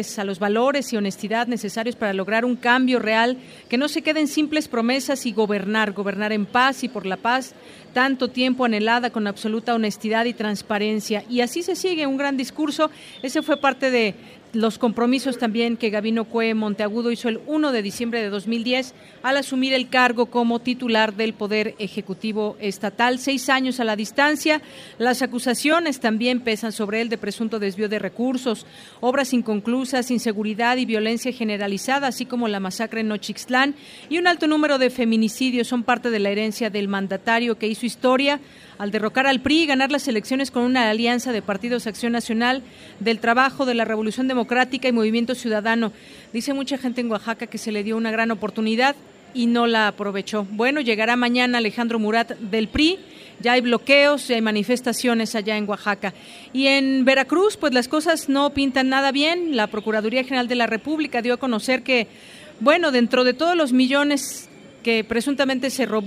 valores y honestidad necesarios para lograr un cambio real, que no se queden simples promesas, y gobernar en paz y por la paz, tanto tiempo anhelada, con absoluta honestidad y transparencia. Y así se sigue, un gran discurso. Ese fue parte de los compromisos también que Gabino Cue Monteagudo hizo el 1 de diciembre de 2010 al asumir el cargo como titular del Poder Ejecutivo Estatal. 6 años a la distancia, las acusaciones también pesan sobre él de presunto desvío de recursos, obras inconclusas, inseguridad y violencia generalizada, así como la masacre en Nochixtlán y un alto número de feminicidios son parte de la herencia del mandatario, que hizo historia al derrocar al PRI y ganar las elecciones con una alianza de partidos Acción Nacional, del Trabajo, de la Revolución Democrática y Movimiento Ciudadano. Dice mucha gente en Oaxaca que se le dio una gran oportunidad y no la aprovechó. Bueno, llegará mañana Alejandro Murat del PRI, ya hay bloqueos, ya hay manifestaciones allá en Oaxaca. Y en Veracruz, pues las cosas no pintan nada bien. La Procuraduría General de la República dio a conocer que, bueno, dentro de todos los millones que presuntamente se robó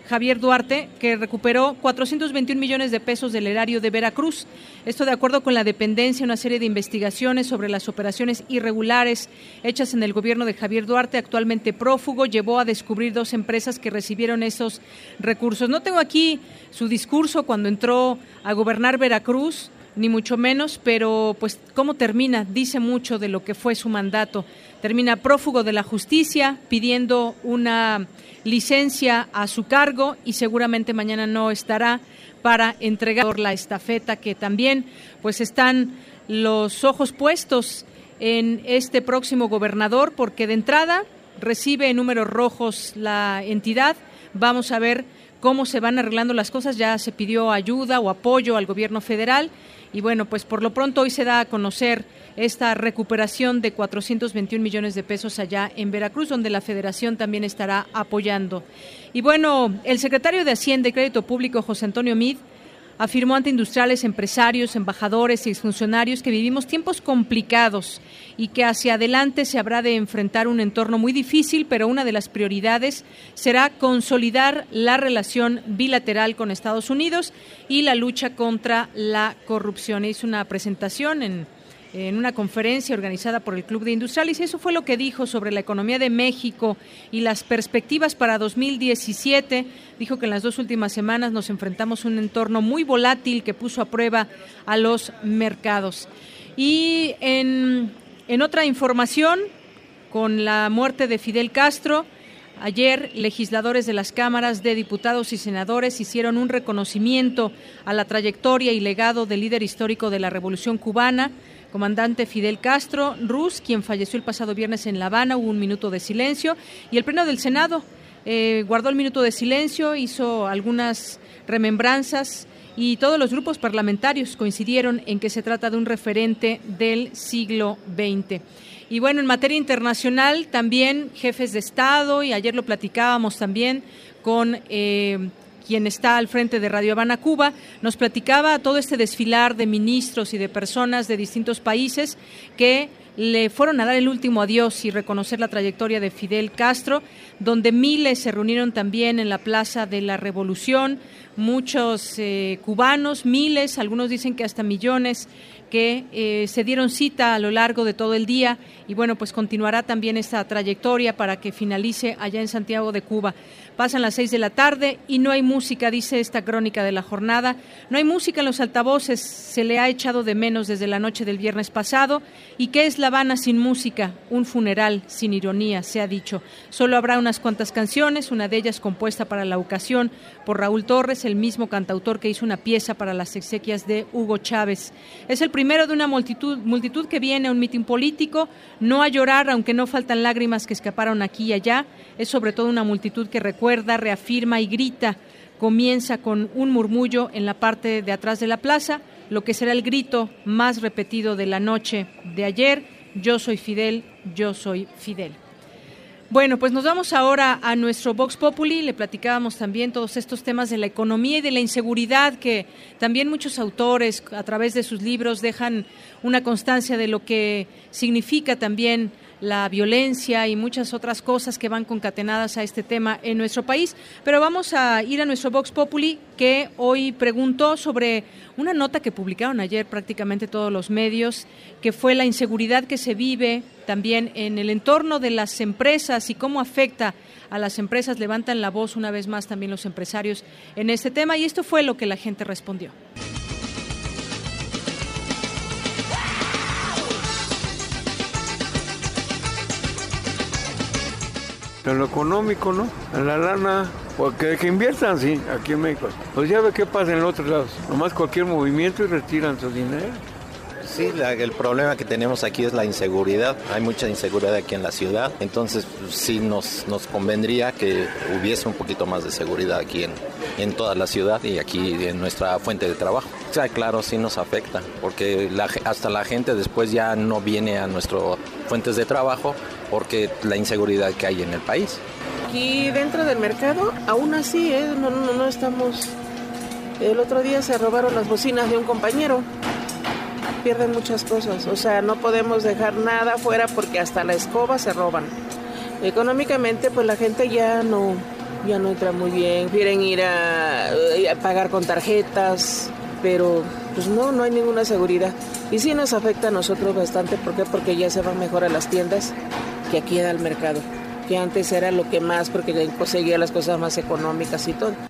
Javier Duarte, que recuperó 421 millones de pesos del erario de Veracruz. Esto de acuerdo con la dependencia, una serie de investigaciones sobre las operaciones irregulares hechas en el gobierno de Javier Duarte, actualmente prófugo, llevó a descubrir 2 empresas que recibieron esos recursos. No tengo aquí su discurso cuando entró a gobernar Veracruz, ni mucho menos, pero pues cómo termina, dice mucho de lo que fue su mandato. Termina prófugo de la justicia, pidiendo una licencia a su cargo y seguramente mañana no estará para entregar la estafeta, que también pues están los ojos puestos en este próximo gobernador, porque de entrada recibe en números rojos la entidad. Vamos a ver cómo se van arreglando las cosas. Ya se pidió ayuda o apoyo al gobierno federal y bueno, pues por lo pronto hoy se da a conocer esta recuperación de 421 millones de pesos allá en Veracruz, donde la Federación también estará apoyando. Y bueno, el secretario de Hacienda y Crédito Público, José Antonio Meade, afirmó ante industriales, empresarios, embajadores y exfuncionarios que vivimos tiempos complicados y que hacia adelante se habrá de enfrentar un entorno muy difícil, pero una de las prioridades será consolidar la relación bilateral con Estados Unidos y la lucha contra la corrupción. Hizo una presentación en una conferencia organizada por el Club de Industriales y eso fue lo que dijo sobre la economía de México y las perspectivas para 2017. Dijo que en las 2 últimas semanas nos enfrentamos a un entorno muy volátil que puso a prueba a los mercados. Y en otra información, con la muerte de Fidel Castro, ayer legisladores de las cámaras de diputados y senadores hicieron un reconocimiento a la trayectoria y legado del líder histórico de la Revolución Cubana, comandante Fidel Castro Ruz, quien falleció el pasado viernes en La Habana. Hubo un minuto de silencio y el Pleno del Senado guardó el minuto de silencio, hizo algunas remembranzas y todos los grupos parlamentarios coincidieron en que se trata de un referente del siglo XX. Y bueno, en materia internacional también jefes de Estado, y ayer lo platicábamos también con quien está al frente de Radio Habana, Cuba, nos platicaba todo este desfilar de ministros y de personas de distintos países que le fueron a dar el último adiós y reconocer la trayectoria de Fidel Castro, donde miles se reunieron también en la Plaza de la Revolución, muchos cubanos, miles, algunos dicen que hasta millones, que se dieron cita a lo largo de todo el día y bueno, pues continuará también esta trayectoria para que finalice allá en Santiago de Cuba. Pasan las 6 de la tarde y no hay música, dice esta crónica de la jornada. No hay música en los altavoces, se le ha echado de menos desde la noche del viernes pasado. ¿Y qué es La Habana sin música? Un funeral sin ironía, se ha dicho. Solo habrá unas cuantas canciones, una de ellas compuesta para la ocasión por Raúl Torres, el mismo cantautor que hizo una pieza para las exequias de Hugo Chávez. Es el primero de una multitud que viene a un mitin político, no a llorar, aunque no faltan lágrimas que escaparon aquí y allá. Es sobre todo una multitud que recuerda, reafirma y grita. Comienza con un murmullo en la parte de atrás de la plaza, lo que será el grito más repetido de la noche de ayer: yo soy Fidel, yo soy Fidel. Bueno, pues nos vamos ahora a nuestro Vox Populi. Le platicábamos también todos estos temas de la economía y de la inseguridad, que también muchos autores a través de sus libros dejan una constancia de lo que significa también la violencia y muchas otras cosas que van concatenadas a este tema en nuestro país. Pero vamos a ir a nuestro Vox Populi, que hoy preguntó sobre una nota que publicaron ayer prácticamente todos los medios, que fue la inseguridad que se vive también en el entorno de las empresas y cómo afecta a las empresas. Levantan la voz una vez más también los empresarios en este tema, y esto fue lo que la gente respondió. En lo económico, ¿no? En la lana, porque que inviertan, sí, aquí en México. Pues ya ve qué pasa en los otros lados. Nomás cualquier movimiento y retiran su dinero. Sí, el problema que tenemos aquí es la inseguridad. Hay mucha inseguridad aquí en la ciudad. Entonces, sí nos convendría que hubiese un poquito más de seguridad aquí en toda la ciudad y aquí en nuestra fuente de trabajo. O sea, claro, sí nos afecta, porque hasta la gente después ya no viene a nuestras fuentes de trabajo porque la inseguridad que hay en el país. Aquí dentro del mercado, aún así, no estamos... El otro día se robaron las bocinas de un compañero. Pierden muchas cosas, o sea, no podemos dejar nada fuera porque hasta la escoba se roban. Económicamente, pues la gente ya no ya no entra muy bien. Quieren ir a pagar con tarjetas, pero pues no hay ninguna seguridad. Y sí nos afecta a nosotros bastante. ¿Por qué? Porque ya se van mejor a las tiendas que aquí al mercado, que antes era lo que más, porque conseguía las cosas más económicas y todo.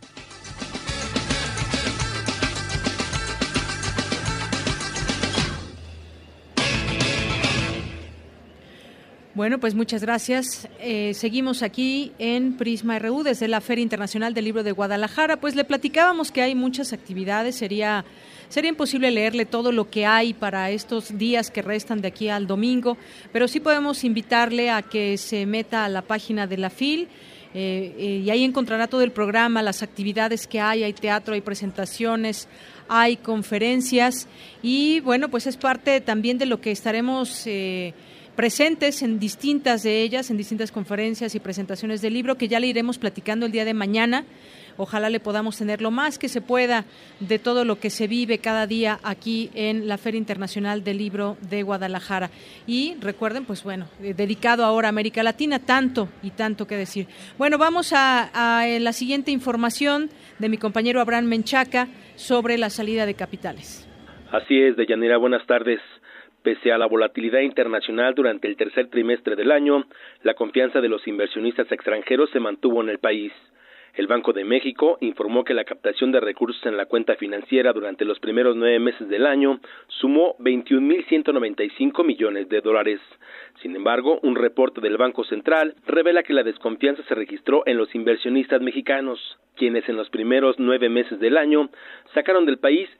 Bueno, pues muchas gracias. Seguimos aquí en Prisma RU desde la Feria Internacional del Libro de Guadalajara. Pues le platicábamos que hay muchas actividades. Sería imposible leerle todo lo que hay para estos días que restan de aquí al domingo, pero sí podemos invitarle a que se meta a la página de la FIL. Y ahí encontrará todo el programa, las actividades que hay teatro, hay presentaciones, hay conferencias y bueno, pues es parte también de lo que estaremos presentes en distintas de ellas, en distintas conferencias y presentaciones del libro que ya le iremos platicando el día de mañana. Ojalá le podamos tener lo más que se pueda de todo lo que se vive cada día aquí en la Feria Internacional del Libro de Guadalajara. Y recuerden, pues bueno, dedicado ahora a América Latina, tanto y tanto que decir. Bueno, vamos a la siguiente información de mi compañero Abraham Menchaca sobre la salida de capitales. Así es, Deyanira, buenas tardes. Pese a la volatilidad internacional durante el tercer trimestre del año, la confianza de los inversionistas extranjeros se mantuvo en el país. El Banco de México informó que la captación de recursos en la cuenta financiera durante los primeros 9 meses del año sumó 21.195 millones de dólares. Sin embargo, un reporte del Banco Central revela que la desconfianza se registró en los inversionistas mexicanos, quienes en los primeros 9 meses del año sacaron del país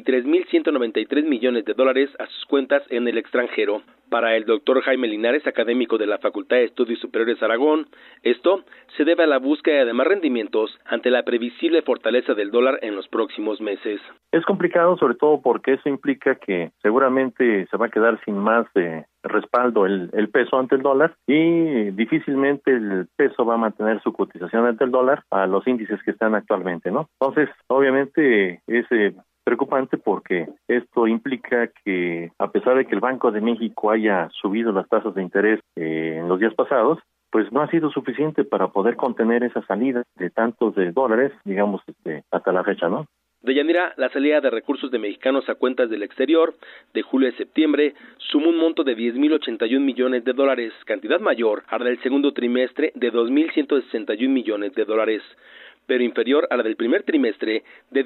23.193 millones de dólares a sus cuentas en el extranjero. Para el doctor Jaime Linares, académico de la Facultad de Estudios Superiores Aragón, esto se debe a la búsqueda de más rendimientos ante la previsible fortaleza del dólar en los próximos meses. Es complicado, sobre todo porque eso implica que seguramente se va a quedar sin más respaldo el peso ante el dólar y difícilmente el peso va a mantener su cotización ante el dólar a los índices que están actualmente, ¿no? Entonces, obviamente es preocupante porque esto implica que a pesar de que el Banco de México haya subido las tasas de interés en los días pasados, pues no ha sido suficiente para poder contener esa salida de tantos de dólares, digamos, hasta la fecha, ¿no? Deyanira, la salida de recursos de mexicanos a cuentas del exterior de julio a septiembre sumó un monto de 10.081 millones de dólares, cantidad mayor a la del segundo trimestre de 2.161 millones de dólares, pero inferior a la del primer trimestre de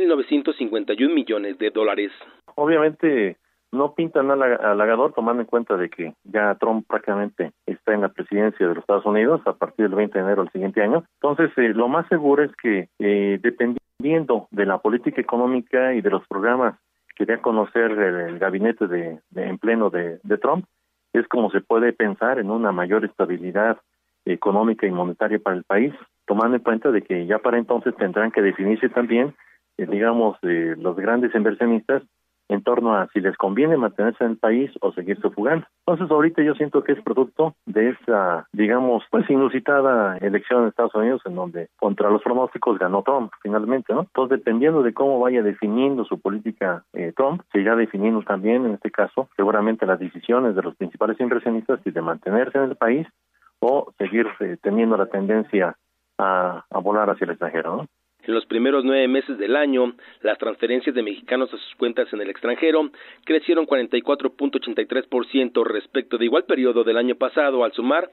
10.951 millones de dólares. Obviamente no pintan halagador, tomando en cuenta de que ya Trump prácticamente está en la presidencia de los Estados Unidos a partir del 20 de enero del siguiente año. Entonces, lo más seguro es que dependiendo de la política económica y de los programas que dé a conocer el gabinete en pleno de Trump, es como se puede pensar en una mayor estabilidad económica y monetaria para el país, tomando en cuenta de que ya para entonces tendrán que definirse también, los grandes inversionistas en torno a si les conviene mantenerse en el país o seguirse fugando. Entonces ahorita yo siento que es producto de esa, digamos, pues inusitada elección en Estados Unidos en donde contra los pronósticos ganó Trump finalmente, ¿no? Entonces dependiendo de cómo vaya definiendo su política Trump, se irá definiendo también en este caso seguramente las decisiones de los principales inversionistas si de mantenerse en el país o seguir teniendo la tendencia a volar hacia el extranjero, ¿no? En los primeros 9 meses del año, las transferencias de mexicanos a sus cuentas en el extranjero crecieron 44.83% respecto de igual periodo del año pasado, al sumar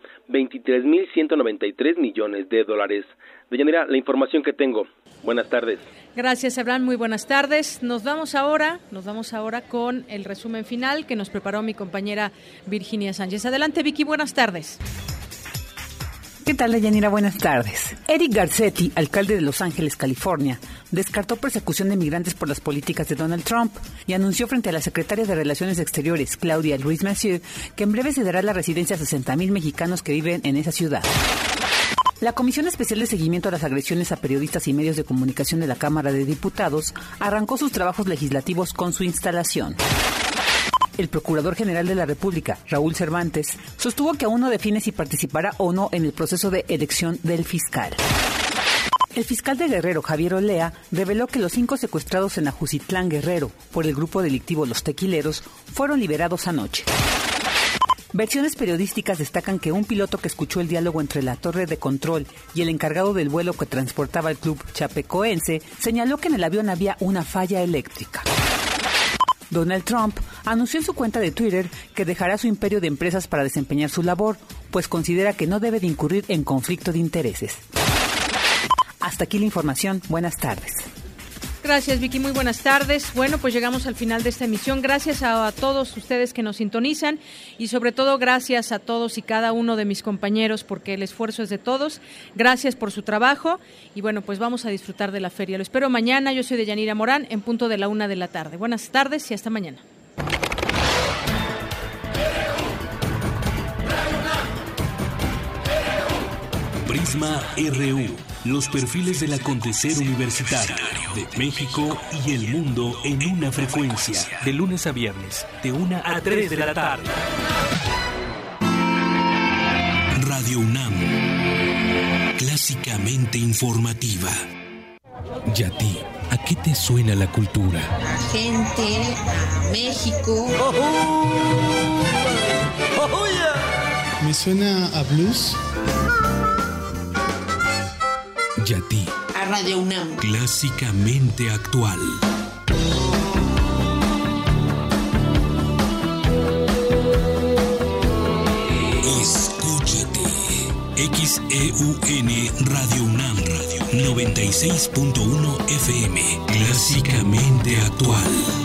23.193 millones de dólares. Deyanira, la información que tengo. Buenas tardes. Gracias, Abraham. Muy buenas tardes. Nos vamos ahora con el resumen final que nos preparó mi compañera Virginia Sánchez. Adelante, Vicky. Buenas tardes. ¿Qué tal, Deyanira? Buenas tardes. Eric Garcetti, alcalde de Los Ángeles, California, descartó persecución de migrantes por las políticas de Donald Trump y anunció frente a la secretaria de Relaciones Exteriores, Claudia Louise Mathieu, que en breve se dará la residencia a 60,000 mexicanos que viven en esa ciudad. La Comisión Especial de Seguimiento a las Agresiones a Periodistas y Medios de Comunicación de la Cámara de Diputados arrancó sus trabajos legislativos con su instalación. El Procurador General de la República, Raúl Cervantes, sostuvo que aún no define si participará o no en el proceso de elección del fiscal. El fiscal de Guerrero, Javier Olea, reveló que los 5 secuestrados en Ajucitlán, Guerrero, por el grupo delictivo Los Tequileros, fueron liberados anoche. Versiones periodísticas destacan que un piloto que escuchó el diálogo entre la torre de control y el encargado del vuelo que transportaba el club chapecoense señaló que en el avión había una falla eléctrica. Donald Trump anunció en su cuenta de Twitter que dejará su imperio de empresas para desempeñar su labor, pues considera que no debe de incurrir en conflicto de intereses. Hasta aquí la información. Buenas tardes. Gracias, Vicky. Muy buenas tardes. Bueno, pues llegamos al final de esta emisión. Gracias a todos ustedes que nos sintonizan y sobre todo gracias a todos y cada uno de mis compañeros porque el esfuerzo es de todos. Gracias por su trabajo y bueno, pues vamos a disfrutar de la feria. Lo espero mañana. Yo soy Deyanira Morán en punto de la 1 de la tarde. Buenas tardes y hasta mañana. Prisma RU. Los perfiles del acontecer universitario de México y el mundo en una frecuencia. De lunes a viernes, de 1 a 3 de la tarde. Radio UNAM. Clásicamente informativa. ¿Y a ti? ¿A qué te suena la cultura? A gente, a México. Me suena a blues. ¿Y a ti? A Radio UNAM. Clásicamente actual. Escúchate. XEUN Radio UNAM 96.1 FM. Clásicamente actual.